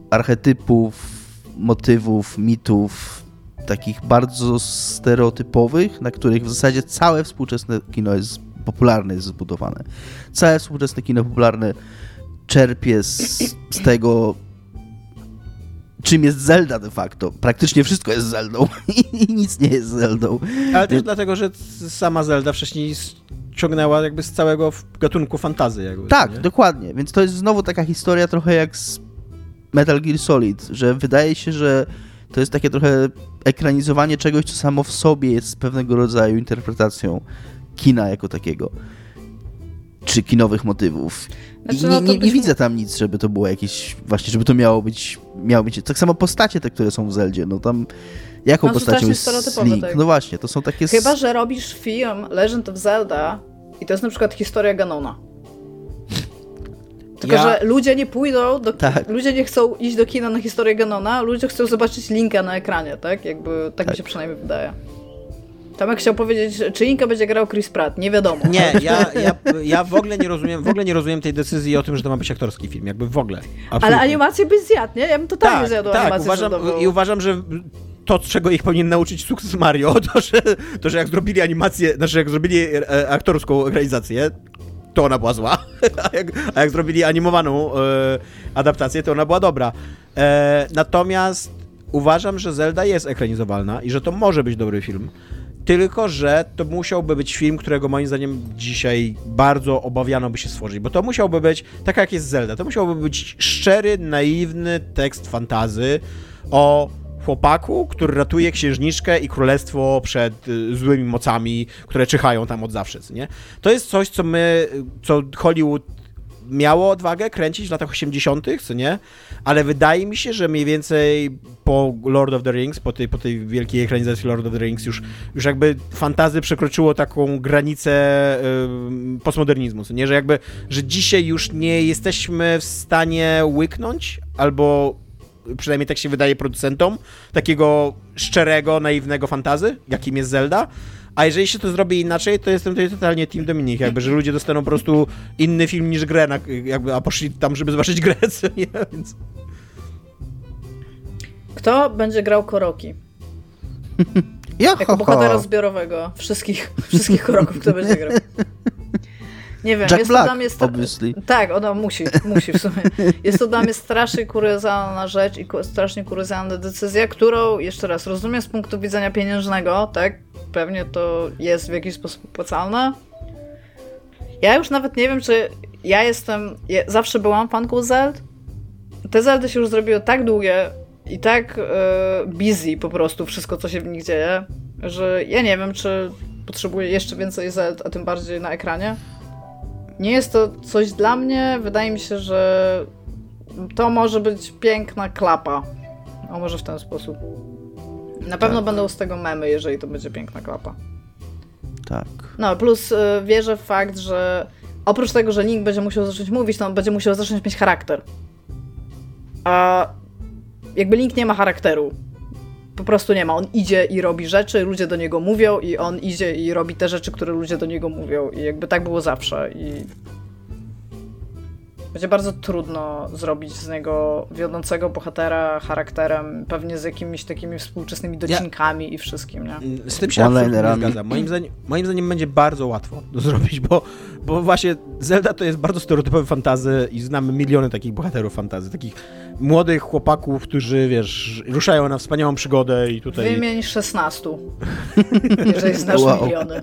archetypów, motywów, mitów, takich bardzo stereotypowych, na których w zasadzie całe współczesne kino jest popularne, jest zbudowane. Całe współczesne kino popularne czerpie z tego, czym jest Zelda de facto. Praktycznie wszystko jest Zeldą i nic nie jest Zeldą. Ale też dlatego, że sama Zelda wcześniej ciągnęła jakby z całego gatunku fantasy. Jakby, Tak, nie? dokładnie. Więc to jest znowu taka historia trochę jak z Metal Gear Solid, że wydaje się, że to jest takie trochę ekranizowanie czegoś, co samo w sobie jest pewnego rodzaju interpretacją kina jako takiego. Czy kinowych motywów. I Znaczy, nie widzę tam nic, żeby to było jakieś, właśnie, żeby to miało być. Tak samo postacie te, które są w Zeldzie, no tam jaką No, są postacią strasznie jest stereotypowe, Link? tak. No właśnie, to są takie... Chyba, że robisz film Legend of Zelda i to jest na przykład historia Ganona. Tylko, że ludzie nie pójdą ludzie nie chcą iść do kina na historię Ganona, ludzie chcą zobaczyć Linka na ekranie, tak? Jakby tak mi się przynajmniej wydaje. Tomek chciał powiedzieć, czy Linka będzie grał Chris Pratt, nie wiadomo. Nie, ja w ogóle nie rozumiem tej decyzji o tym, że to ma być aktorski film, jakby w ogóle. Absolutnie. Ale animację byś zjadł, nie? Ja bym totalnie zjadł animację. Uważam, że to, czego ich powinien nauczyć sukces Mario, to, że jak zrobili animację, znaczy jak zrobili aktorską ekranizację, to ona była zła, a jak zrobili animowaną adaptację, to ona była dobra. Natomiast uważam, że Zelda jest ekranizowalna i że to może być dobry film. Tylko że to musiałby być film, którego moim zdaniem dzisiaj bardzo obawiano by się stworzyć, bo to musiałby być, tak jak jest Zelda, to musiałby być szczery, naiwny tekst fantazy o chłopaku, który ratuje księżniczkę i królestwo przed złymi mocami, które czyhają tam od zawsze, nie? To jest coś, co Hollywood miało odwagę kręcić w latach 80., co nie? Ale wydaje mi się, że mniej więcej po Lord of the Rings, po tej wielkiej ekranizacji Lord of the Rings już jakby fantasy przekroczyło taką granicę postmodernizmu, co nie? Że dzisiaj już nie jesteśmy w stanie łyknąć, albo przynajmniej tak się wydaje producentom, takiego szczerego, naiwnego fantasy, jakim jest Zelda. A jeżeli się to zrobi inaczej, to jestem tutaj totalnie Team Dominik, jakby, że ludzie dostaną po prostu inny film niż grę, a poszli tam, żeby zobaczyć grę, co nie? Więc... Kto będzie grał Koroki? Jako bohatera zbiorowego wszystkich Koroków, kto będzie grał. Nie wiem, Jack jest Black, to dla mnie... obviously. Tak, ona musi w sumie. Jest to dla mnie strasznie kuriozalna rzecz i strasznie kuriozalna decyzja, którą, jeszcze raz, rozumiem z punktu widzenia pieniężnego, tak? Pewnie to jest w jakiś sposób opłacalne. Ja już nawet nie wiem, czy ja zawsze byłam fanką Zeld. Te Zeldy się już zrobiły tak długie i tak busy po prostu wszystko, co się w nich dzieje, że ja nie wiem, czy potrzebuję jeszcze więcej Zeld, a tym bardziej na ekranie. Nie jest to coś dla mnie. Wydaje mi się, że to może być piękna klapa. A może w ten sposób. Na pewno będą z tego memy, jeżeli to będzie piękna klapa. Tak. No, plus wierzę w fakt, że oprócz tego, że Link będzie musiał zacząć mówić, to on będzie musiał zacząć mieć charakter. A jakby Link nie ma charakteru. Po prostu nie ma. On idzie i robi rzeczy, ludzie do niego mówią i on idzie i robi te rzeczy, które ludzie do niego mówią. I jakby tak było zawsze. I będzie bardzo trudno zrobić z niego wiodącego bohatera charakterem, pewnie z jakimiś takimi współczesnymi docinkami i wszystkim, nie? Z tym się absolutnie nie zgadzam. Moim zdaniem będzie bardzo łatwo to zrobić, bo właśnie Zelda to jest bardzo stereotypowy fantasy i znamy miliony takich bohaterów fantasy, takich młodych chłopaków, którzy, wiesz, ruszają na wspaniałą przygodę i tutaj... Wymień 16, jeżeli znasz miliony.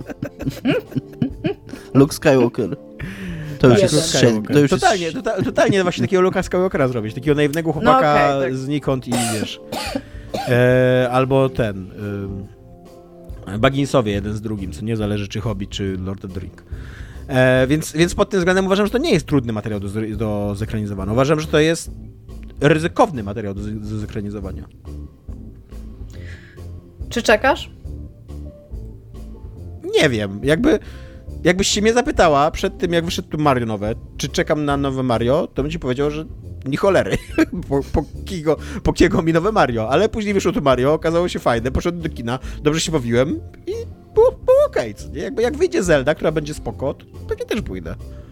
Luke Skywalker. To już jest totalnie właśnie takiego Luke'a Skywalkera zrobić, takiego naiwnego chłopaka znikąd i wiesz. Albo Bagginsowie jeden z drugim, co nie zależy czy Hobbit, czy Lord of the Ring. Więc pod tym względem uważam, że to nie jest trudny materiał do zekranizowania. Uważam, że to jest ryzykowny materiał do zekranizowania. Czy czekasz? Nie wiem, jakbyś się mnie zapytała przed tym, jak wyszedł tu Mario nowe, czy czekam na nowe Mario, to bym ci powiedział, że ni cholery, po kiego mi nowe Mario, ale później wyszło tu Mario, okazało się fajne, poszedłem do kina, dobrze się bawiłem i było okej, co nie? Jak wyjdzie Zelda, która będzie spoko, to pewnie też pójdę.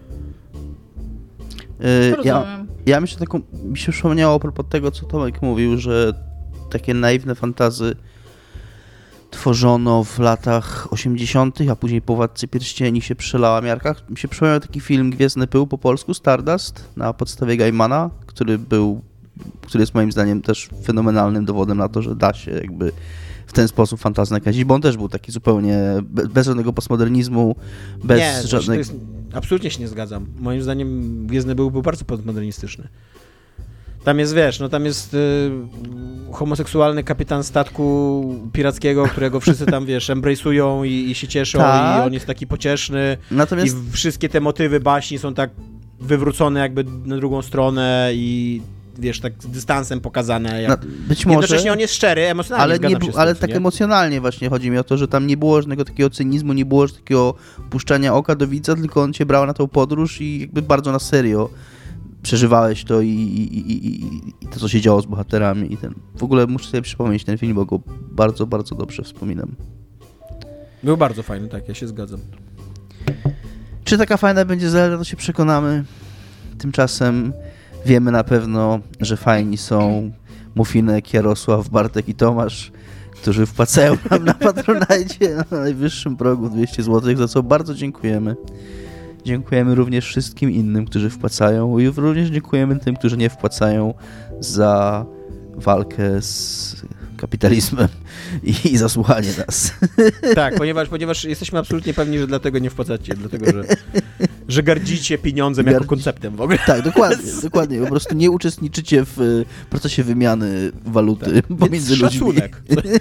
Ja myślę mi się przypomniało a propos tego, co Tomek mówił, że takie naiwne fantazy tworzono w latach 80., a później po Władcy Pierścieni się przy Lałamiarkach. Mi się przypomniał taki film Gwiezdny Pył po polsku, Stardust, na podstawie Gaimana, który był który jest moim zdaniem też fenomenalnym dowodem na to, że da się jakby w ten sposób fantazję nakręcić, bo on też był taki zupełnie bez żadnego postmodernizmu, bez Nie, żadnego... absolutnie się nie zgadzam. Moim zdaniem Gwiezdny był bardzo postmodernistyczny. Tam jest, wiesz, no tam jest homoseksualny kapitan statku pirackiego, którego wszyscy tam, wiesz, embrace'ują i się cieszą Tak. i on jest taki pocieszny. Natomiast I wszystkie te motywy baśni są tak wywrócone jakby na drugą stronę i wiesz, tak z dystansem pokazane. Jak... być może... Jednocześnie on jest szczery, emocjonalnie, Ale, zgadzam się z tym, ale tak nie? emocjonalnie właśnie chodzi mi o to, że tam nie było żadnego takiego cynizmu, nie było takiego puszczania oka do widza, tylko on cię brał na tą podróż i jakby bardzo na serio przeżywałeś to i to, co się działo z bohaterami. I w ogóle muszę sobie przypomnieć ten film, bo go bardzo, bardzo dobrze wspominam. Był bardzo fajny, tak, ja się zgadzam. Czy taka fajna będzie Zelda, to się przekonamy. Tymczasem wiemy na pewno, że fajni są Mufinek, Jarosław, Bartek i Tomasz, którzy wpłacają nam na Patronite na najwyższym progu 200 zł, za co bardzo dziękujemy. Dziękujemy również wszystkim innym, którzy wpłacają i również dziękujemy tym, którzy nie wpłacają za walkę z kapitalizmem i za słuchanie nas. Tak, ponieważ jesteśmy absolutnie pewni, że dlatego nie wpłacacie, dlatego że gardzicie pieniądzem jako konceptem w ogóle. Tak, dokładnie. Po prostu nie uczestniczycie w procesie wymiany waluty pomiędzy Więc ludźmi. szacunek.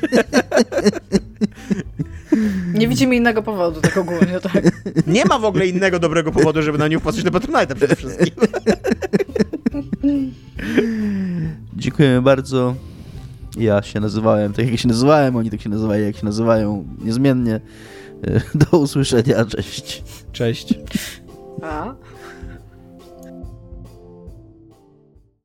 Nie widzimy innego powodu, tak ogólnie, tak. Nie ma w ogóle innego dobrego powodu, żeby na nie wpłacać na Patronite przede wszystkim. Dziękujemy bardzo. Ja się nazywałem tak, jak się nazywałem, oni tak się nazywają, jak się nazywają, niezmiennie. Do usłyszenia, cześć. Cześć. A?